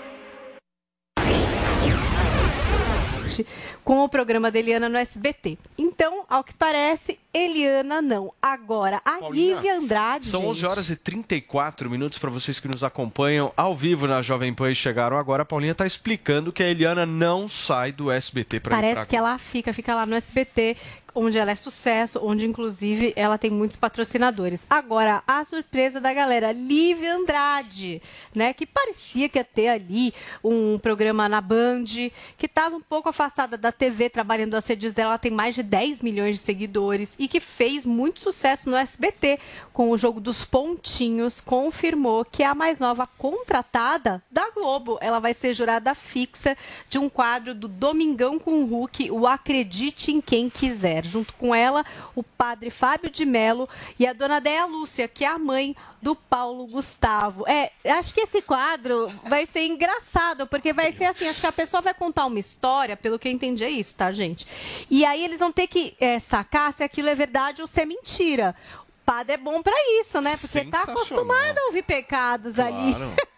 Com o programa da Eliana no S B T. Então, ao que parece, Eliana não. Agora, a Paulinha, Lívia Andrade. São gente, onze horas e trinta e quatro minutos para vocês que nos acompanham ao vivo na Jovem Pan e chegaram agora. A Paulinha está explicando que a Eliana não sai do S B T para ir Parece pra... que ela fica, fica lá no S B T, onde ela é sucesso, onde inclusive ela tem muitos patrocinadores. Agora, a surpresa da galera, Lívia Andrade, né, que parecia que ia ter ali um programa na Band, que estava um pouco afastada da T V, trabalhando a redes dela, ela tem mais de dez milhões de seguidores e que fez muito sucesso no S B T com o jogo dos pontinhos, confirmou que é a mais nova contratada da Globo. Ela vai ser jurada fixa de um quadro do Domingão com o Hulk, o Acredite em Quem Quiser. Junto com ela, o padre Fábio de Mello e a dona Déia Lúcia, que é a mãe do Paulo Gustavo. É, acho que esse quadro vai ser engraçado, porque vai ser assim, acho que a pessoa vai contar uma história, pelo que eu entendi é isso, tá, gente? E aí eles vão ter que é, sacar se aquilo é verdade ou se é mentira. O padre é bom pra isso, né? Porque tá acostumado a ouvir pecados Claro. ali.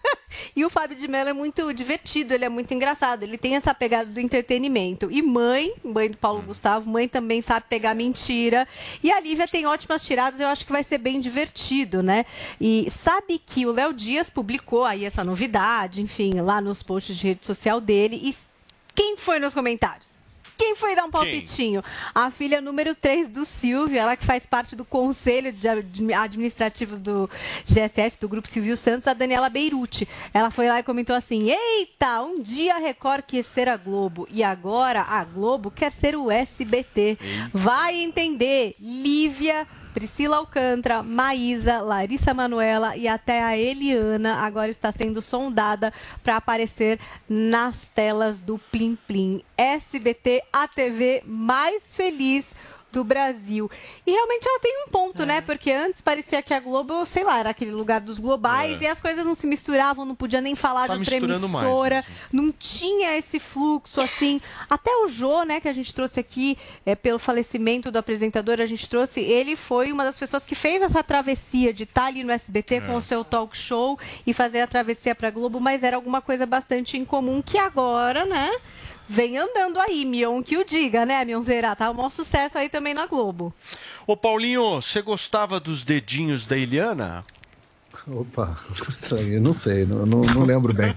E o Fábio de Mello é muito divertido, ele é muito engraçado, ele tem essa pegada do entretenimento. E mãe, mãe do Paulo Gustavo, mãe também sabe pegar mentira. E a Lívia tem ótimas tiradas, eu acho que vai ser bem divertido, né? E sabe que o Léo Dias publicou aí essa novidade, enfim, lá nos posts de rede social dele. E quem foi nos comentários? Quem foi dar um palpitinho? Quem? A filha número três do Silvio, ela que faz parte do conselho de administrativo do G S S, do Grupo Silvio Santos, a Daniela Beirute. Ela foi lá e comentou assim: eita, um dia a Record quis ser a Globo e agora a Globo quer ser o S B T. Eita. Vai entender, Lívia, Priscila Alcântara, Maísa, Larissa Manoela e até a Eliana agora está sendo sondada para aparecer nas telas do Plim Plim. S B T, a T V mais feliz do Brasil. E realmente ela tem um ponto, é. né? Porque antes parecia que a Globo, sei lá, era aquele lugar dos globais é. e as coisas não se misturavam, não podia nem falar tá de outra emissora, mais, não tinha esse fluxo assim. Até o Jô, né, que a gente trouxe aqui, é, pelo falecimento do apresentador, a gente trouxe, ele foi uma das pessoas que fez essa travessia de estar ali no S B T é. com o seu talk show e fazer a travessia para a Globo, mas era alguma coisa bastante incomum que agora, né, vem andando aí, Mion, que o diga, né, Mionzeira? Tá um maior sucesso aí também na Globo. Ô, Paulinho, você gostava dos dedinhos da Eliana? Opa, eu não sei, não, não, não lembro bem.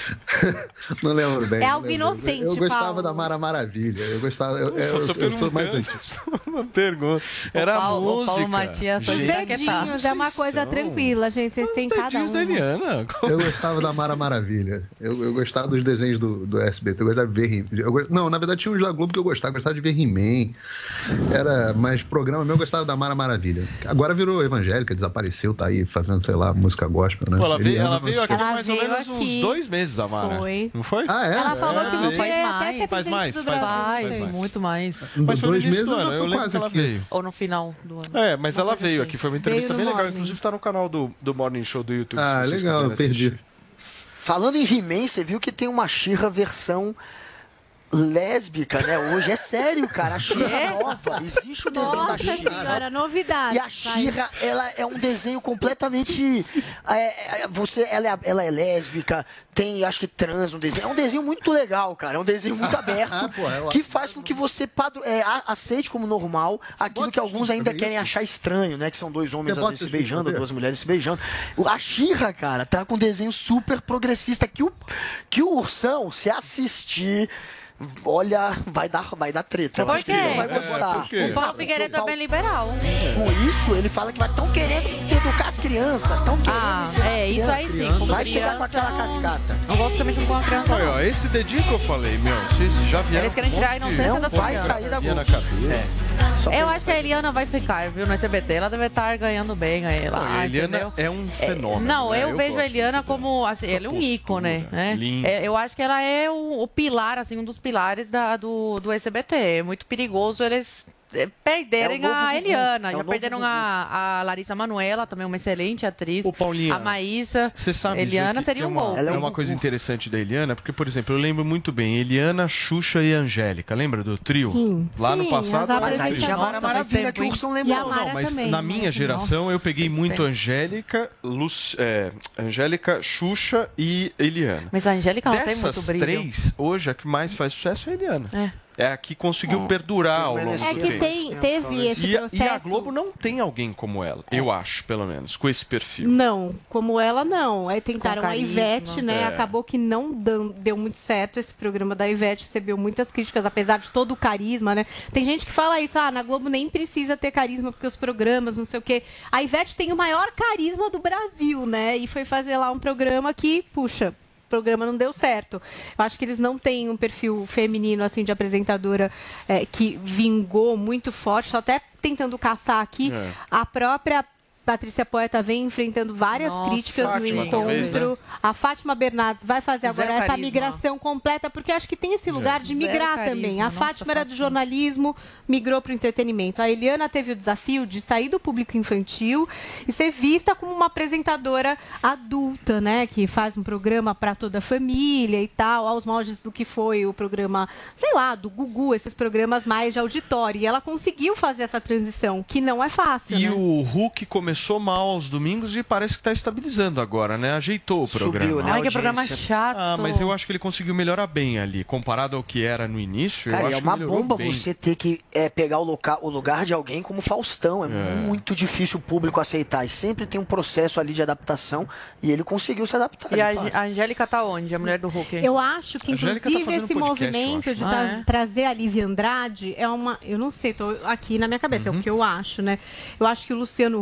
Não lembro bem. É algo inocente, Eu gostava Paulo. da Mara Maravilha. Eu gostava. Eu, eu, eu, tô eu sou mais antigo. Uma pergunta. Era o Paulo, música. O Paulo Matias, os dedinhos é uma coisa são? tranquila, gente. Vocês têm cada um. Da Eliana. Eu gostava da Mara Maravilha. Eu, eu gostava dos desenhos do, do S B T. Eu gostava de ver He-Man. Não, na verdade tinha uns da Globo que eu gostava. Eu gostava de ver He-Man. Era mais programa meu. Eu gostava da Mara Maravilha. Agora virou evangélica, desapareceu, tá aí fazendo, sei lá, música gospel, né? Pô, ela veio, ela veio aqui ela mais ou menos uns aqui. dois meses, a Mara. Foi. Não foi? Ah, é? Ela falou é, que não foi faz até mais. Faz mais, faz, Faz, faz mais. muito mais. Mas foi dois no início meses do ano, eu eu tô lembro quase que ela aqui. veio. Ou no final do ano. É, mas ela veio aqui, foi uma entrevista Veio bem no legal. Morning. Inclusive tá no canal do, do Morning Show do YouTube. Ah, se vocês legal, eu quiserem perdi. assistir. Falando em He-Man, você viu que tem uma She-Ra versão lésbica, né? Hoje é sério, cara. A She-Ra nova. Existe o desenho Nossa da She-Ra. senhora, novidade. E a She-Ra, ela é um desenho completamente... É, é, você, ela, é, ela é lésbica, tem, acho que trans no desenho. É um desenho muito legal, cara. É um desenho muito aberto, que faz com que você padro, é, aceite como normal aquilo que alguns ainda querem achar estranho, né? Que são dois homens, às vezes, se beijando, duas mulheres se beijando. A She-Ra, cara, tá com um desenho super progressista, que o, que o Ursão, se assistir... Olha, vai dar, vai dar treta. Por quê? Não vai gostar. É, o Paulo Figueiredo é bem liberal. Com isso, ele fala que estão querendo educar as crianças. Estão querendo Ah, ensinar é, as isso aí crianças. sim. Como Vai chegar com criança, aquela cascata. Não gosto também de com a criança. Olha, ó, esse dedinho que eu falei, meu, vocês já vieram. Eles querem tirar a inocência Não da vai criança. sair da Vinha na Globo. cabeça. Eu acho que a Eliana vai ficar, viu, no S B T. Ela deve estar ganhando bem aí lá. Não, a Eliana entendeu? é um fenômeno. Não, né? eu, vejo gosto a Eliana muito como, assim, ela é um ícone, né? linda. É, eu acho que ela é o, o pilar, assim, um dos pilares da, do, do S B T. É muito perigoso eles é, perderem É o novo a Gugu. Eliana. É o Já novo perderam Gugu. a, a Larissa Manoela, também uma excelente atriz. Ô, Paulinha, a Maísa. Você sabe, Eliana Ju, que, seria que é um uma, gol. Ela é é um uma Gugu. coisa interessante da Eliana, porque, por exemplo, eu lembro muito bem, Eliana, Xuxa e Angélica, lembra do trio? Sim, Lá sim, no passado, as Mas aí trio. tinha a Mara Nossa, faz Maravilha, tempo, que o hein? Ursão E a lembrou. Mara Não, mas também. na minha geração Nossa, eu peguei faz muito tempo. Angélica, Luz, é, Angélica, Xuxa e Eliana. Mas a Angélica ela tem muito Dessas brilho. três, hoje a que mais faz sucesso é a Eliana. É. É a que conseguiu perdurar ao longo É do que tempo. tem, teve esse E a, processo. e a Globo não tem alguém como ela, eu acho, pelo menos, com esse perfil. Não, como ela não. Aí tentaram Com a carisma. Ivete, né? É. Acabou que não dão- deu muito certo esse programa da Ivete, recebeu muitas críticas, apesar de todo o carisma, né? Tem gente que fala isso, ah, na Globo nem precisa ter carisma, porque os programas, não sei o quê. A Ivete tem o maior carisma do Brasil, né? E foi fazer lá um programa que, puxa, o programa não deu certo. Eu acho que eles não têm um perfil feminino, assim, de apresentadora é, que vingou muito forte. Estou até tentando caçar aqui É. a própria Patrícia Poeta vem enfrentando várias Nossa, críticas Fátima, no talvez, encontro. né? A Fátima Bernardes vai fazer Zero agora essa carisma. migração completa, porque eu acho que tem esse lugar de Zero migrar carisma, também. A nossa, Fátima era do Fátima. jornalismo, migrou para o entretenimento. A Eliana teve o desafio de sair do público infantil e ser vista como uma apresentadora adulta, né? Que faz um programa para toda a família e tal, aos moldes do que foi o programa, sei lá, do Gugu, esses programas mais de auditório. E ela conseguiu fazer essa transição, que não é fácil, E né? o Hulk começou mal aos domingos e parece que está estabilizando agora, né? Ajeitou o programa. Subiu, né? Ai, que programa audiência. chato. Ah, mas eu acho que ele conseguiu melhorar bem ali. Comparado ao que era no início, eu Cara, acho é uma que melhorou bomba bem. você ter que é, pegar o, loca- o lugar de alguém como Faustão. É, muito difícil o público aceitar. E sempre tem um processo ali de adaptação e ele conseguiu se adaptar. E de a, fato. a Angélica tá onde? A mulher do Hulk? Eu acho que, A Angélica tá inclusive, fazendo esse podcast, eu movimento acho. de Ah, tra- é? trazer a Lívia Andrade é uma. Eu não sei, tô aqui na minha cabeça, Uhum. é o que eu acho, né? Eu acho que o Luciano Huck,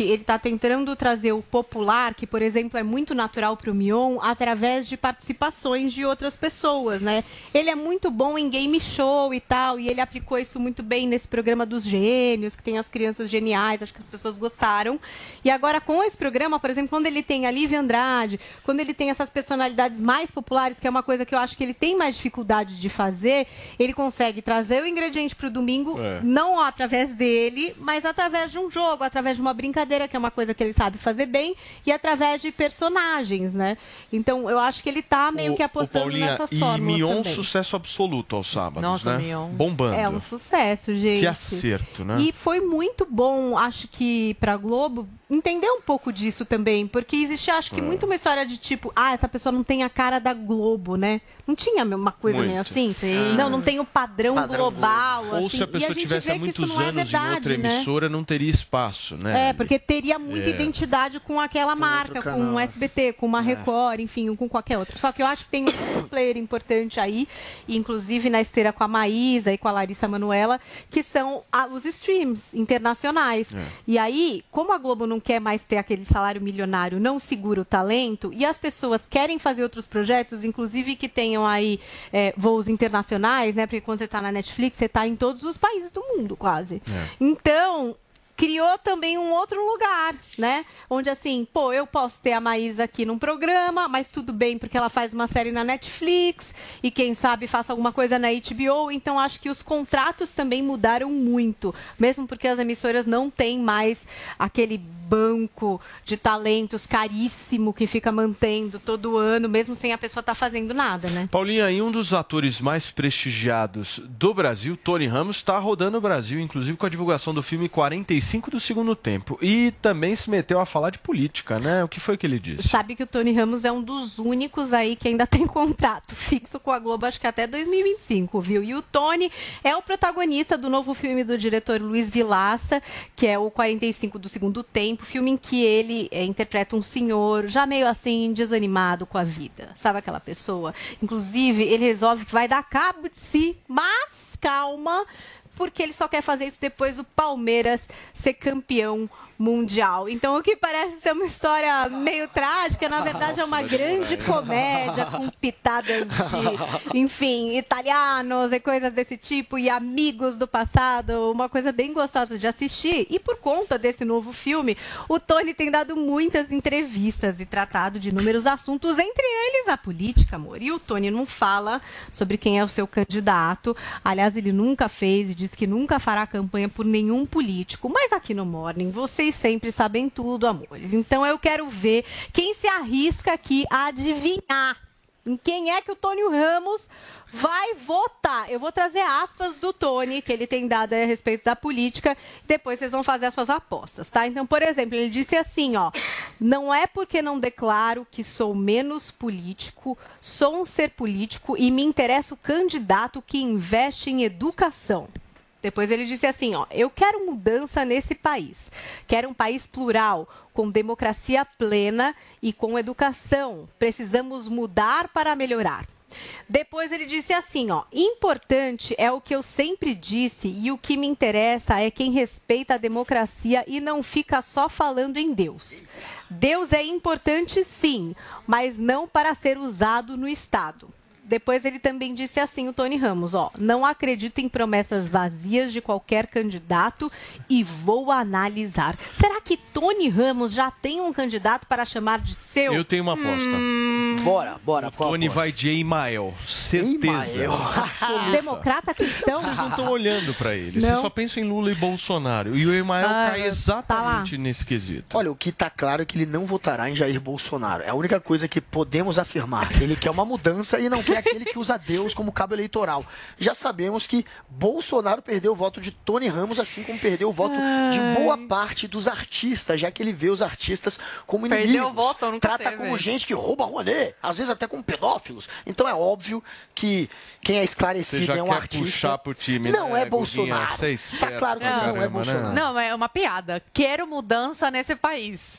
ele está tentando trazer o popular, que, por exemplo, é muito natural para o Mion, através de participações de outras pessoas, né? Ele é muito bom em game show e tal, e ele aplicou isso muito bem nesse programa dos gênios, que tem as crianças geniais, acho que as pessoas gostaram. E agora, com esse programa, por exemplo, quando ele tem a Lívia Andrade, quando ele tem essas personalidades mais populares, que é uma coisa que eu acho que ele tem mais dificuldade de fazer, ele consegue trazer o ingrediente para o domingo, é. não através dele, mas através de um jogo, através de uma brincadeira, que é uma coisa que ele sabe fazer bem, e através de personagens, né? Então, eu acho que ele tá meio o, que apostando Paulinha, nessas e fórmulas Mion, também. sucesso absoluto aos sábados, Nossa, né? Mion. Bombando. É um sucesso, gente. Que acerto, né? E foi muito bom, acho que, pra Globo, entender um pouco disso também, porque existe, acho que, É. muito uma história de tipo, ah, essa pessoa não tem a cara da Globo, né? Não tinha uma coisa Muito. meio assim? Sim. Não, não tem o padrão, Padrão global. Ou assim. se a E pessoa gente tivesse vê há que muitos isso não é anos verdade, em outra né? emissora, não teria espaço, né? É, porque teria muita É. identidade com aquela marca, com canal. o S B T, com uma Record, enfim, com qualquer outra. Só que eu acho que tem um player importante aí, inclusive na esteira com a Maísa e com a Larissa Manoela, que são a- os streams internacionais. É. E aí, como a Globo não quer mais ter aquele salário milionário, não segura o talento, e as pessoas querem fazer outros projetos, inclusive que tenham aí é, voos internacionais, né? Porque quando você está na Netflix, você está em todos os países do mundo, quase. É. Então, criou também um outro lugar, né? Onde assim, pô, eu posso ter a Maísa aqui num programa, mas tudo bem, porque ela faz uma série na Netflix e quem sabe faça alguma coisa na H B O. Então, acho que os contratos também mudaram muito, mesmo porque as emissoras não têm mais aquele banco de talentos caríssimo que fica mantendo todo ano, mesmo sem a pessoa estar fazendo nada, né? Paulinha, e um dos atores mais prestigiados do Brasil, Tony Ramos, está rodando o Brasil, inclusive com a divulgação do filme quarenta e cinco do segundo tempo. E também se meteu a falar de política, né? O que foi que ele disse? Sabe que o Tony Ramos é um dos únicos aí que ainda tem contrato fixo com a Globo, acho que até dois mil e vinte e cinco, viu? E o Tony é o protagonista do novo filme do diretor Luiz Vilaça, que é o quarenta e cinco do segundo tempo, filme em que ele é, interpreta um senhor já meio assim desanimado com a vida. Sabe aquela pessoa? Inclusive, ele resolve que vai dar cabo de si, mas calma, porque ele só quer fazer isso depois do Palmeiras ser campeão mundial. Então, o que parece ser uma história meio trágica, na verdade é uma grande comédia com pitadas de, enfim, italianos e coisas desse tipo e amigos do passado, uma coisa bem gostosa de assistir. E por conta desse novo filme, o Tony tem dado muitas entrevistas e tratado de inúmeros assuntos, entre eles a política, amor. E o Tony não fala sobre quem é o seu candidato. Aliás, ele nunca fez e diz que nunca fará campanha por nenhum político. Mas aqui no Morning, vocês sempre sabem tudo, amores. Então eu quero ver quem se arrisca aqui a adivinhar em quem é que o Tony Ramos vai votar. Eu vou trazer aspas do Tony, que ele tem dado a respeito da política, depois vocês vão fazer as suas apostas, tá? Então, por exemplo, ele disse assim, ó, não é porque não declaro que sou menos político, sou um ser político e me interessa o candidato que investe em educação. Depois ele disse assim, ó, eu quero mudança nesse país. Quero um país plural, com democracia plena e com educação. Precisamos mudar para melhorar. Depois ele disse assim, ó, importante é o que eu sempre disse e o que me interessa é quem respeita a democracia e não fica só falando em Deus. Deus é importante sim, mas não para ser usado no Estado. Depois ele também disse assim, o Tony Ramos, ó, não acredito em promessas vazias de qualquer candidato e vou analisar. Será que Tony Ramos já tem um candidato para chamar de seu? Eu tenho uma aposta. Hum... Bora, bora. O Tony vai de Emael, certeza. Emael. Democrata cristão? Vocês não estão olhando para ele. Não. Vocês só pensam em Lula e Bolsonaro. E o Emael Ah, cai exatamente nesse quesito. Olha, o que tá claro é que ele não votará em Jair Bolsonaro. É a única coisa que podemos afirmar. Ele quer uma mudança e não quer aquele que usa Deus como cabo eleitoral. Já sabemos que Bolsonaro perdeu o voto de Tony Ramos, assim como perdeu o voto de boa parte dos artistas, já que ele vê os artistas como Perdeu inimigos. o voto, nunca Trata teve. como gente que rouba rolê, às vezes até como pedófilos. Então é óbvio que quem é Você esclarecido já é um quer artista. puxar pro time, Não né, é Bolsonaro. Guguinha? Você é Tá esperto claro que pra não é caramba, Bolsonaro. né? Não, é uma piada. Quero mudança nesse país.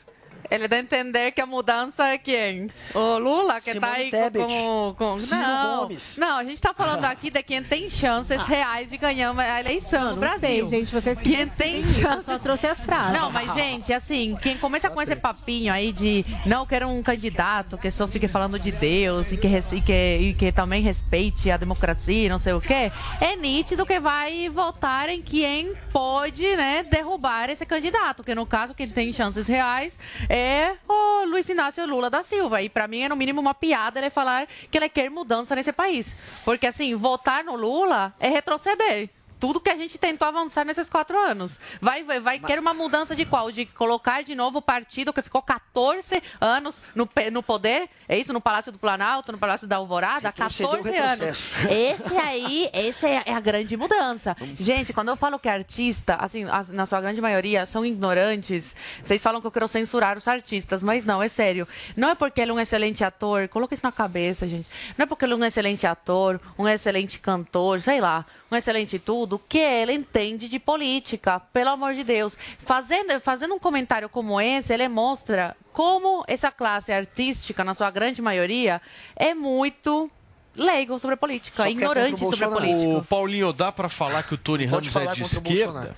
Ele dá a entender que a mudança é quem? O Lula, que Simone tá aí Tebet, com... com... Ciro Não, Gomes. não, a gente tá falando aqui de quem tem chances reais de ganhar a eleição no não Brasil. sei, gente, vocês Quem tem Eu chances... só trouxe as frases. Não, mas, gente, assim, quem começa com esse papinho aí de não, quero um candidato que só fique falando de Deus e que, res- e que, e que também respeite a democracia e não sei o quê, é nítido que vai votar em quem pode, né, derrubar esse candidato, que no caso, quem tem chances reais é o Luiz Inácio Lula da Silva. E pra mim é no mínimo uma piada ele falar que ele quer mudança nesse país. Porque, assim, votar no Lula é retroceder. Tudo que a gente tentou avançar nesses quatro anos. Vai, vai, vai querer uma mudança de qual? De colocar de novo o partido que ficou quatorze anos no, pe- no poder? É isso? No Palácio do Planalto, no Palácio da Alvorada? Retrocedeu o quatorze anos. retrocesso. Esse aí, esse é é a grande mudança. Gente, quando eu falo que artista, assim, as- na sua grande maioria, são ignorantes, vocês falam que eu quero censurar os artistas, mas não, é sério. Não é porque ele é um excelente ator, coloca isso na cabeça, gente. Não é porque ele é um excelente ator, um excelente cantor, sei lá, um excelente tudo, que ele entende de política, pelo amor de Deus. Fazendo, fazendo um comentário como esse, ele mostra como essa classe artística, na sua grande maioria, é muito leigo sobre política, Só ignorante quer contra o sobre Bolsonaro. política. O Paulinho, dá pra falar que o Tony Pode Ramos falar é de contra o esquerda? Bolsonaro.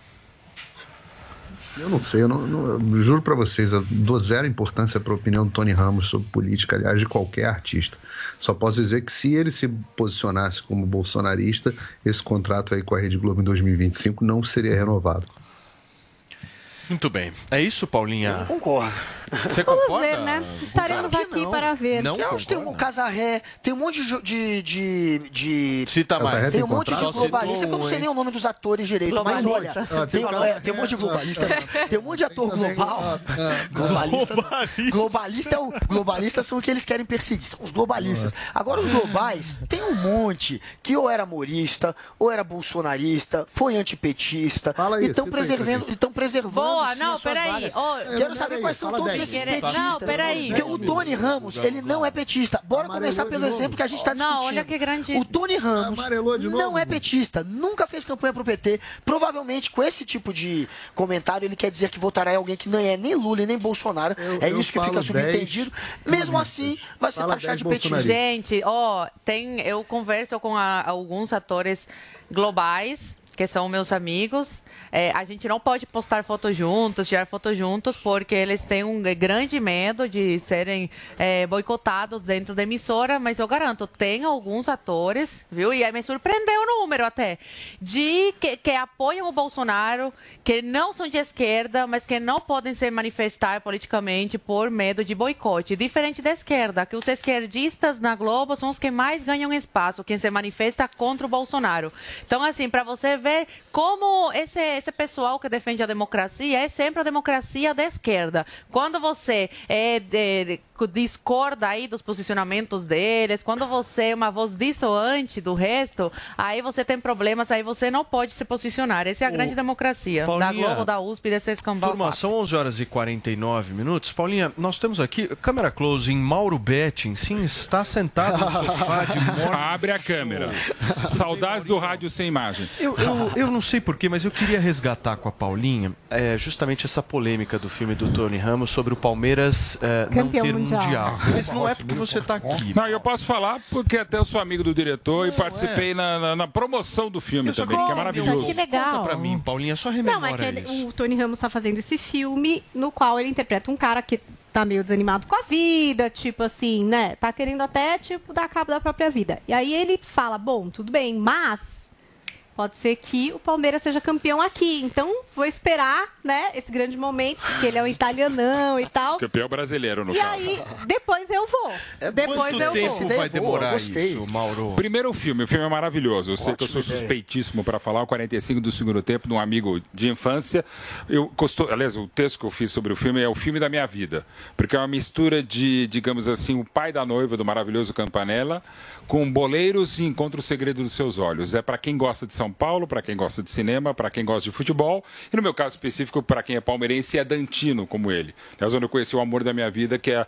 Eu não sei, eu, não, não- eu juro pra vocês, eu dou zero importância pra opinião do Tony Ramos sobre política, aliás, de qualquer artista. Só posso dizer que se ele se posicionasse como bolsonarista, esse contrato aí com a Rede Globo em dois mil e vinte e cinco não seria renovado. Muito bem. É isso, Paulinha? Eu concordo. Você Vamos concorda? ver, né? Estaremos Claro que aqui não. para ver. Não? Que eu acho que tem um Casarré, tem um monte de. de, de, de Cita mais. Casarré tem tem um monte de contrato? globalista, que eu não sei nem o nome dos atores direito, mas olha, Ah, tem, tem- é, tem um monte de globalista, tem um monte de ator global. Globalista, globalista, é o, globalistas são o que eles querem perseguir, são os globalistas. Agora, os globais, tem um monte que ou era morista, ou era bolsonarista, foi antipetista, Fala aí, e estão cita aí, preservando, Cleiton. estão preservando. Boa, sim, não, as suas peraí. vagas. Ô, Quero saber quais são Fala todos dez. esses Querer- petistas. não, peraí. Porque o Tony Ramos, ele não é petista. Bora Amarelou começar de pelo novo. exemplo que a gente está discutindo. Não, olha que grande... O Tony Ramos Amarelou de novo. não é petista, nunca fez campanha pro P T. Provavelmente, com esse tipo de comentário, ele quer dizer que votará em alguém que não é nem Lula e nem Bolsonaro. Eu- é eu isso que falo fica subentendido. dez Mesmo assim, vai ser Fala taxado dez de petista. bolsonaristas. Gente, ó, tem, eu converso com a- alguns atores globais, que são meus amigos. É, a gente não pode postar fotos juntos, tirar fotos juntos, porque eles têm um grande medo de serem é, boicotados dentro da emissora, mas eu garanto, tem alguns atores, viu? E aí me surpreendeu o número até, de que, que apoiam o Bolsonaro, que não são de esquerda, mas que não podem se manifestar politicamente por medo de boicote. Diferente da esquerda, que os esquerdistas na Globo são os que mais ganham espaço, quem se manifesta contra o Bolsonaro. Então, assim, para você ver como esse, esse pessoal que defende a democracia é sempre a democracia da esquerda. Quando você é, de- discorda aí dos posicionamentos deles, quando você é uma voz dissoante do resto, aí você tem problemas, aí você não pode se posicionar. Essa é a Ô, grande democracia da Paulinha, Globo, da U S P, desse escambau. Turma, são onze horas e quarenta e nove minutos. Paulinha, nós temos aqui, câmera close, em Mauro Betting. Sim, está sentado no sofá de morte. Abre a câmera. Saudades do rádio sem imagem. Eu, eu, eu não sei porquê, mas eu queria resgatar com a Paulinha é, justamente essa polêmica do filme do Tony Ramos sobre o Palmeiras é, não Campeão ter mundial. mundial. Mas não é porque você está aqui. Não, eu posso falar porque até eu sou amigo do diretor e participei na, na- na promoção do filme Eu só também, que é maravilhoso. Que legal. Conta pra mim, Paulinha, só Não, rememora é que ele- isso. o Tony Ramos está fazendo esse filme no qual ele interpreta um cara que tá meio desanimado com a vida, tipo assim, né? Tá querendo até, tipo, dar cabo da própria vida. E aí ele fala, bom, tudo bem, mas pode ser que o Palmeiras seja campeão aqui. Então, vou esperar, né, esse grande momento, porque ele é um italianão e tal. Campeão brasileiro, no E caso. aí, depois eu vou. depois Quanto eu tempo vou. vai demorar gostei. isso, Mauro? Primeiro o filme, o filme é maravilhoso. Eu sei que eu sou ideia. suspeitíssimo para falar, o quarenta e cinco do segundo tempo, de um amigo de infância. Eu costu... Aliás, o texto que eu fiz sobre o filme é o filme da minha vida. Porque é uma mistura de, digamos assim, o pai da noiva do maravilhoso Campanella, com Boleiros e Encontra o Segredo dos Seus Olhos. É para quem gosta de São Paulo, para quem gosta de cinema, para quem gosta de futebol, e no meu caso específico, para quem é palmeirense e é dantino como ele. Aliás, onde eu conheci o amor da minha vida, que é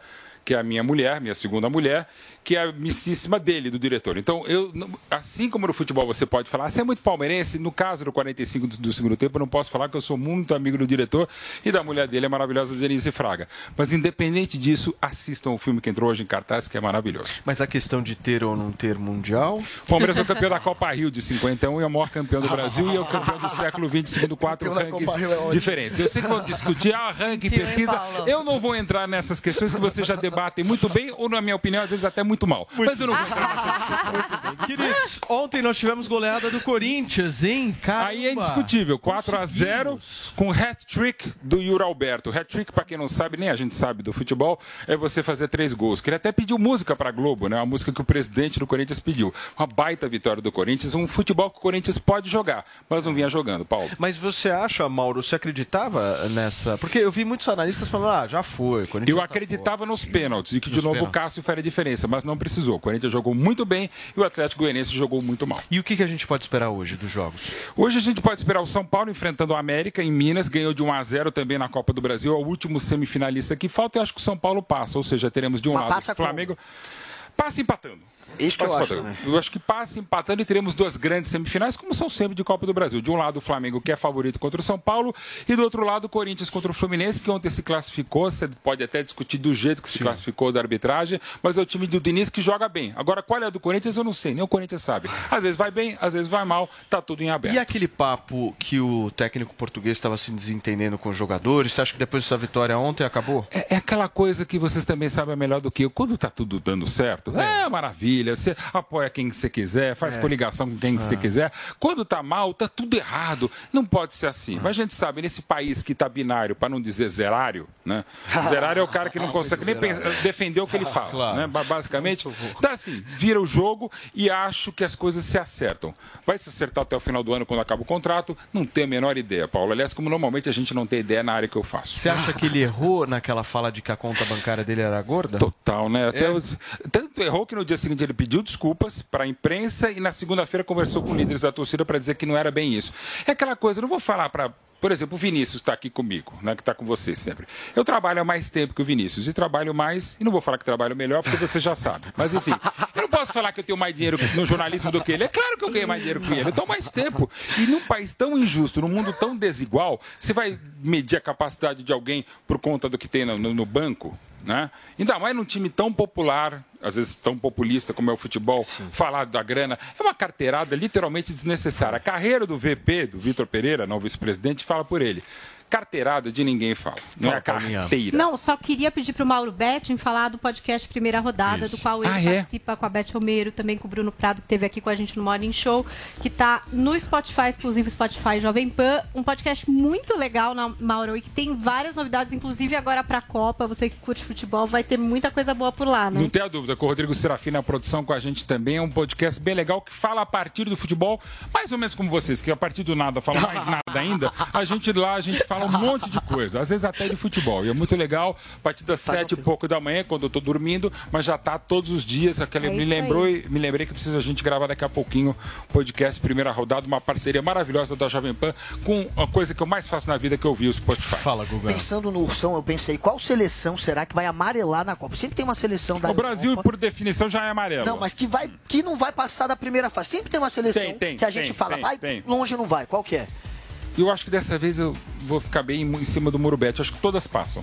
que é a minha mulher, minha segunda mulher, que é a amicíssima dele, do diretor. Então, eu, assim como no futebol você pode falar, você é muito palmeirense, no caso do quarenta e cinco do, do segundo tempo, eu não posso falar que eu sou muito amigo do diretor e da mulher dele, a maravilhosa Denise Fraga. Mas, independente disso, assistam o filme que entrou hoje em cartaz, que é maravilhoso. Mas a questão de ter ou não ter mundial... O Palmeiras é o campeão da Copa Rio de cinquenta e um e é o maior campeão do Brasil e é o campeão do século vinte, segundo quatro rankings é diferentes. Eu sei que vão discutir, ah, ranking, Tio, pesquisa. hein, Eu não vou entrar nessas questões que vocês já debatem muito bem ou, na minha opinião, às vezes até muito mal. Muito Mas eu não vou entrar nessa discussão. Queridos, ontem nós tivemos goleada do Corinthians, hein? Caramba. Aí é indiscutível, quatro a zero com hat-trick do Yuri Alberto. Hat-trick, para quem não sabe, nem a gente sabe do futebol, é você fazer três gols. Que ele até pediu música para Globo, né? Uma música que o presidente do Corinthians pediu. Uma baita vitória do Corinthians, um futebol que o Corinthians pode jogar, mas não vinha jogando, Paulo. Mas você acha, Mauro, você acreditava nessa... Porque eu vi muitos analistas falando, ah, já foi. Eu acreditava nos pênaltis e que, de Nos novo, pênaltis. o Cássio faria diferença, mas não precisou. O Corinthians jogou muito bem e o Atlético Goianiense jogou muito mal. E o que que a gente pode esperar hoje dos jogos? Hoje a gente pode esperar o São Paulo enfrentando o América em Minas, ganhou de um a zero também na Copa do Brasil, é o último semifinalista que falta e acho que o São Paulo passa, ou seja, teremos de um Mas lado passa o Flamengo... Passa empatando. Isso que Passa eu acho empatando. também. Eu acho que passa empatando e teremos duas grandes semifinais, como são sempre de Copa do Brasil. De um lado o Flamengo, que é favorito contra o São Paulo, e do outro lado o Corinthians contra o Fluminense, que ontem se classificou. Você pode até discutir do jeito que se classificou da arbitragem, mas é o time do Diniz que joga bem. Agora, qual é a do Corinthians, eu não sei, nem o Corinthians sabe. Às vezes vai bem, às vezes vai mal, tá tudo em aberto. E aquele papo que o técnico português estava se desentendendo com os jogadores, você acha que depois dessa vitória ontem acabou? É, é aquela coisa que vocês também sabem melhor do que eu. Quando tá tudo dando certo, é, é maravilha, você apoia quem você quiser, faz É. coligação com quem Ah. você quiser. Quando tá mal, tá tudo errado. Não pode ser assim. Mas a gente sabe, nesse país que tá binário, para não dizer zerário, né? Zerário é o cara que não consegue nem pensar, defender o que ele fala, Claro. né? Ba- Basicamente, tá assim, vira o jogo e acho que as coisas se acertam. Vai se acertar até o final do ano, quando acaba o contrato? Não tenho a menor ideia, Paulo. Aliás, como normalmente a gente não tem ideia na área que eu faço. Você acha que ele errou naquela fala de que a conta bancária dele era gorda? Total, né? Até É. os- Tanto errou que no dia seguinte ele pediu desculpas para a imprensa e na segunda-feira conversou com líderes da torcida para dizer que não era bem isso. É aquela coisa, eu não vou falar para... Por exemplo, o Vinícius está aqui comigo, né, que está com você sempre. Eu trabalho há mais tempo que o Vinícius e trabalho mais, e não vou falar que trabalho melhor porque você já sabe. Mas enfim, eu não posso falar que eu tenho mais dinheiro no jornalismo do que ele. É claro que eu ganhei mais dinheiro que ele, eu estou mais tempo. E num país tão injusto, num mundo tão desigual, você vai medir a capacidade de alguém por conta do que tem no, no- no banco? Né? Ainda mais num time tão popular, às vezes tão populista como é o futebol, falar da grana, é uma carteirada literalmente desnecessária. A carreira do V P, do Vitor Pereira, não vice-presidente, fala por ele. Carteirada de ninguém fala, não é a carteira. Não, só queria pedir para o Mauro Betting falar do podcast Primeira Rodada, Isso. do qual ele Ah, é? participa com a Beth Romero, também com o Bruno Prado, que esteve aqui com a gente no Morning Show, que está no Spotify, exclusivo Spotify Jovem Pan. Um podcast muito legal, na Mauro, e que tem várias novidades, inclusive agora para a Copa. Você que curte futebol, vai ter muita coisa boa por lá, né? Não tenha dúvida, com o Rodrigo Serafim na produção com a gente também. É um podcast bem legal que fala a partir do futebol, mais ou menos como vocês, que a partir do nada fala mais nada ainda. A gente lá, a gente fala um monte de coisa, às vezes até de futebol. E é muito legal, a partir das sete e pouco da manhã, quando eu tô dormindo, mas já tá todos os dias. Aquele, É me, isso lembrou, aí. me lembrei que precisa a gente gravar daqui a pouquinho podcast Primeira Rodada, uma parceria maravilhosa da Jovem Pan com a coisa que eu mais faço na vida, que eu vi o Spotify. Fala, Guga. Pensando no Ursão, eu pensei, qual seleção será que vai amarelar na Copa? Sempre tem uma seleção da O Brasil, Copa. por definição, já é amarelo. Não, mas que, vai, que não vai passar da primeira fase. Sempre tem uma seleção Tem, tem, que a gente tem, fala, tem, vai tem. longe não vai. Qual que é? E eu acho que dessa vez eu vou ficar bem em cima do Muro Bet. Acho que todas passam.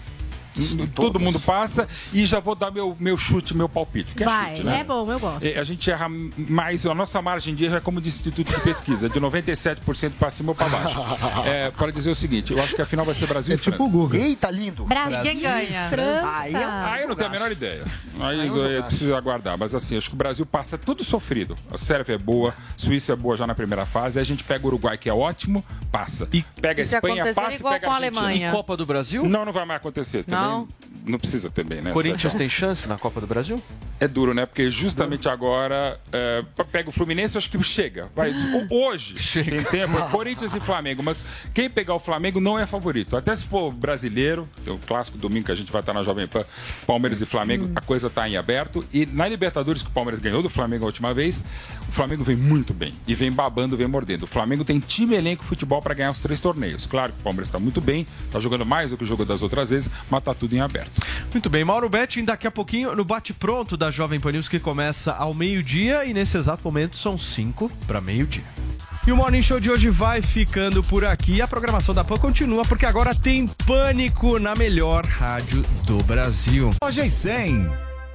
Todo mundo passa e já vou dar meu, meu chute, meu palpite. Que é Vai, chute, né? é bom, eu gosto. É, a gente erra mais, a nossa margem de erro é como de Instituto de Pesquisa, de noventa e sete por cento para cima ou para baixo. É, para dizer o seguinte, eu acho que a final vai ser Brasil e França. Eita, lindo. Brasil, quem ganha? França. Aí é um Ah, eu não tenho a menor ideia. Aí Aí é um eu jogaço. preciso aguardar. Mas assim, acho que o Brasil passa tudo sofrido. A Sérvia é boa, Suíça é boa já na primeira fase. Aí a gente pega o Uruguai, que é ótimo, passa. E pega a E se Espanha, acontecer passa e igual pega com a a Argentina. Alemanha? E Copa do Brasil? Não, não vai mais acontecer. Também Não? não precisa também, né? Corinthians Essa- tem chance na Copa do Brasil? É duro, né? Porque justamente agora, é, pega o Fluminense, acho que chega. Vai, hoje, chega. Tem tempo, é Corinthians e Flamengo, mas quem pegar o Flamengo não é favorito. Até se for brasileiro, tem o clássico domingo que a gente vai estar na Jovem Pan, Palmeiras e Flamengo, a coisa está em aberto. E na Libertadores, que o Palmeiras ganhou do Flamengo a última vez, o Flamengo vem muito bem. E vem babando, vem mordendo. O Flamengo tem time, elenco, futebol para ganhar os três torneios. Claro que o Palmeiras está muito bem, está jogando mais do que o jogo das outras vezes, mas está tudo em aberto. Muito bem, Mauro Betting, daqui a pouquinho no bate-pronto da Jovem Pan News, que começa ao meio-dia e nesse exato momento são cinco para meio-dia. E o Morning Show de hoje vai ficando por aqui. A programação da Pan continua porque agora tem Pânico na melhor rádio do Brasil. Hoje em cem.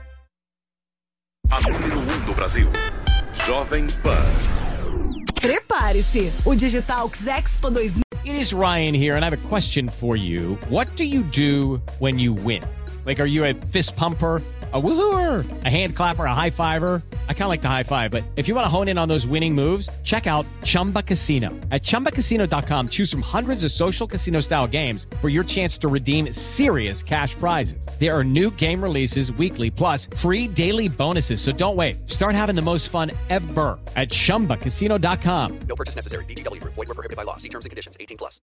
A número um do Brasil. Jovem Pan. Prepare-se, o Digitalx Expo dois mil. It is Ryan here, and I have a question for you. What do you do when you win? Like, are you a fist pumper, a woohooer, a hand clapper, a high fiver? I kind of like the high five, but if you want to hone in on those winning moves, check out Chumba Casino. At chumba casino dot com, choose from hundreds of social casino style games for your chance to redeem serious cash prizes. There are new game releases weekly, plus free daily bonuses. So don't wait. Start having the most fun ever at chumba casino dot com. No purchase necessary. V G W Group. Void where prohibited by law. See terms and conditions. eighteen plus.